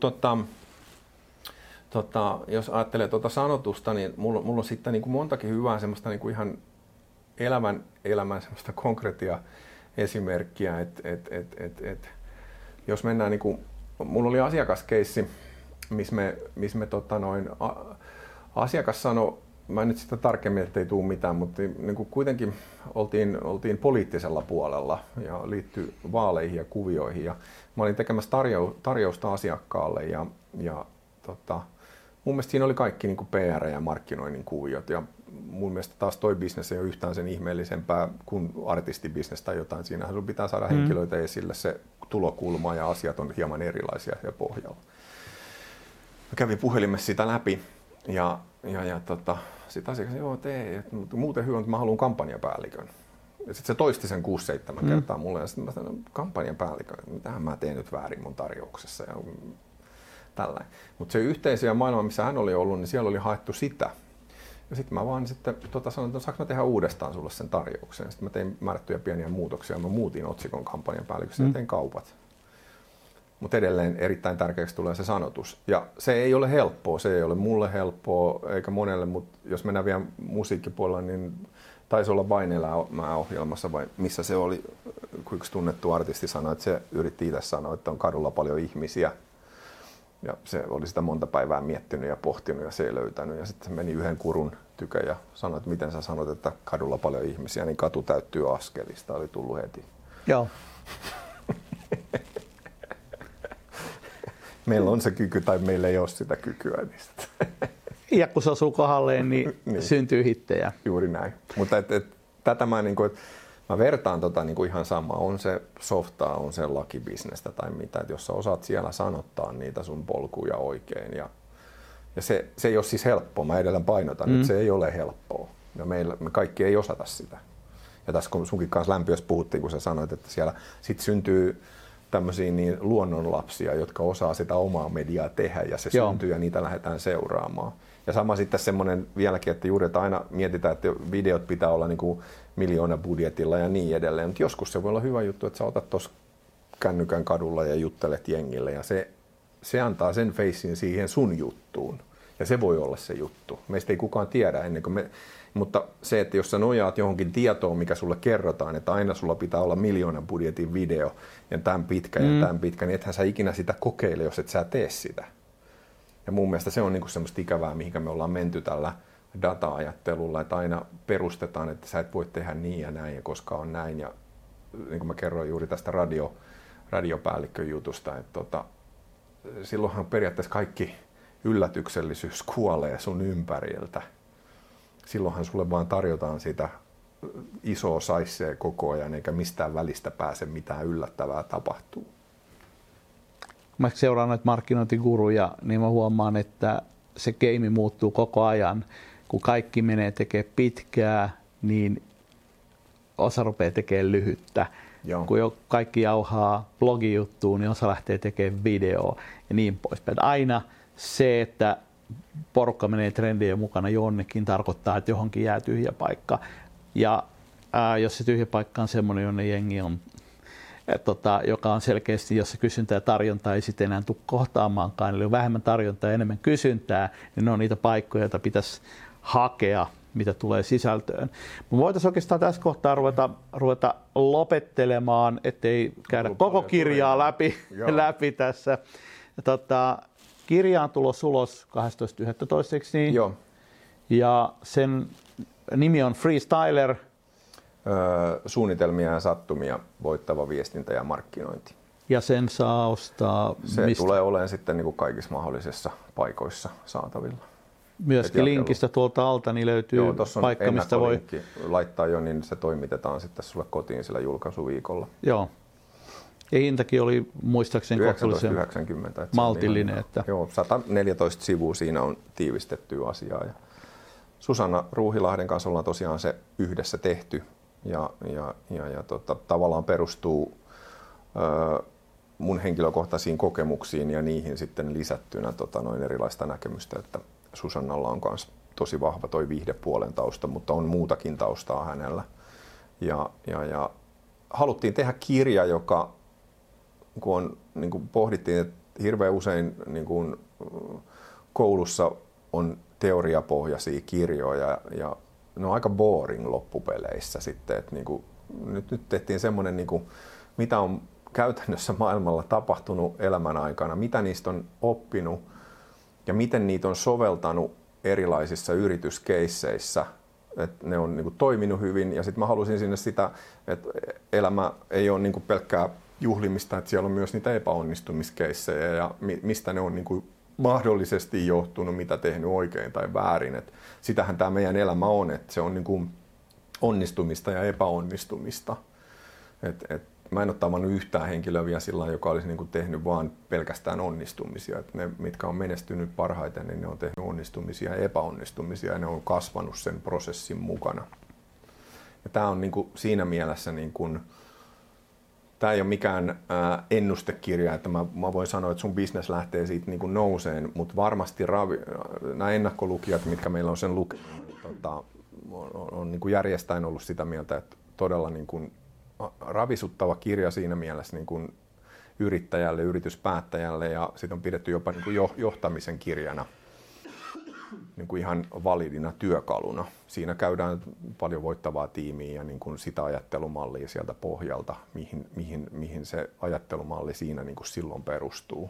jos ajattelee sanotusta, niin mulla on sitten niin kuin montakin hyvää semmoista niin kuin ihan elämän semmoista konkreettia esimerkkiä, että jos mennään niin kuin, mulla oli asiakaskeissi, missä me asiakas sanoi, mä en nyt sitä tarkemmin, että ei tule mitään, mutta niin kuin kuitenkin oltiin poliittisella puolella ja liittyi vaaleihin ja kuvioihin. Ja mä olin tekemässä tarjousta asiakkaalle ja mun mielestä siinä oli kaikki niin kuin PR ja markkinoinnin kuviot. Ja mun mielestä taas toi bisnes ei ole yhtään sen ihmeellisempää kuin artistibisnes tai jotain. Siinähän sun pitää saada henkilöitä esille, se tulokulma ja asiat on hieman erilaisia siellä pohjalla. Mä kävin puhelimessa sitä läpi. Ja sitten asiakas, joo, mutta muuten hyvä, että mä haluan kampanjapäällikön. Ja sitten se toisti sen 6-7 kertaa mulle, ja sitten mä sanoin, kampanjapäällikön, mitähän mä teen nyt väärin mun tarjouksessa, ja tällainen. Mutta se yhteisö ja maailma, missä hän oli ollut, niin siellä oli haettu sitä. Ja sitten mä vaan sitten sanoin, että saanko mä tehdä uudestaan sulle sen tarjouksen. Sitten mä tein määrättyjä pieniä muutoksia, mä muutin otsikon kampanjapäällikössä ja tein kaupat. Mutta edelleen erittäin tärkeäksi tulee se sanotus. Ja se ei ole helppoa, se ei ole mulle helppoa eikä monelle, mutta jos mennään vielä musiikkipuolella, niin taisi olla Vain elämää -ohjelmassa vai missä se oli, kun yksi tunnettu artisti sanoi, että se yritti itse sanoa, että on kadulla paljon ihmisiä. Ja se oli sitä monta päivää miettinyt ja pohtinut ja se ei löytänyt. Ja sitten meni yhden kurun tykö ja sanoi, että miten sä sanot, että kadulla paljon ihmisiä, niin katu täyttyy askelista, oli tullut heti. Joo. Meillä on se kyky tai meillä ei ole sitä kykyä. Ja kun se osuu kohdalle, niin syntyy hittejä. Juuri näin. Mutta tätä mä, mä vertaan ihan samaa. On se softaa, on se lakibisnestä tai mitä. Et jos sä osaat siellä sanottaa niitä sun polkuja oikein. Ja se ei ole siis helppoa. Mä edelleen painotan, että se ei ole helppoa. Ja me kaikki ei osata sitä. Ja tässä kun sunkin kanssa lämpiössä puhuttiin, kun sä sanoit, että siellä sit syntyy tämmöisiä niin luonnonlapsia, jotka osaa sitä omaa mediaa tehdä ja se syntyy ja niitä lähdetään seuraamaan. Ja sama sitten semmoinen vieläkin, että juuri että aina mietitään, että videot pitää olla niin kuin 1,000,000 budjetilla ja niin edelleen. Mutta joskus se voi olla hyvä juttu, että sä otat tuossa kännykän kadulla ja juttelet jengille ja se antaa sen facein siihen sun juttuun. Ja se voi olla se juttu. Meistä ei kukaan tiedä ennen kuin mutta se, että jos sä nojaat johonkin tietoon, mikä sulle kerrotaan, että aina sulla pitää olla 1,000,000 budjetin video ja tämän pitkä, niin ethän sä ikinä sitä kokeile, jos et sä tee sitä. Ja mun mielestä se on niinku semmoista ikävää, mihinkä me ollaan menty tällä data-ajattelulla, että aina perustetaan, että sä et voi tehdä niin ja näin ja koska on näin. Ja niin kuin mä kerroin juuri tästä radiopäällikön jutusta, että silloinhan periaatteessa kaikki yllätyksellisyys kuolee sun ympäriltä. Silloinhan sulle vaan tarjotaan sitä isoa saissea koko ajan, eikä mistään välistä pääse mitään yllättävää tapahtuu. Mä seuraan näitä markkinointiguruja, niin mä huomaan, että se game muuttuu koko ajan. Kun kaikki menee tekemään pitkää, niin osa rupeaa tekemään lyhyttä. Joo. Kun jo kaikki jauhaa blogijuttuun, niin osa lähtee tekemään videoa ja niin poispäin. Aina se, että porukka menee trendien mukana jonnekin, tarkoittaa, että johonkin jää tyhjä paikka. Ja jos se tyhjä paikka on semmoinen, jonne jengi on joka on selkeästi, jos se kysyntä ja tarjonta ei sitten enää tule kohtaamaankaan, eli on vähemmän tarjontaa ja enemmän kysyntää, niin ne on niitä paikkoja, joita pitäisi hakea, mitä tulee sisältöön. Me voitaisiin oikeastaan tässä kohtaa ruveta lopettelemaan, ettei käydä koko kirjaa läpi tässä. Kirja on tulossa ulos 12.11. Niin? Joo. Ja sen nimi on Freestyler. Suunnitelmia ja sattumia, voittava viestintä ja markkinointi. Ja sen saa ostaa se mistä? Tulee olemaan sitten niin kuin kaikissa mahdollisissa paikoissa saatavilla. Myöskin linkistä tuolta alta niin löytyy paikka, mistä voi laittaa jo, niin se toimitetaan sitten sulle kotiin sillä julkaisuviikolla. Joo. Ja hintakin oli muistaakseni 19,90 maltillinen. Että... Joo, 114 sivua siinä on tiivistettyä asiaa. Ja Susanna Ruuhilahden kanssa ollaan tosiaan se yhdessä tehty ja tavallaan perustuu mun henkilökohtaisiin kokemuksiin ja niihin sitten lisättynä erilaista näkemystä, että Susannalla on myös tosi vahva toi viihdepuolen tausta, mutta on muutakin taustaa hänellä. Ja haluttiin tehdä kirja, joka kun niin kuin pohdittiin, että hirveän usein niin kuin koulussa on teoriapohjaisia kirjoja ja ne on aika boring loppupeleissä sitten, että niin kuin, nyt tehtiin semmoinen, niin kuin, mitä on käytännössä maailmalla tapahtunut elämän aikana, mitä niistä on oppinut ja miten niitä on soveltanut erilaisissa yrityskeisseissä, että ne on niin kuin toiminut hyvin ja sitten mä halusin sinne sitä, että elämä ei ole niin kuin pelkkää juhlimista, että siellä on myös niitä epäonnistumiskeissejä ja mistä ne on niin kuin mahdollisesti johtunut, mitä tehnyt oikein tai väärin. Et sitähän tämä meidän elämä on, että se on niin kuin onnistumista ja epäonnistumista. Mä en ole tavannut yhtään henkilöä vielä sillä, joka olisi niin kuin tehnyt vaan pelkästään onnistumisia. Et ne, mitkä on menestynyt parhaiten, niin ne on tehnyt onnistumisia ja epäonnistumisia ja ne on kasvanut sen prosessin mukana. Ja tämä on niin kuin siinä mielessä niin kuin tämä ei ole mikään ennustekirja, että mä voin sanoa, että sun business lähtee siitä niin kuin nouseen, mutta varmasti nämä ennakkolukijat, mitkä meillä on sen lukenut, on niin kuin järjestäen ollut sitä mieltä, että todella niin kuin ravisuttava kirja siinä mielessä niin kuin yrittäjälle, yrityspäättäjälle ja sitä on pidetty jopa niin kuin johtamisen kirjana. Niin kuin ihan validina työkaluna. Siinä käydään paljon voittavaa tiimiä ja niin kuin sitä ajattelumallia sieltä pohjalta, mihin se ajattelumalli siinä niin kuin silloin perustuu.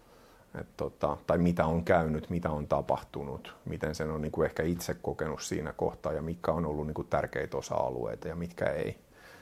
Tai mitä on käynyt, mitä on tapahtunut, miten sen on niin kuin ehkä itse kokenut siinä kohtaa ja mitkä on ollut niin kuin tärkeitä osa-alueita ja mitkä ei.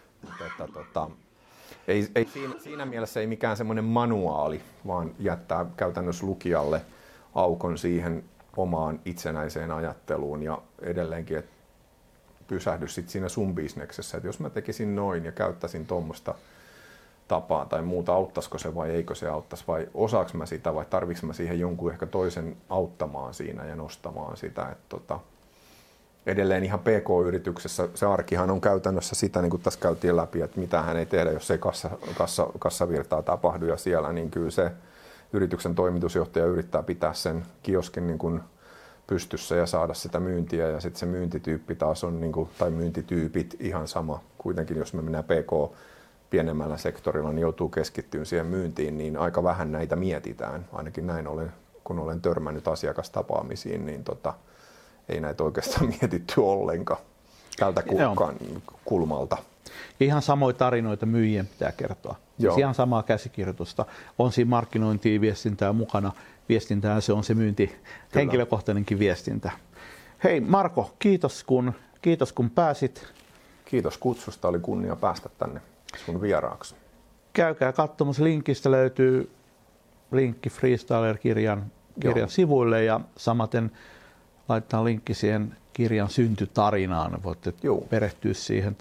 Siinä mielessä ei mikään semmoinen manuaali, vaan jättää käytännössä lukijalle aukon siihen omaan itsenäiseen ajatteluun ja edelleenkin, että pysähdy sit siinä sun bisneksessä, että jos mä tekisin noin ja käyttäisin tuommoista tapaa tai muuta, auttaisiko se vai eikö se auttaisi vai osaaks mä sitä vai tarviks mä siihen jonkun ehkä toisen auttamaan siinä ja nostamaan sitä, että edelleen ihan PK-yrityksessä se arkihan on käytännössä sitä, niin kuin tässä käytiin läpi, että mitähän ei tehdä, jos ei kassavirtaa tapahdu ja siellä, niin kyllä se yrityksen toimitusjohtaja yrittää pitää sen kioskin niin kuin pystyssä ja saada sitä myyntiä ja sitten se myyntityyppi taas on, niin kuin, tai myyntityypit ihan sama. Kuitenkin jos me mennään PK pienemmällä sektorilla, niin joutuu keskittymään siihen myyntiin, niin aika vähän näitä mietitään. Ainakin näin kun olen törmännyt asiakastapaamisiin, niin ei näitä oikeastaan mietitty ollenkaan tältä kulmalta. Ihan samoja tarinoita myyjien pitää kertoa. Siis ihan samaa käsikirjoitusta. On siinä markkinointia, viestintää mukana. Viestintää se on se myynti, kyllä. Henkilökohtainenkin viestintä. Hei Marko, kiitos kun pääsit. Kiitos kutsusta, oli kunnia päästä tänne sun vieraaksi. Käykää katsomassa, linkistä löytyy linkki Freestyler-kirjan sivuille ja samaten laitetaan linkki siihen kirjan syntytarinaan. Voitte perehtyä siihen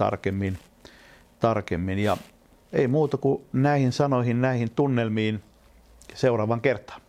tarkemmin. Ja ei muuta kuin näihin sanoihin, näihin tunnelmiin seuraavan kertaan.